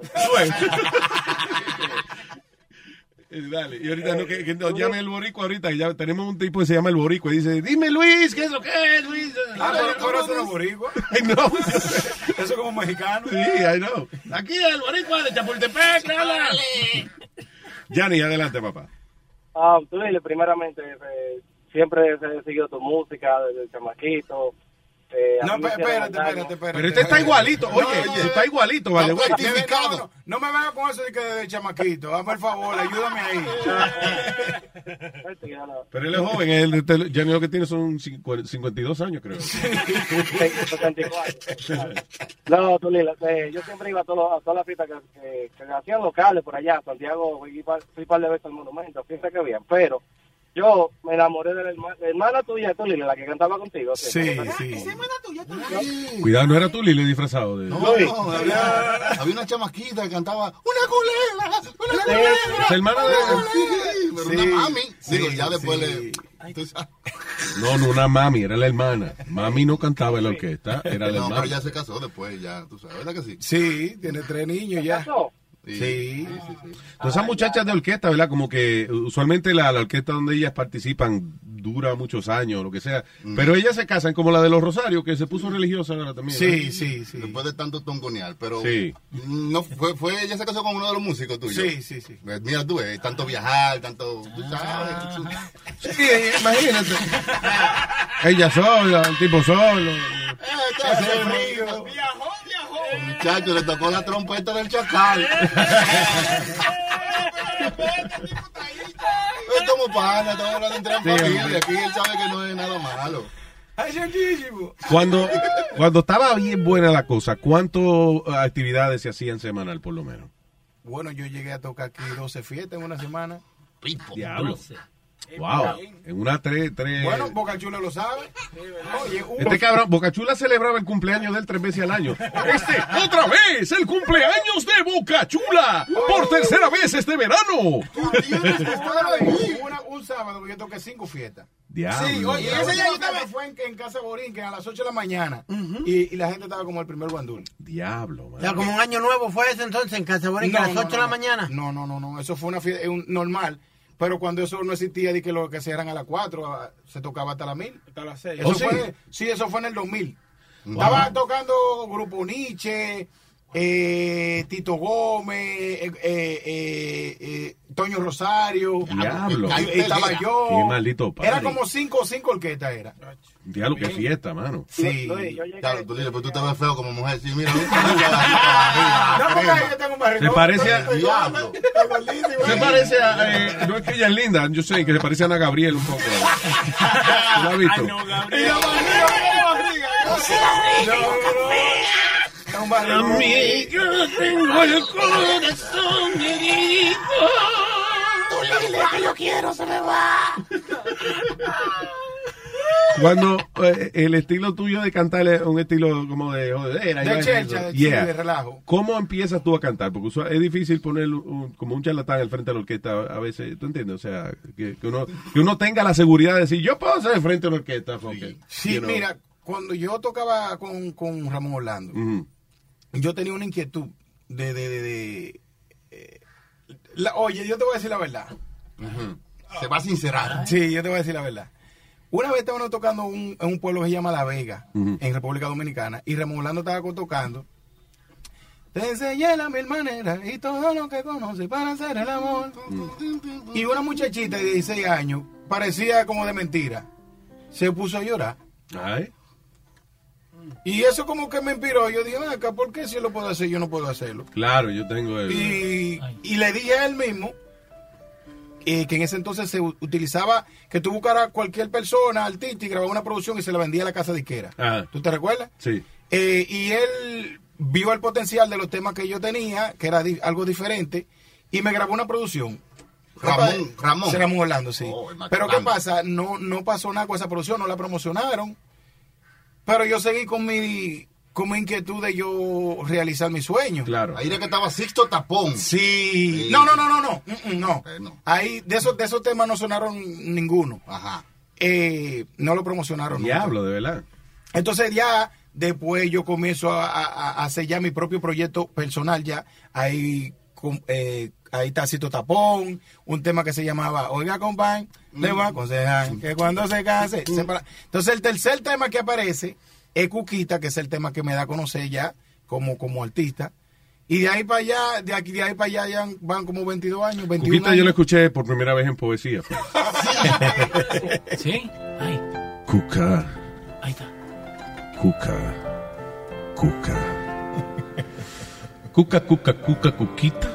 Dale, y ahorita que nos llame el boricua ahorita, ya tenemos un tipo que se llama el boricua y dice, dime Luis, ¿qué es lo que es, Luis? Pero eso no es boricua. No. Eso es como mexicano. Sí, I know. Aquí el boricua de Chapultepec, dale. Yanni, adelante, papá. Tú dile, primeramente, siempre he seguido tu música desde el chamaquito. No, espérate. Pero este está igualito, está igualito, vale, güey. No me vengas con eso de que de chamaquito. Hazme el favor, ayúdame ahí. Pero él es joven, ya lo que tiene son 52 años, creo. 64. No, tú Lila, yo siempre iba a todas las fiestas que hacían locales por allá, Santiago, fui un par de veces al monumento, fiestas que habían, pero yo me enamoré de la hermana tuya, tú Lila, la que cantaba contigo. Sí. ¿Esa hermana tuya? Cuidado, no era tú, Lili, disfrazado de... No, había una chamaquita que cantaba una colela. ¿Es hermana de...? Sí, una mami. Digo, ya después le... No, una mami, era la hermana. Mami no cantaba en la orquesta, era la hermana. No, pero ya se casó después, ya, tú sabes, ¿verdad que sí? Sí, tiene 3 niños ya. Sí. Entonces esas muchachas de orquesta, ¿verdad? Como que usualmente la orquesta donde ellas participan dura muchos años, lo que sea. Pero ellas se casan como la de los Rosarios, que se puso religiosa ahora también. Sí. Después de tanto tongonear, pero no fue ella se casó con uno de los músicos tuyos. Sí. Mira tú, tanto viajar, tanto, tú sabes. Sí, imagínate. Ella sola, el tipo solo. Hace frío. Muchacho, le tocó la trompeta del chacal. Es como pana, estamos hablando entre familia. Aquí él sabe que no es nada malo. Cuando estaba bien buena la cosa, ¿cuántas actividades se hacían semanal, por lo menos? Bueno, yo llegué a tocar aquí 12 fiestas en una semana. Diablo. Wow. En una 3. Bueno, Boca Chula lo sabe. Oye, este cabrón, Boca Chula celebraba el cumpleaños de él 3 veces al año. Otra vez, el cumpleaños de Boca Chula. Por tercera vez este verano. Un sábado yo toqué 5 fiestas. Diablo. Sí, oye, ese día yo estaba fue en Casa Borinquen a las 8 de la mañana. Y la gente estaba como el primer guandul. Diablo, man. Ya como un año nuevo fue eso entonces en Casa Borinquen a las 8 de la mañana. No. Eso fue una fiesta normal. Pero cuando eso no existía, di que lo que se eran a las 4, se tocaba hasta las 1000. Hasta las 6. Eso fue en el 2000. Wow. Estaba tocando Grupo Nietzsche, Tito Gómez, Toño Rosario. Diablo. Estaba yo. Qué maldito padre. Era como 5 orquestas era. Diablo, qué fiesta, mano. Sí. Claro, tú dices, pero tú te ves feo como mujer. Sí, mira. No, porque yo tengo un barrigón. Se parece a... Diablo. Se parece a... no es que ella es linda, yo sé que se parece a Ana Gabriel un poco. ¿Lo has visto? Amigo, tengo el corazón herido. Tú dile que yo quiero, se me va. Cuando el estilo tuyo de cantar es un estilo como de jodedera. De chercha, de relajo. ¿Cómo empiezas tú a cantar? Porque es difícil poner como un charlatán al frente de la orquesta a veces, ¿tú entiendes? O sea, que uno tenga la seguridad de decir, yo puedo hacer de frente a una orquesta. Sí, mira, cuando yo tocaba con Ramón Orlando, yo tenía una inquietud oye, yo te voy a decir la verdad. Se va a sincerar. Sí, yo te voy a decir la verdad. Una vez estábamos tocando en un pueblo que se llama La Vega, en República Dominicana, y Ramón Orlando estaba tocando. Te enseñé la 1000 maneras y todo lo que conoces para hacer el amor. Y una muchachita de 16 años, parecía como de mentira, se puso a llorar. Ay. Y eso como que me inspiró. Yo dije, acá, ¿por qué si él lo puedo hacer, yo no puedo hacerlo? Claro, yo tengo eso. Y le dije a él mismo que en ese entonces se utilizaba que tú buscaras cualquier persona, artista, y grababa una producción y se la vendía a la casa disquera. ¿Tú te recuerdas? Sí. Y él vio el potencial de los temas que yo tenía, que era algo diferente, y me grabó una producción. Ramón Orlando, sí. Pero ¿qué pasa? No pasó nada con esa producción, no la promocionaron. Pero yo seguí con mi inquietud de yo realizar mi sueño. Claro. Ahí era que estaba Sixto Tapón. Sí. No. Ahí de esos temas no sonaron ninguno. Ajá. No lo promocionaron. Diablo, de verdad. Entonces ya después yo comienzo a hacer ya mi propio proyecto personal ya. Ahí está Sixto Tapón, un tema que se llamaba Oiga, compadre, le voy a aconsejar que cuando se case, Entonces el tercer tema que aparece es Cuquita, que es el tema que me da a conocer ya como artista. Y de ahí para allá, de ahí para allá ya van como 22 años, 21 Cuquita años. yo lo escuché por primera vez en poesía. ¿Sí? Ay. Cuca. Ahí está. Cuca. Cuca, cuquita.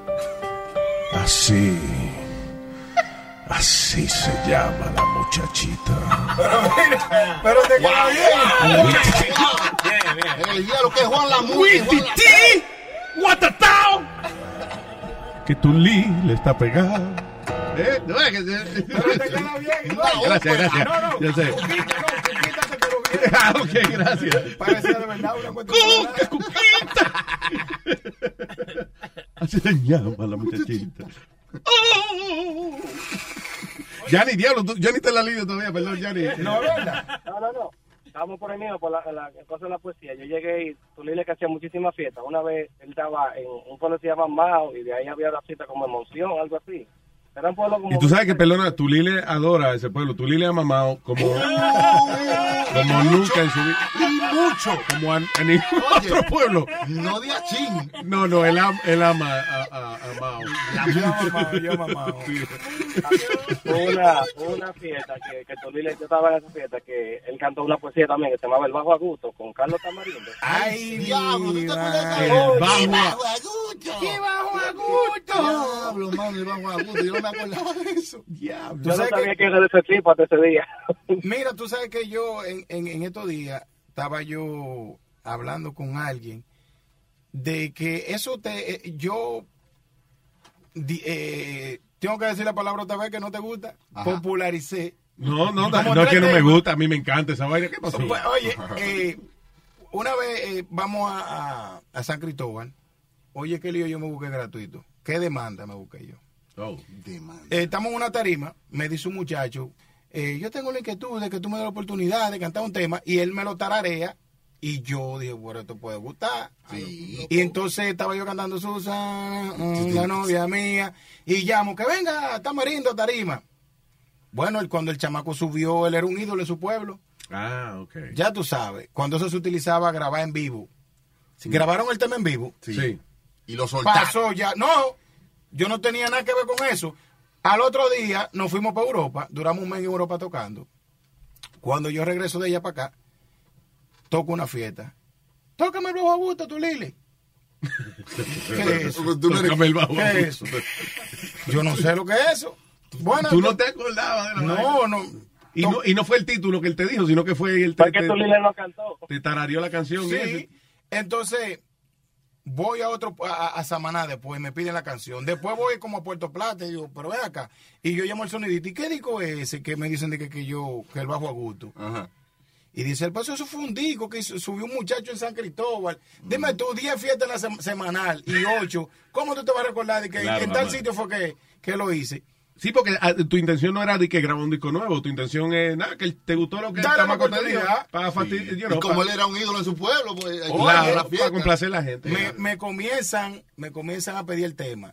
Así se llama la muchachita. Pero te queda bien. El día lo que es Juan Lamu. ¡Guatatao! Que tu le está pegado. Pero te queda bien. Gracias. No. Ya sé. Ok, gracias. Parecía de verdad una cuenta. Cuquita. Así se llama la muchachita. Yanni, diablo, Yanni está en la línea todavía, perdón, Yanni. No, ¿verdad? No. Estábamos por el mío, por la cosa de la poesía. Yo llegué y Tulile que hacía muchísimas fiestas. Una vez él estaba en un pueblo que se llama Mao y de ahí había una fiesta como Emoción, algo así. Era un pueblo como... Y tú sabes que, perdona, Tulile adora a ese pueblo. Tulile ha mamado como nunca en su vida. Y mucho. Como a ningún otro pueblo. No de achín. No, él ama a Mao. Yo mamado. Una fiesta que Tulile, yo estaba en esa fiesta, que él cantó una poesía también que se llamaba El Bajo Agusto con Carlos Tamarindo. Ay, diablo, ¿tú te acuerdas de El eso? Bajo Agusto! ¡Qué Bajo Agusto! Diablo, mano, el Bajo Agusto. Yo no me acordaba de eso. Diablo. Yo no sabía que era de ese tipo hasta ese día. Mira, tú sabes que yo en estos días estaba yo hablando con alguien de que eso yo tengo que decir la palabra otra vez que no te gusta. Ajá. Popularicé. No es que no me gusta, a mí me encanta esa vaina. ¿Qué pasó? Pues, oye, una vez vamos a San Cristóbal. Oye, qué lío yo me busqué gratuito. ¿Qué demanda me busqué yo? Demanda. Estamos en una tarima, me dice un muchacho, yo tengo la inquietud de que tú me des la oportunidad de cantar un tema, y él me lo tararea, y yo dije, bueno, esto puede gustar. Sí. Y entonces estaba yo cantando Susana, la novia mía, y llamo, que venga, Tamarindo, tarima. Bueno, cuando el chamaco subió, él era un ídolo de su pueblo. Ah, ok. Ya tú sabes, cuando eso se utilizaba, grabar en vivo. Si grabaron el tema en vivo. Sí. Y lo soltaron. Pasó ya. No, yo no tenía nada que ver con eso. Al otro día nos fuimos para Europa. Duramos un mes en Europa tocando. Cuando yo regreso de allá para acá, toco una fiesta. Tócame el Bajo Agusto, tú, Lili. ¿Qué es eso? Tócame el Bajo ¿Qué es eso? Yo no sé lo que es eso. Bueno, ¿Tú no te acordabas de la vaina? No. Y no fue el título que él te dijo, sino que fue el Porque Tulile no cantó. te tarareó la canción. Sí. Ese. Entonces, voy a Samaná después, me piden la canción. Después voy como a Puerto Plata y digo, pero ven acá. Y yo llamo al sonidista, ¿y qué disco es ese? Que me dicen de que el Bajo Agusto. Ajá. Y dice, el paso, eso fue un disco que subió un muchacho en San Cristóbal. Dime tú, 10 fiestas en la semanal y 8. ¿Cómo tú te vas a recordar de que Claro, en tal mamá. sitio fue que lo hice? Sí, porque tu intención no era de que grabara un disco nuevo. Tu intención es, nada, que te gustó lo que Dale el chamaco te dijo. oportunidad. Para fastidiar. Y como él era un ídolo en su pueblo, pues Oye, Para complacer a la gente. Me comienzan a pedir el tema.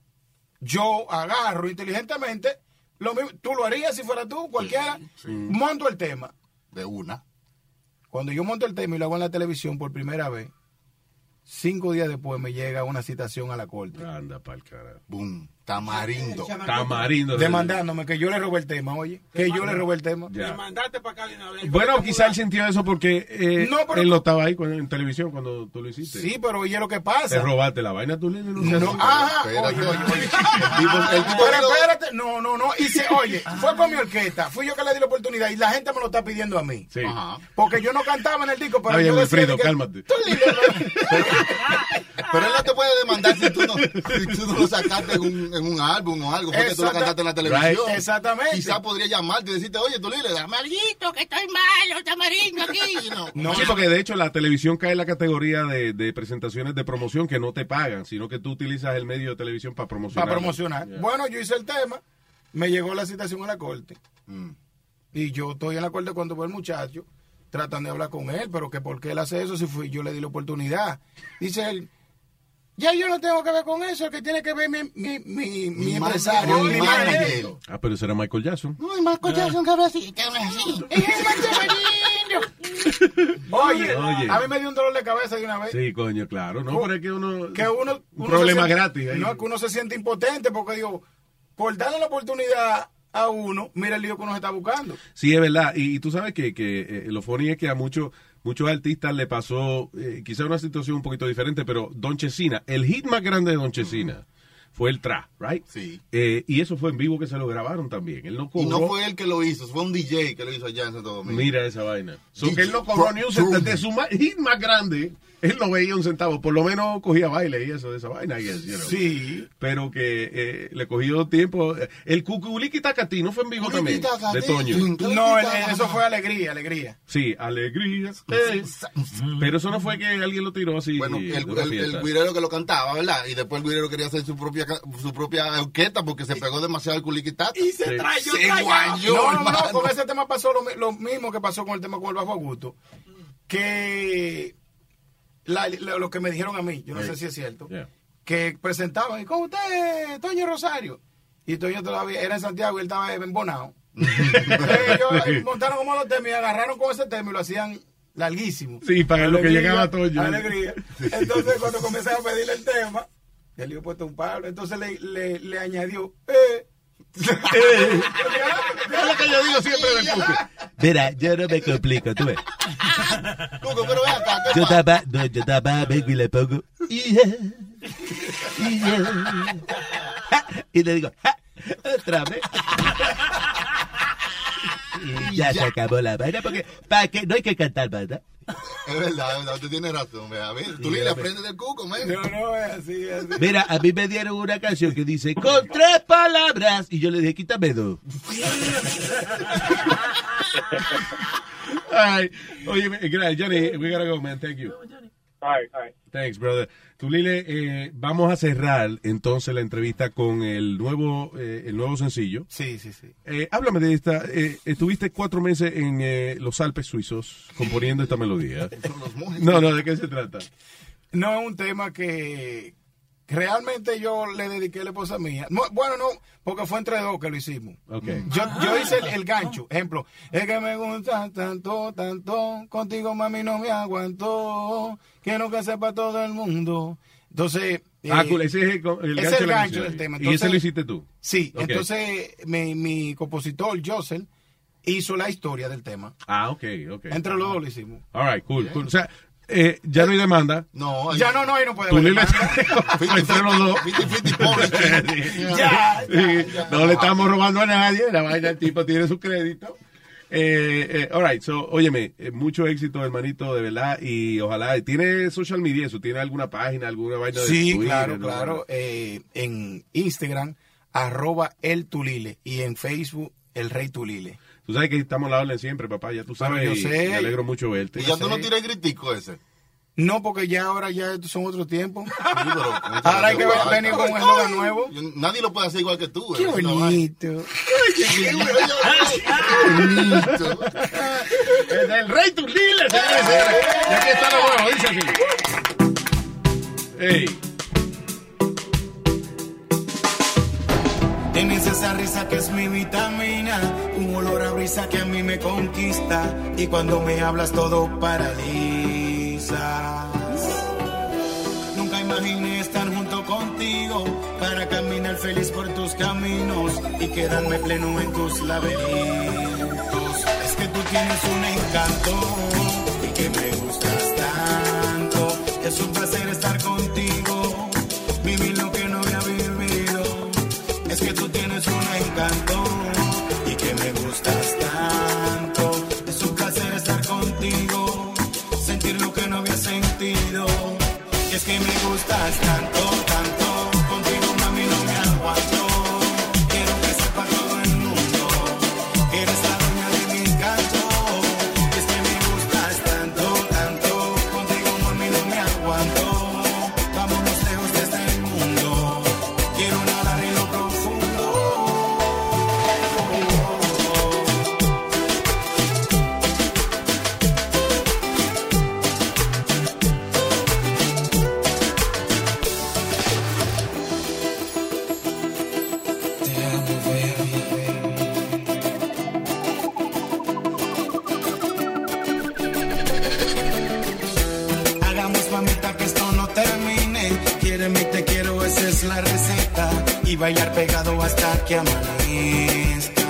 Yo agarro inteligentemente, lo mismo, tú lo harías si fuera tú, cualquiera, monto el tema. De una. Cuando yo monto el tema y lo hago en la televisión por primera vez, 5 días después me llega una citación a la corte. Anda pa'l carajo. Boom. Tamarindo. Tamarindo. Demandándome que yo le robé el tema, oye. Que yo le robé el tema. Ya. Me mandaste para acá de una vez. Bueno, quizá él sintió eso porque No, pero- él no estaba ahí en televisión cuando tú lo hiciste. Sí, pero oye lo que Te pasa. robaste la vaina, tú le No, ajá, Espérate. oye. El tipo Pero espérate, no. Oye, fue con mi orquesta. Fui yo que le di la oportunidad y la gente me lo está pidiendo a mí. Sí. Ajá. Porque yo no cantaba en el disco, pero Está bien, yo decía Wilfrido, que- cálmate. Pero él no te puede demandar si tú no lo sacaste en un álbum o algo, porque tú lo cantaste en la televisión. Right. Exactamente. Quizás podría llamarte y decirte, oye, Tulile, dame alguito, que estoy malo, Tamarindo aquí. No. Sí, porque de hecho la televisión cae en la categoría de presentaciones de promoción que no te pagan, sino que tú utilizas el medio de televisión para promocionar. Para promocionar. Yeah. Bueno, yo hice el tema, me llegó la citación a la corte. Mm. Y yo estoy en la corte cuando veo el muchacho, tratan de hablar con él, pero que por qué él hace eso si yo le di la oportunidad. Dice él, ya yo no tengo que ver con eso, el que tiene que ver mi empresario, mi manager. Ah, pero ese era Michael Jackson. No, y Marco Jackson que habla así, que habla así. Oye, Oye. a mí me dio un dolor de cabeza de una vez. Sí, coño, claro. No, pero es que uno Un problema se siente- gratis ahí. No, es que uno se siente impotente porque digo, por darle la oportunidad a uno, mira el lío que uno se está buscando. Sí, es verdad. Y tú sabes que lo funny es que a muchos artistas le pasó quizá una situación un poquito diferente, pero Don Chesina, el hit más grande de Don Chesina fue el Tra, right? Sí. Y eso fue en vivo que se lo grabaron también. Él no cobró. Y no fue él que lo hizo, fue un DJ que lo hizo allá en Santo Domingo. Mira esa vaina. So DJ que él no cobró ni un centavo. De su hit más grande, él no veía un centavo. Por lo menos cogía baile y eso de esa vaina. I guess, you know. Sí. Pero que le cogió tiempo. El Cuculiqui Tacatí no fue en vivo también. De Toño. No, eso fue alegría. Sí, alegría. Pero eso no fue que alguien lo tiró así. Bueno, de una el fiesta. guirero que lo cantaba, ¿verdad? Y después el guirero quería hacer su propia orquesta porque se pegó demasiado el culiquitata. Y se trayó. guayó, No, hermano. con ese tema pasó lo mismo que pasó con el tema con el Bajo Agusto. Que lo que me dijeron a mí, yo no sé si es cierto, Yeah. que presentaban, y con usted, Toño Rosario. Y Toño todavía era en Santiago y él estaba en Bonao. Ellos montaron como los temas y agarraron con ese tema y lo hacían larguísimo. Sí, para lo que llegaba a Toño. Alegría. Entonces, cuando comenzaron a pedirle el tema, él le puesto un palo. Entonces le añadió, Es lo que yo digo siempre del Cuco. Mira, yo no me complico, tú ves. Cuco, pero ven acá. Yo tapa, vengo y le pongo. Y le digo, otra vez. Y ya se acabó la vaina porque para que no hay que cantar, ¿verdad? Es verdad, usted tiene razón. A ver, tú le aprendes del Cuco, man. No, es así. Mira, a mí me dieron una canción que dice con 3 palabras y yo le dije, quítame 2. Ay, oye, gracias, Johnny. We gotta go, man. Thank you. All right. Thanks, brother. Tulile, vamos a cerrar entonces la entrevista con el nuevo sencillo. Sí. Háblame de esta. Estuviste 4 meses en los Alpes suizos componiendo esta melodía. No, ¿de qué se trata? No, es un tema que realmente yo le dediqué a la esposa mía. No, porque fue entre dos que lo hicimos. Okay. Yo hice el gancho. Ejemplo, es que me gusta tanto, contigo mami no me aguantó, quiero que sepa todo el mundo. Entonces... cool. Ese es el gancho del tema. Entonces, ¿y ese lo hiciste tú? Sí, okay. Entonces mi compositor, Josel, hizo la historia del tema. Ok. Entre los dos lo hicimos. All right, cool. O sea, ya no hay demanda. No, ya no puede haber demanda. Entre los dos. Ya. No le estamos robando a nadie. La vaina, el tipo tiene su crédito. All right, so, óyeme, mucho éxito, hermanito, de verdad. Y ojalá, ¿tiene social media eso? ¿Tiene alguna página, alguna vaina de Twitter? Sí, claro. En Instagram, @eltulile. Y en Facebook, El Rey Tulile. Tú sabes que estamos a la orden siempre, papá, ya tú sabes. Yo sé. Me alegro mucho verte. ¿Y ya tú no tiras gritico ese? No, porque ahora son otros tiempos. Sí, ahora hay que venir con un eslogan nuevo. Nadie lo puede hacer igual que tú. Qué bonito. Qué bonito. Es el Rey Tulile, señores. Y aquí está lo nuevo, dice así. Hey. Tienes esa risa que es mi vitamina, un olor a brisa que a mí me conquista, y cuando me hablas todo paraliza. Nunca imaginé estar junto contigo para caminar feliz por tus caminos y quedarme pleno en tus laberintos. Es que tú tienes un encanto y que me gustas tanto. Es un placer estar contigo, vivir lo que no había vivido. Es que tú tienes un encanto y que me gustas tanto. Es un placer estar contigo, sentir lo que no había sentido. Y es que me gustas tanto, contigo mami no me aguanto. Quiero que sepa todo el mundo, eres la dueña de mi encanto. Y es que me gustas tanto, contigo mami no me aguanto. Vámonos lejos de este mundo, quiero nadar en lo profundo. Te amo, baby. Hagamos, mamita, que esto no termine. Quiéreme y te quiero, esa es la receta. Y bailar pegado hasta que amanezca.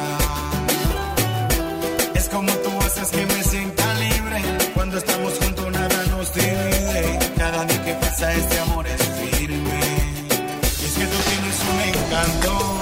Es como tú haces que me sienta libre. Cuando estamos juntos nada nos divide. Cada día que pasa este amor es firme. Y es que tú tienes un encanto